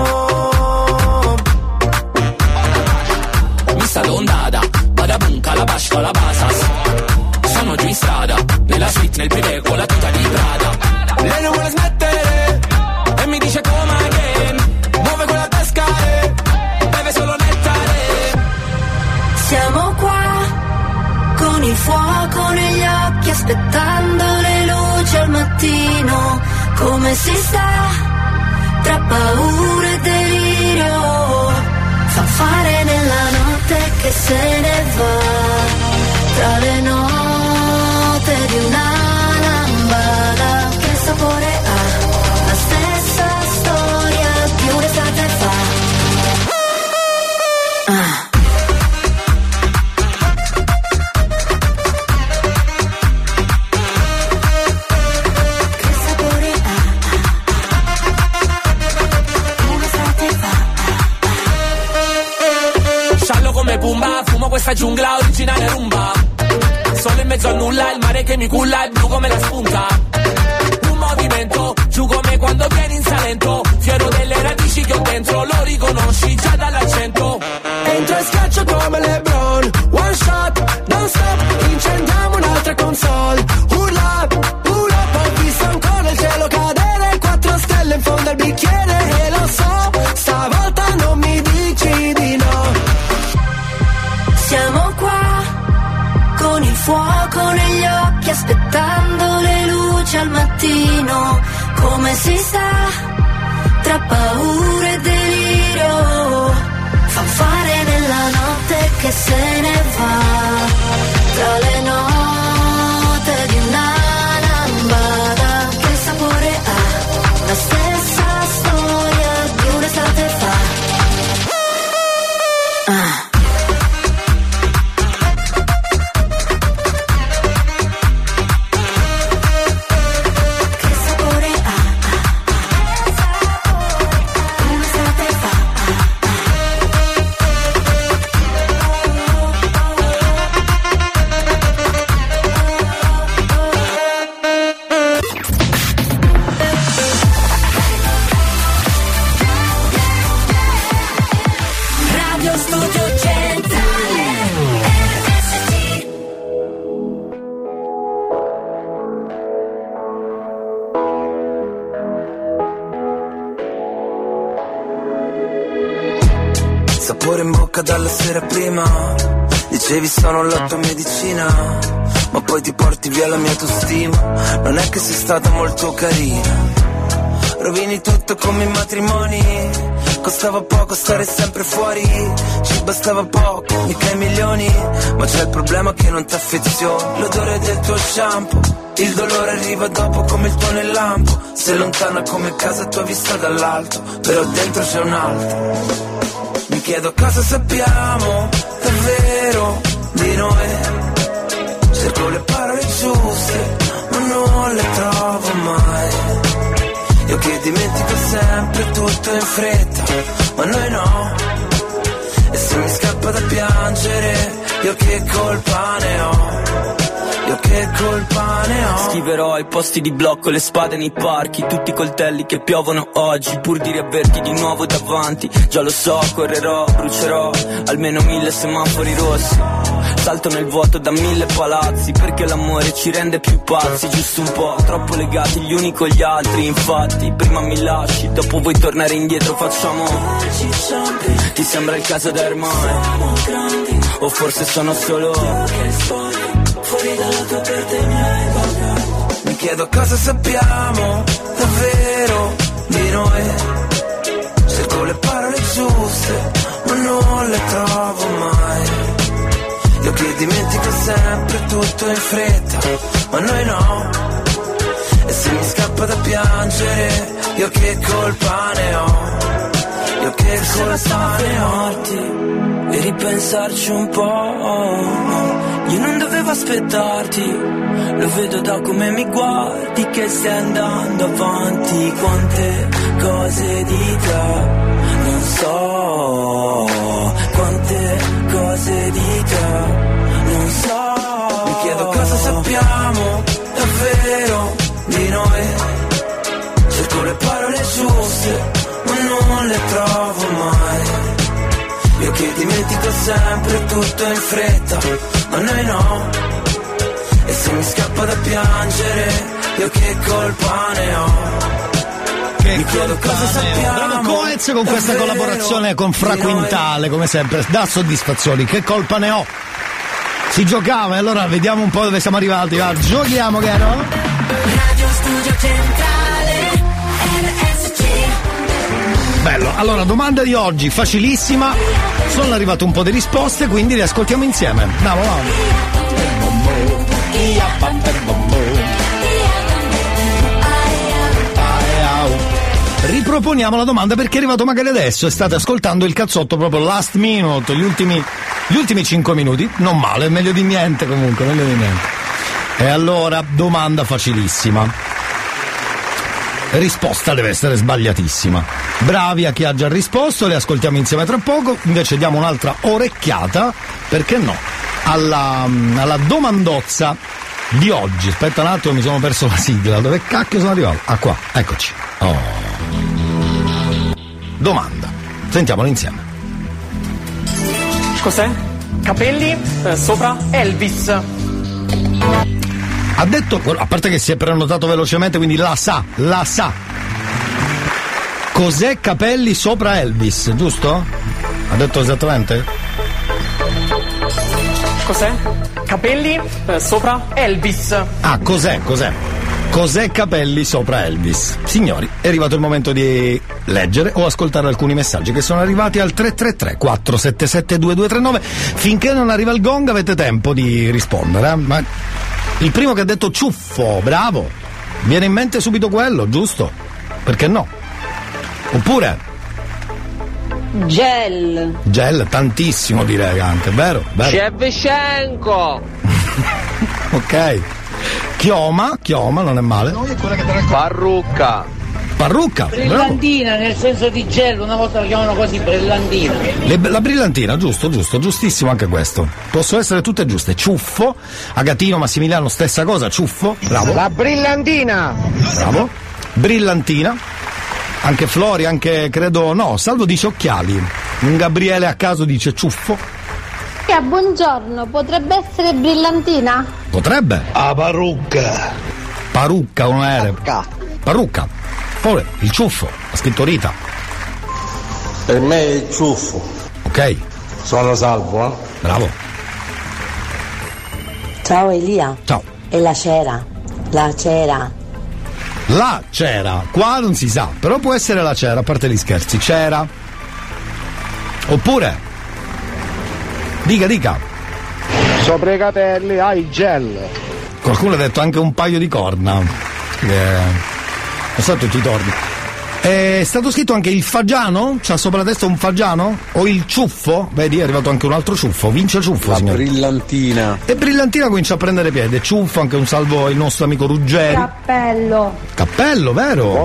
Mi sta d'ondata, vada bunca, la bascia, la basas. Sono giù in strada, nella suite, nel privé, con la tuta di Prada. Lei non vuole smettere E mi dice come again, muove quella pesca e beve solo nettare. Siamo qua con il fuoco negli occhi, aspettando le luci al mattino. Come si sta tra paura e delirio? Fanfare nella notte che se ne va, tra le note di una lambada. Che sapore ha? La stessa storia di un'estate fa. Che sapore ha? Un'estate fa. Sciallo come Pumba, fumo questa giungla originale rumba. Solo in mezzo a nulla, il mare che mi culla è blu come la spunta. Un movimento, giù come quando vieni in Salento. Fiero delle radici che ho dentro, lo riconosci già dall'accento. entro e schiaccio come LeBron. One shot, non stop, incendiamo un'altra console. Urla, urla, ho visto ancora il cielo cadere. 4 stelle in fondo al bicchiere. E lo so, stavolta non mi dici di no. fuoco negli occhi aspettando le luci al mattino, come si sa, tra paura e delirio, fanfare nella notte che se ne va, tra le note di una lambada, che sapore ha, la stessa storia di un'estate fa. Sapore in bocca dalla sera prima, dicevi sono la tua medicina, ma poi ti porti via la mia autostima, non è che sei stata molto carina, rovini tutto come i matrimoni, costava poco stare sempre fuori, ci bastava poco, mica i milioni, ma c'è il problema che non t'affezioni, l'odore del tuo shampoo, il dolore arriva dopo come il tuo nel lampo, sei lontana come casa tua vista dall'alto, però dentro c'è un altro. Mi chiedo cosa sappiamo davvero di noi, cerco le parole giuste ma non le trovo mai, io che dimentico sempre tutto in fretta ma noi no, e se mi scappa da piangere io che colpa ne ho, io che colpa ne ho. Scriverò ai posti di blocco, le spade nei parchi, tutti i coltelli che piovono oggi, pur di riaverti di nuovo davanti. Già lo so, correrò, brucerò almeno 1000 semafori rossi, salto nel vuoto da 1000 palazzi, perché l'amore ci rende più pazzi, giusto un po', troppo legati gli uni con gli altri. Infatti, prima mi lasci, dopo vuoi tornare indietro, facciamo. Ti sembra il caso da ormai, o forse sono solo fuori dalla tua parte miei bagagli. Mi chiedo cosa sappiamo davvero di noi, cerco le parole giuste ma non le trovo mai, io che dimentico sempre tutto in fretta ma noi no, e se mi scappa da piangere io che colpa ne ho, io che colpa ne ho. E ripensarci un po', io non dovevo aspettarti, lo vedo da come mi guardi che stai andando avanti, quante cose di te non so, quante cose di te non so. Mi chiedo cosa sappiamo davvero di noi, cerco le parole giuste ma non le trovo mai, io che dimentico sempre tutto in fretta ma noi no, e se mi scappa da piangere io che colpa ne ho. Mi chiedo cosa sappiamo. Bravo Coez con questa collaborazione con Fra Quintale, come sempre dà soddisfazioni. Che colpa ne ho? Si giocava e allora vediamo un po' dove siamo arrivati. Va, giochiamo, caro. Radio Studio Centrale RSC. Bello, allora domanda di oggi facilissima, sono arrivate un po' di risposte, quindi le ascoltiamo insieme. Andiamo. Riproponiamo la domanda perché è arrivato magari adesso e state ascoltando il cazzotto proprio last minute, gli ultimi 5 minuti, non male, meglio di niente comunque, meglio di niente. E allora, domanda facilissima. Risposta deve essere sbagliatissima. Bravi a chi ha già risposto, le ascoltiamo insieme tra poco, invece diamo un'altra orecchiata, perché no, alla domandozza di oggi. Aspetta un attimo, mi sono perso la sigla, dove cacchio sono arrivato? Ah, qua, eccoci. Oh. Domanda, sentiamolo insieme. Cos'è? Capelli sopra Elvis. Ha detto, a parte che si è prenotato velocemente, quindi la sa. Cos'è capelli sopra Elvis, giusto? Ha detto esattamente? Cos'è? Capelli sopra Elvis. Ah, cos'è? Cos'è capelli sopra Elvis? Signori, è arrivato il momento di leggere o ascoltare alcuni messaggi che sono arrivati al 333 477 2239. Finché non arriva il gong avete tempo di rispondere, Ma il primo che ha detto ciuffo, bravo. Viene in mente subito quello, giusto? Perché no? Oppure Gel, tantissimo direi anche, vero? Shevchenko. Ok. Chioma, non è male. Parrucca. Brillantina, nel senso di gel, una volta la chiamano così, brillantina. La brillantina, giusto, giustissimo anche questo. Posso essere tutte giuste. Ciuffo, Agatino, Massimiliano, stessa cosa, ciuffo, bravo. La brillantina. Bravo. Brillantina. Anche Flori, anche credo, no, Salvo dice occhiali. Un Gabriele a caso dice ciuffo. Buongiorno, potrebbe essere brillantina? Potrebbe. Parrucca. Parrucca, un aereo. Parrucca. Poi il ciuffo, ha scritto Rita. Per me è il ciuffo. Ok. Sono Salvo, Bravo. Ciao Elia. Ciao. E la cera. La cera, qua non si sa, però può essere la cera, a parte gli scherzi, cera. Oppure dica. Sopra i capelli hai gel. Qualcuno ha detto anche un paio di corna. Non so tutti i torni. È stato scritto anche il fagiano? C'ha sopra la testa un fagiano? O il ciuffo? Vedi, è arrivato anche un altro ciuffo. Vince il ciuffo, signore. Brillantina. E brillantina comincia a prendere piede. Ciuffo, anche un salvo il nostro amico Ruggeri. Cappello, vero?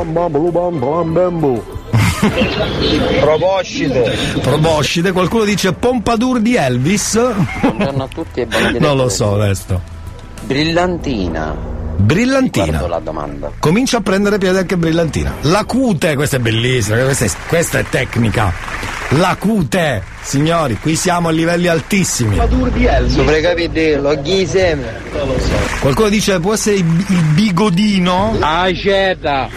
Proboscide, qualcuno dice Pompadour di Elvis. Buongiorno a tutti e buon non lo so adesso. Brillantina. Brillantina. La domanda. Comincia a prendere piede anche brillantina. L'acute, questa è bellissima, questa è tecnica. L'acute, signori, qui siamo a livelli altissimi. Sopra i capelli, occhi insieme. Non lo so. Qualcuno dice può essere il bigodino? Aceta.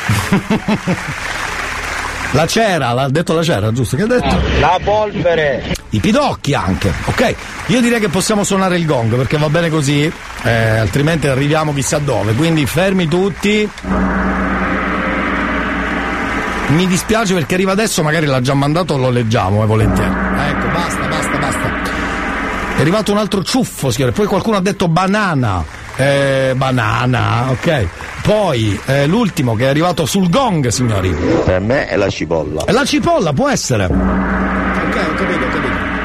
La cera, l'ha detto la cera, giusto? Che ha detto? La polvere. I pidocchi anche, ok? Io direi che possiamo suonare il gong perché va bene così, altrimenti arriviamo chissà dove. Quindi fermi tutti. Mi dispiace perché arriva adesso, magari l'ha già mandato, lo leggiamo, volentieri. Ecco, basta. È arrivato un altro ciuffo, signore. Poi qualcuno ha detto banana. Banana, ok. Poi l'ultimo che è arrivato sul gong, signori. Per me è la cipolla. E la cipolla può essere. Ok, ho capito.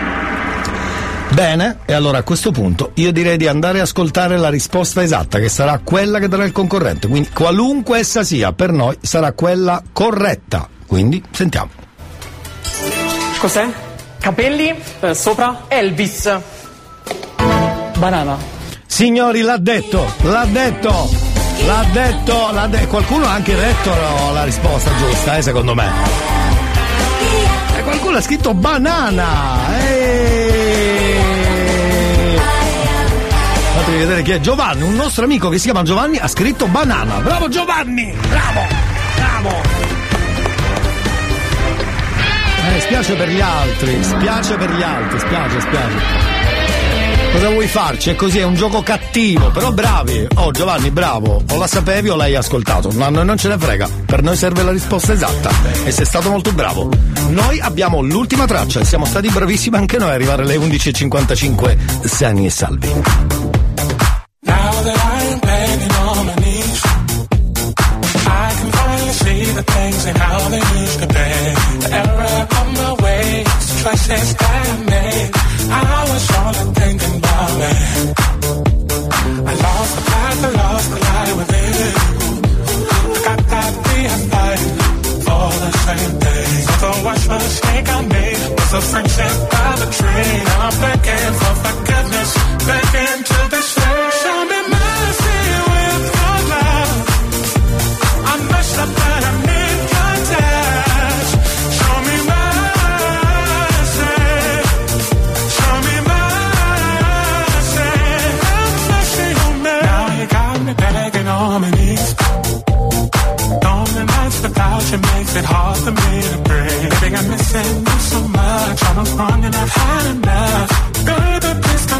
Bene, e allora a questo punto io direi di andare a ascoltare la risposta esatta, che sarà quella che darà il concorrente. Quindi qualunque essa sia, per noi sarà quella corretta. Quindi sentiamo. Cos'è? Capelli sopra Elvis. Banana. Signori, l'ha detto. Qualcuno ha anche detto la risposta giusta, secondo me. E qualcuno ha scritto banana. Fatemi vedere chi è. Giovanni, un nostro amico che si chiama Giovanni, ha scritto banana. Bravo Giovanni! Bravo! Spiace per gli altri. Cosa vuoi farci? È così, è un gioco cattivo, però bravi. Oh Giovanni, bravo. O la sapevi o l'hai ascoltato. No, non ce ne frega. Per noi serve la risposta esatta. E sei stato molto bravo. Noi abbiamo l'ultima traccia e siamo stati bravissimi anche noi a arrivare alle 11.55 sani e salvi. Now that I'm begging on my knees, I can finally see the things and how they used to be. The error of my ways, the choices that I made, I was only thinking about me. I lost the path, I lost the light within. Forgot that we are fighting for the same thing. So don't watch the mistake I made, was a friendship by the tree. Now I'm begging for forgiveness, begging to be saved. Show me mercy with your love. I messed up but I need your touch. Show me mercy. Show me mercy. Have mercy on me. Now you got me begging on my knees. Lonely nights without you makes it hard for me to breathe. Baby, I'm missing you so much. I'm wrong and I've had enough. Baby, please come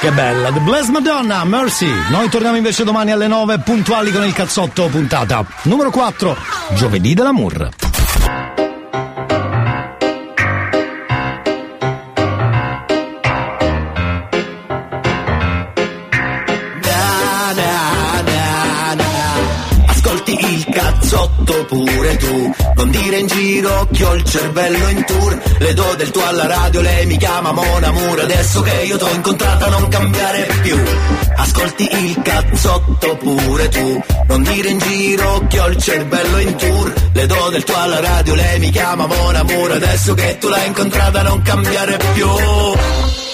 Che bella, The Blessed Madonna, Mercy. Noi torniamo invece domani alle 9 puntuali con il cazzotto puntata numero 4, giovedì dell'amour. Cazzotto pure tu, non dire in giro che ho il cervello in tour. Le do del tuo alla radio, lei mi chiama Mon Amour. Adesso che io t'ho incontrata non cambiare più. Ascolti il cazzotto pure tu, non dire in giro che ho il cervello in tour. Le do del tuo alla radio, lei mi chiama Mon Amour. Adesso che tu l'hai incontrata non cambiare più.